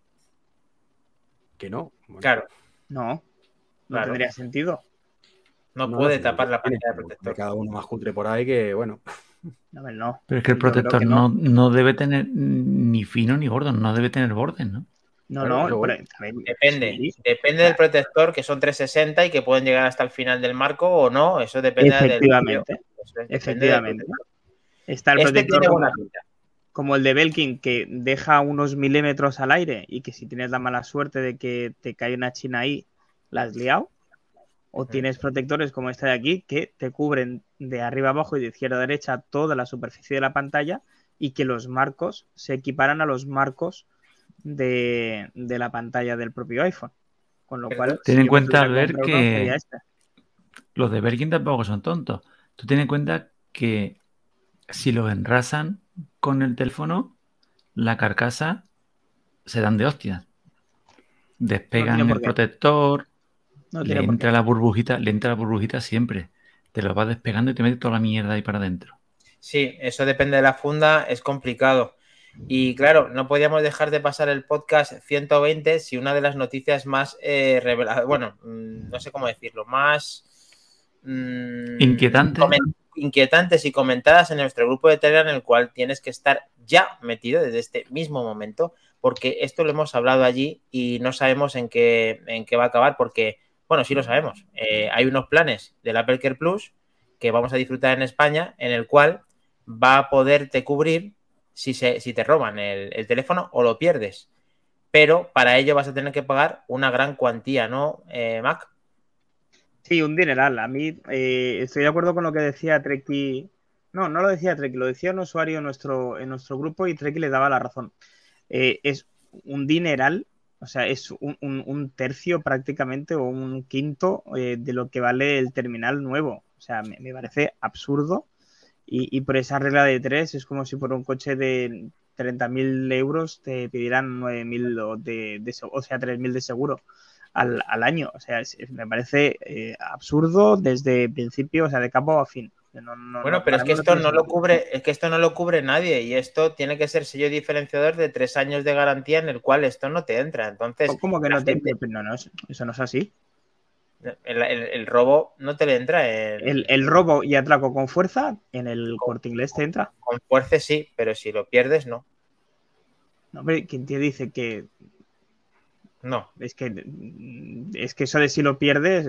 Speaker 1: Que no. Bueno,
Speaker 2: Claro,
Speaker 4: No, no
Speaker 2: Claro.
Speaker 4: tendría sentido.
Speaker 2: no,
Speaker 1: no,
Speaker 2: puede
Speaker 1: no,
Speaker 2: tapar
Speaker 1: no
Speaker 2: la
Speaker 1: tiene,
Speaker 2: pantalla del
Speaker 1: como
Speaker 2: protector.
Speaker 1: hay cada uno más cutre por ahí que, bueno.
Speaker 4: No, hombre, no.
Speaker 3: Pero es que el
Speaker 4: Yo creo
Speaker 3: protector
Speaker 4: que
Speaker 3: no.
Speaker 4: no.
Speaker 3: No, debe tener ni fino ni gordo, no debe tener bordes, ¿no?
Speaker 4: No,
Speaker 1: Claro,
Speaker 4: no,
Speaker 1: eso
Speaker 4: pero,
Speaker 1: voy.
Speaker 4: a ver,
Speaker 2: Depende.
Speaker 4: sí.
Speaker 2: Depende del protector, que son trescientos sesenta y que pueden llegar hasta el final del marco o no. Eso depende del
Speaker 4: Efectivamente,
Speaker 2: Eso es, depende del
Speaker 4: efectivamente.
Speaker 2: protector.
Speaker 4: Está el
Speaker 2: Este
Speaker 4: protector
Speaker 2: tiene
Speaker 4: como,
Speaker 2: buena pinta.
Speaker 4: como el de Belkin, que deja unos milímetros al aire y que si tienes la mala suerte de que te cae una china ahí, la has liado. O tienes protectores como este de aquí que te cubren de arriba abajo y de izquierda a derecha toda la superficie de la pantalla y que los marcos se equiparan a los marcos de, de la pantalla del propio iPhone. Con lo cual,
Speaker 3: Ten
Speaker 4: si
Speaker 3: en
Speaker 4: yo me
Speaker 3: cuenta,
Speaker 4: tuviera que
Speaker 3: Albert,
Speaker 4: comprar uno,
Speaker 3: que-
Speaker 4: sería este.
Speaker 3: Los de Belkin tampoco son tontos. Tú ten en cuenta que si los enrasan con el teléfono, la carcasa se dan de hostias. Despegan
Speaker 4: tiene por
Speaker 3: el
Speaker 4: qué.
Speaker 3: protector,
Speaker 4: No
Speaker 3: le
Speaker 4: tiene por
Speaker 3: entra
Speaker 4: qué.
Speaker 3: la burbujita, le entra la burbujita siempre. Te lo vas despegando y te mete toda la mierda ahí para adentro.
Speaker 2: Sí, eso depende de la funda, es complicado. Y claro, no podíamos dejar de pasar el podcast ciento veinte si una de las noticias más eh, reveladas, bueno, mmm, no sé cómo decirlo, más mmm,
Speaker 3: inquietante.
Speaker 2: inquietantes y comentadas en nuestro grupo de Telegram, en el cual tienes que estar ya metido desde este mismo momento, porque esto lo hemos hablado allí y no sabemos en qué, en qué va a acabar, porque, bueno, sí lo sabemos. Eh, hay unos planes del Apple Care Plus que vamos a disfrutar en España, en el cual va a poderte cubrir si, se, si te roban el, el teléfono o lo pierdes. Pero para ello vas a tener que pagar una gran cuantía, ¿no, eh, Mac?
Speaker 4: Sí, un dineral. A mí eh, estoy de acuerdo con lo que decía Treki. No, no lo decía Treki, lo decía un usuario en nuestro, en nuestro grupo y Treki le daba la razón. Eh, es un dineral, o sea, es un, un, un tercio prácticamente o un quinto eh, de lo que vale el terminal nuevo. O sea, me, me parece absurdo. Y, y por esa regla de tres es como si por un coche de treinta mil euros te pidieran nueve mil de, de, o sea, tres mil de seguro al, al año. O sea, es, me parece eh, absurdo desde principio, o sea, de cabo a fin. No, no,
Speaker 2: bueno,
Speaker 4: no,
Speaker 2: pero es que
Speaker 4: no
Speaker 2: esto no lo cubre, es que esto no lo cubre nadie y esto tiene que ser sello diferenciador de tres años de garantía en el cual esto no te entra. Entonces,
Speaker 4: ¿cómo que no te
Speaker 2: gente,
Speaker 4: no, no, eso no es así?
Speaker 2: El, el, el robo no te le entra en...
Speaker 4: El, el robo y atraco con fuerza en el Corte Inglés te entra.
Speaker 2: Con fuerza sí, pero si lo pierdes, no.
Speaker 4: No, hombre, ¿quién te dice que...?
Speaker 2: No.
Speaker 4: Es que, es que eso de si lo pierdes...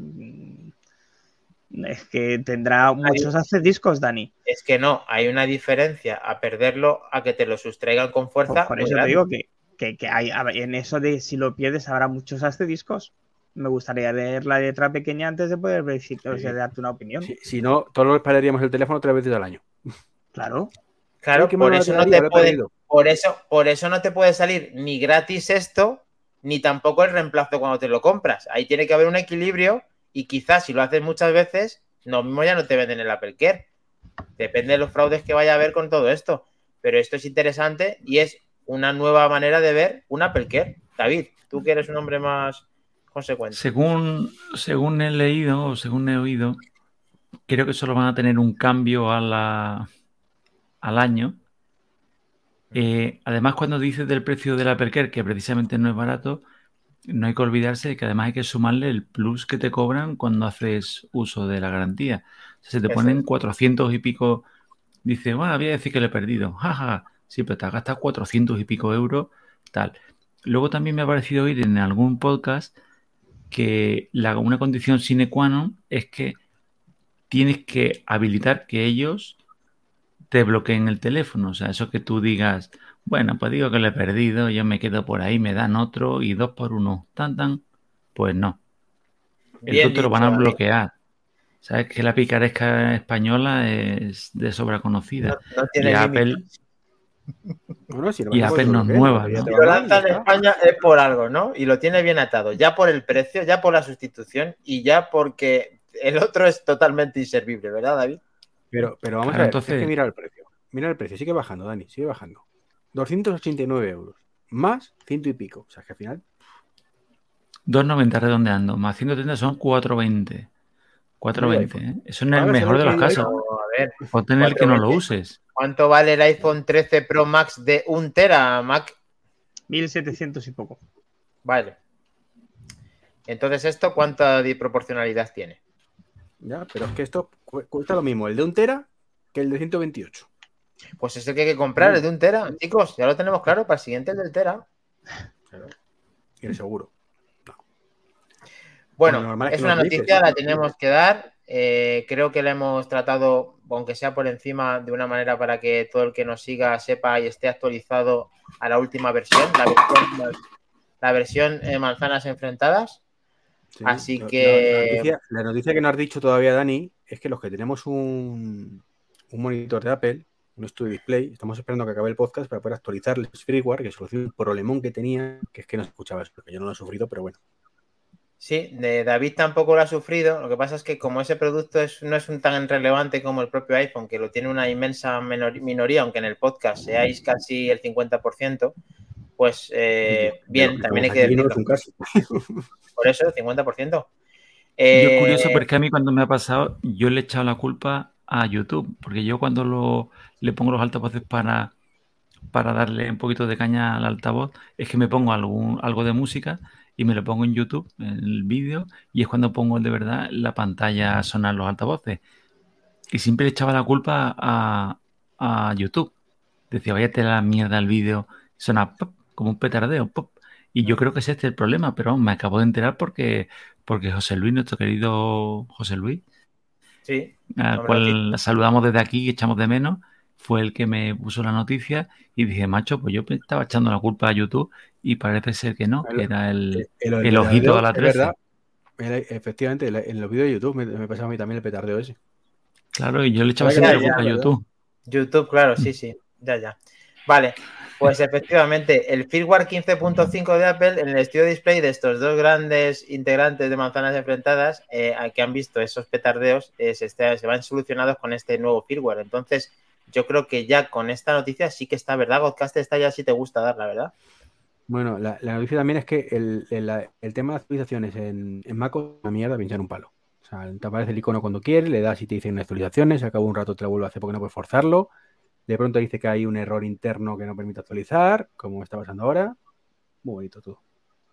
Speaker 4: Es que tendrá muchos discos, Dani.
Speaker 2: Es que no, hay una diferencia a perderlo a que te lo sustraigan con fuerza.
Speaker 4: Por, por eso grande. Te digo que, que, que hay, en eso de si lo pierdes habrá muchos discos. Me gustaría ver la letra pequeña antes de poder ver si, o sea, de darte una opinión.
Speaker 1: Si, si no, todos esperaríamos el teléfono tres veces al año.
Speaker 4: Claro.
Speaker 2: Claro, por eso, no te puede, por, eso, por eso no te puede salir ni gratis esto, ni tampoco el reemplazo cuando te lo compras. Ahí tiene que haber un equilibrio y quizás si lo haces muchas veces, no mismo ya no te venden el Apple Care. Depende de los fraudes que vaya a haber con todo esto. Pero esto es interesante y es una nueva manera de ver un Apple Care. David, tú que eres un hombre más consecuente.
Speaker 3: Según, según he leído o según he oído, creo que solo van a tener un cambio a la, al año. Eh, además, cuando dices del precio del Apple Care, que precisamente no es barato, no hay que olvidarse de que además hay que sumarle el plus que te cobran cuando haces uso de la garantía. O sea, se te ponen cuatrocientos y pico. Dice, bueno, voy a decir que lo he perdido. Jaja, sí, pero te has gastado cuatrocientos y pico euros, tal. Luego también me ha parecido oír en algún podcast que la, una condición sine qua non es que tienes que habilitar que ellos te bloqueen el teléfono. O sea, eso que tú digas, bueno, pues digo que lo he perdido, yo me quedo por ahí, me dan otro y dos por uno, tan, tan. Pues no. Bien te lo van a bloquear. Sabes que la picaresca española es de sobra conocida.
Speaker 2: No, no tiene
Speaker 3: y Apple,
Speaker 1: bueno, si no
Speaker 3: y Apple no es nueva.
Speaker 2: ¿no? Si lo lanza en España es por algo, ¿no? Y lo tiene bien atado. Ya por el precio, ya por la sustitución y ya porque el otro es totalmente inservible, ¿verdad, David?
Speaker 1: Pero, pero vamos claro, a ver, entonces... es que mira el precio. Mira el precio, sigue bajando, Dani, sigue bajando. doscientos ochenta y nueve euros. Más ciento y pico. O sea, que al final...
Speaker 3: dos noventa redondeando. Más ciento treinta son cuatrocientos veinte. cuatrocientos veinte, ¿eh? Eso no es el mejor de los casos.
Speaker 2: A ver,
Speaker 3: ponte en el que no lo uses.
Speaker 2: ¿Cuánto vale el iPhone trece Pro Max de un tera, Mac?
Speaker 4: mil setecientos y poco.
Speaker 2: Vale. Entonces, ¿esto cuánta proporcionalidad tiene?
Speaker 1: Ya, pero es que esto cuesta lo mismo, el de un tera que el de ciento veintiocho.
Speaker 2: Pues es el que hay que comprar, el de un tera. Chicos, ya lo tenemos claro, para el siguiente el del tera.
Speaker 1: Claro. Y el seguro. No.
Speaker 2: Bueno, bueno es, es una noticia, dices, la tenemos que dar. Eh, creo que la hemos tratado, aunque sea por encima, de una manera para que todo el que nos siga sepa y esté actualizado a la última versión, la versión, la versión eh, manzanas enfrentadas. Sí, Así
Speaker 1: la,
Speaker 2: que...
Speaker 1: La, la, noticia, la noticia que no has dicho todavía, Dani, es que los que tenemos un, un monitor de Apple, un Studio Display, estamos esperando que acabe el podcast para poder actualizar el firmware, que soluciona el problemón que tenía, que es que no se escuchaba eso, porque yo no lo he sufrido, pero bueno.
Speaker 2: Sí, de David tampoco lo ha sufrido. Lo que pasa es que como ese producto es, no es un tan relevante como el propio iPhone, que lo tiene una inmensa menor, minoría, aunque en el podcast seáis casi el cincuenta por ciento, pues eh, bien,
Speaker 1: pero,
Speaker 2: también hay que decirlo.
Speaker 1: No caso.
Speaker 2: Por eso, el cincuenta por ciento.
Speaker 3: Eh... Yo es curioso porque a mí cuando me ha pasado, yo le he echado la culpa a YouTube, porque yo cuando lo, le pongo los altavoces para para darle un poquito de caña al altavoz es que me pongo algún, algo de música y me lo pongo en YouTube, en el vídeo, y es cuando pongo de verdad la pantalla a sonar los altavoces. Y siempre le echaba la culpa a, a YouTube. Decía, váyate a la mierda el vídeo, suena pop, como un petardeo, pop. Y yo creo que es este el problema, pero me acabo de enterar porque, porque José Luis, nuestro querido José Luis,
Speaker 2: Sí,
Speaker 3: al
Speaker 2: hombre,
Speaker 3: cual saludamos desde aquí y echamos de menos, fue el que me puso la noticia y dije, macho, pues yo me estaba echando la culpa a YouTube y parece ser que no, que
Speaker 1: El,
Speaker 3: era el,
Speaker 1: el, el
Speaker 3: el ojito
Speaker 1: petardeo,
Speaker 3: a la
Speaker 1: es verdad.
Speaker 3: trece.
Speaker 1: Era- efectivamente, en la- en los vídeos de YouTube me, me pasaba a mí también el petardeo ese.
Speaker 3: Claro, y yo le echaba
Speaker 1: Ahora que
Speaker 3: siempre
Speaker 1: lo
Speaker 3: la
Speaker 2: ya,
Speaker 3: culpa a
Speaker 1: dices, ¿verdad?
Speaker 3: YouTube.
Speaker 2: YouTube, claro, sí, sí, ya, ya. Vale, pues efectivamente, el firmware quince punto cinco de Apple en el estudio display de estos dos grandes integrantes de manzanas enfrentadas eh, a que han visto esos petardeos eh, se, está- se van solucionados con este nuevo firmware. Entonces, yo creo que ya con esta noticia sí que está, ¿verdad? Godcaster está ya si te gusta dar, la verdad.
Speaker 1: Bueno, la, la noticia también es que el, el- la- el tema de actualizaciones en, en Mac es una mierda, pinchar un palo. O sea, te aparece el icono cuando quieres, le das y te dicen actualizaciones, al cabo de un rato te lo vuelve a hacer porque no puedes forzarlo. De pronto dice que hay un error interno que no permite actualizar, como está pasando ahora. Muy bonito todo.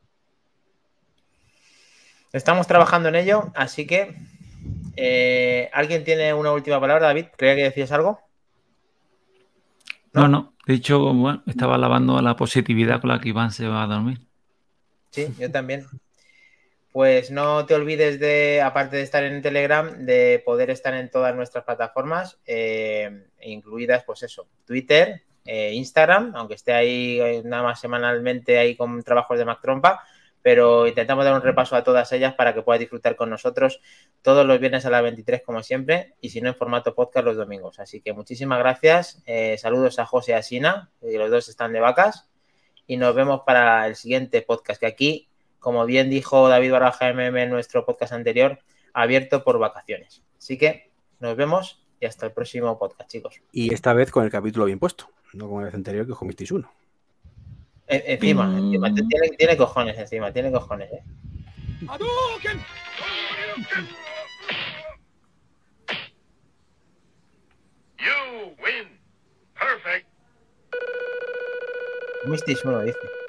Speaker 2: Estamos trabajando en ello, así que eh, ¿alguien tiene una última palabra, David? ¿Creía que decías algo?
Speaker 3: No,
Speaker 2: ¿No?
Speaker 3: no, de hecho, bueno, estaba alabando la positividad con la que Iván se va a dormir.
Speaker 2: Sí, yo también. Pues no te olvides de, aparte de estar en Telegram, de poder estar en todas nuestras plataformas, eh, incluidas, pues eso, Twitter, eh, Instagram, aunque esté ahí eh, nada más semanalmente ahí con trabajos de Mac Trompa, pero intentamos dar un repaso a todas ellas para que puedas disfrutar con nosotros todos los viernes a las veintitrés, como siempre, y si no, en formato podcast los domingos. Así que muchísimas gracias, eh, saludos a José y a Sina, que los dos están de vacas, y nos vemos para el siguiente podcast, que aquí, como bien dijo David Baraja M M en nuestro podcast anterior, abierto por vacaciones. Así que nos vemos y hasta el próximo podcast, chicos.
Speaker 1: Y esta vez con el capítulo bien puesto, no como la vez anterior que comisteis uno.
Speaker 2: En- encima, encima, tiene, tiene cojones encima, tiene cojones, ¿eh?
Speaker 5: You win. Perfect.
Speaker 2: Comisteis uno, dice.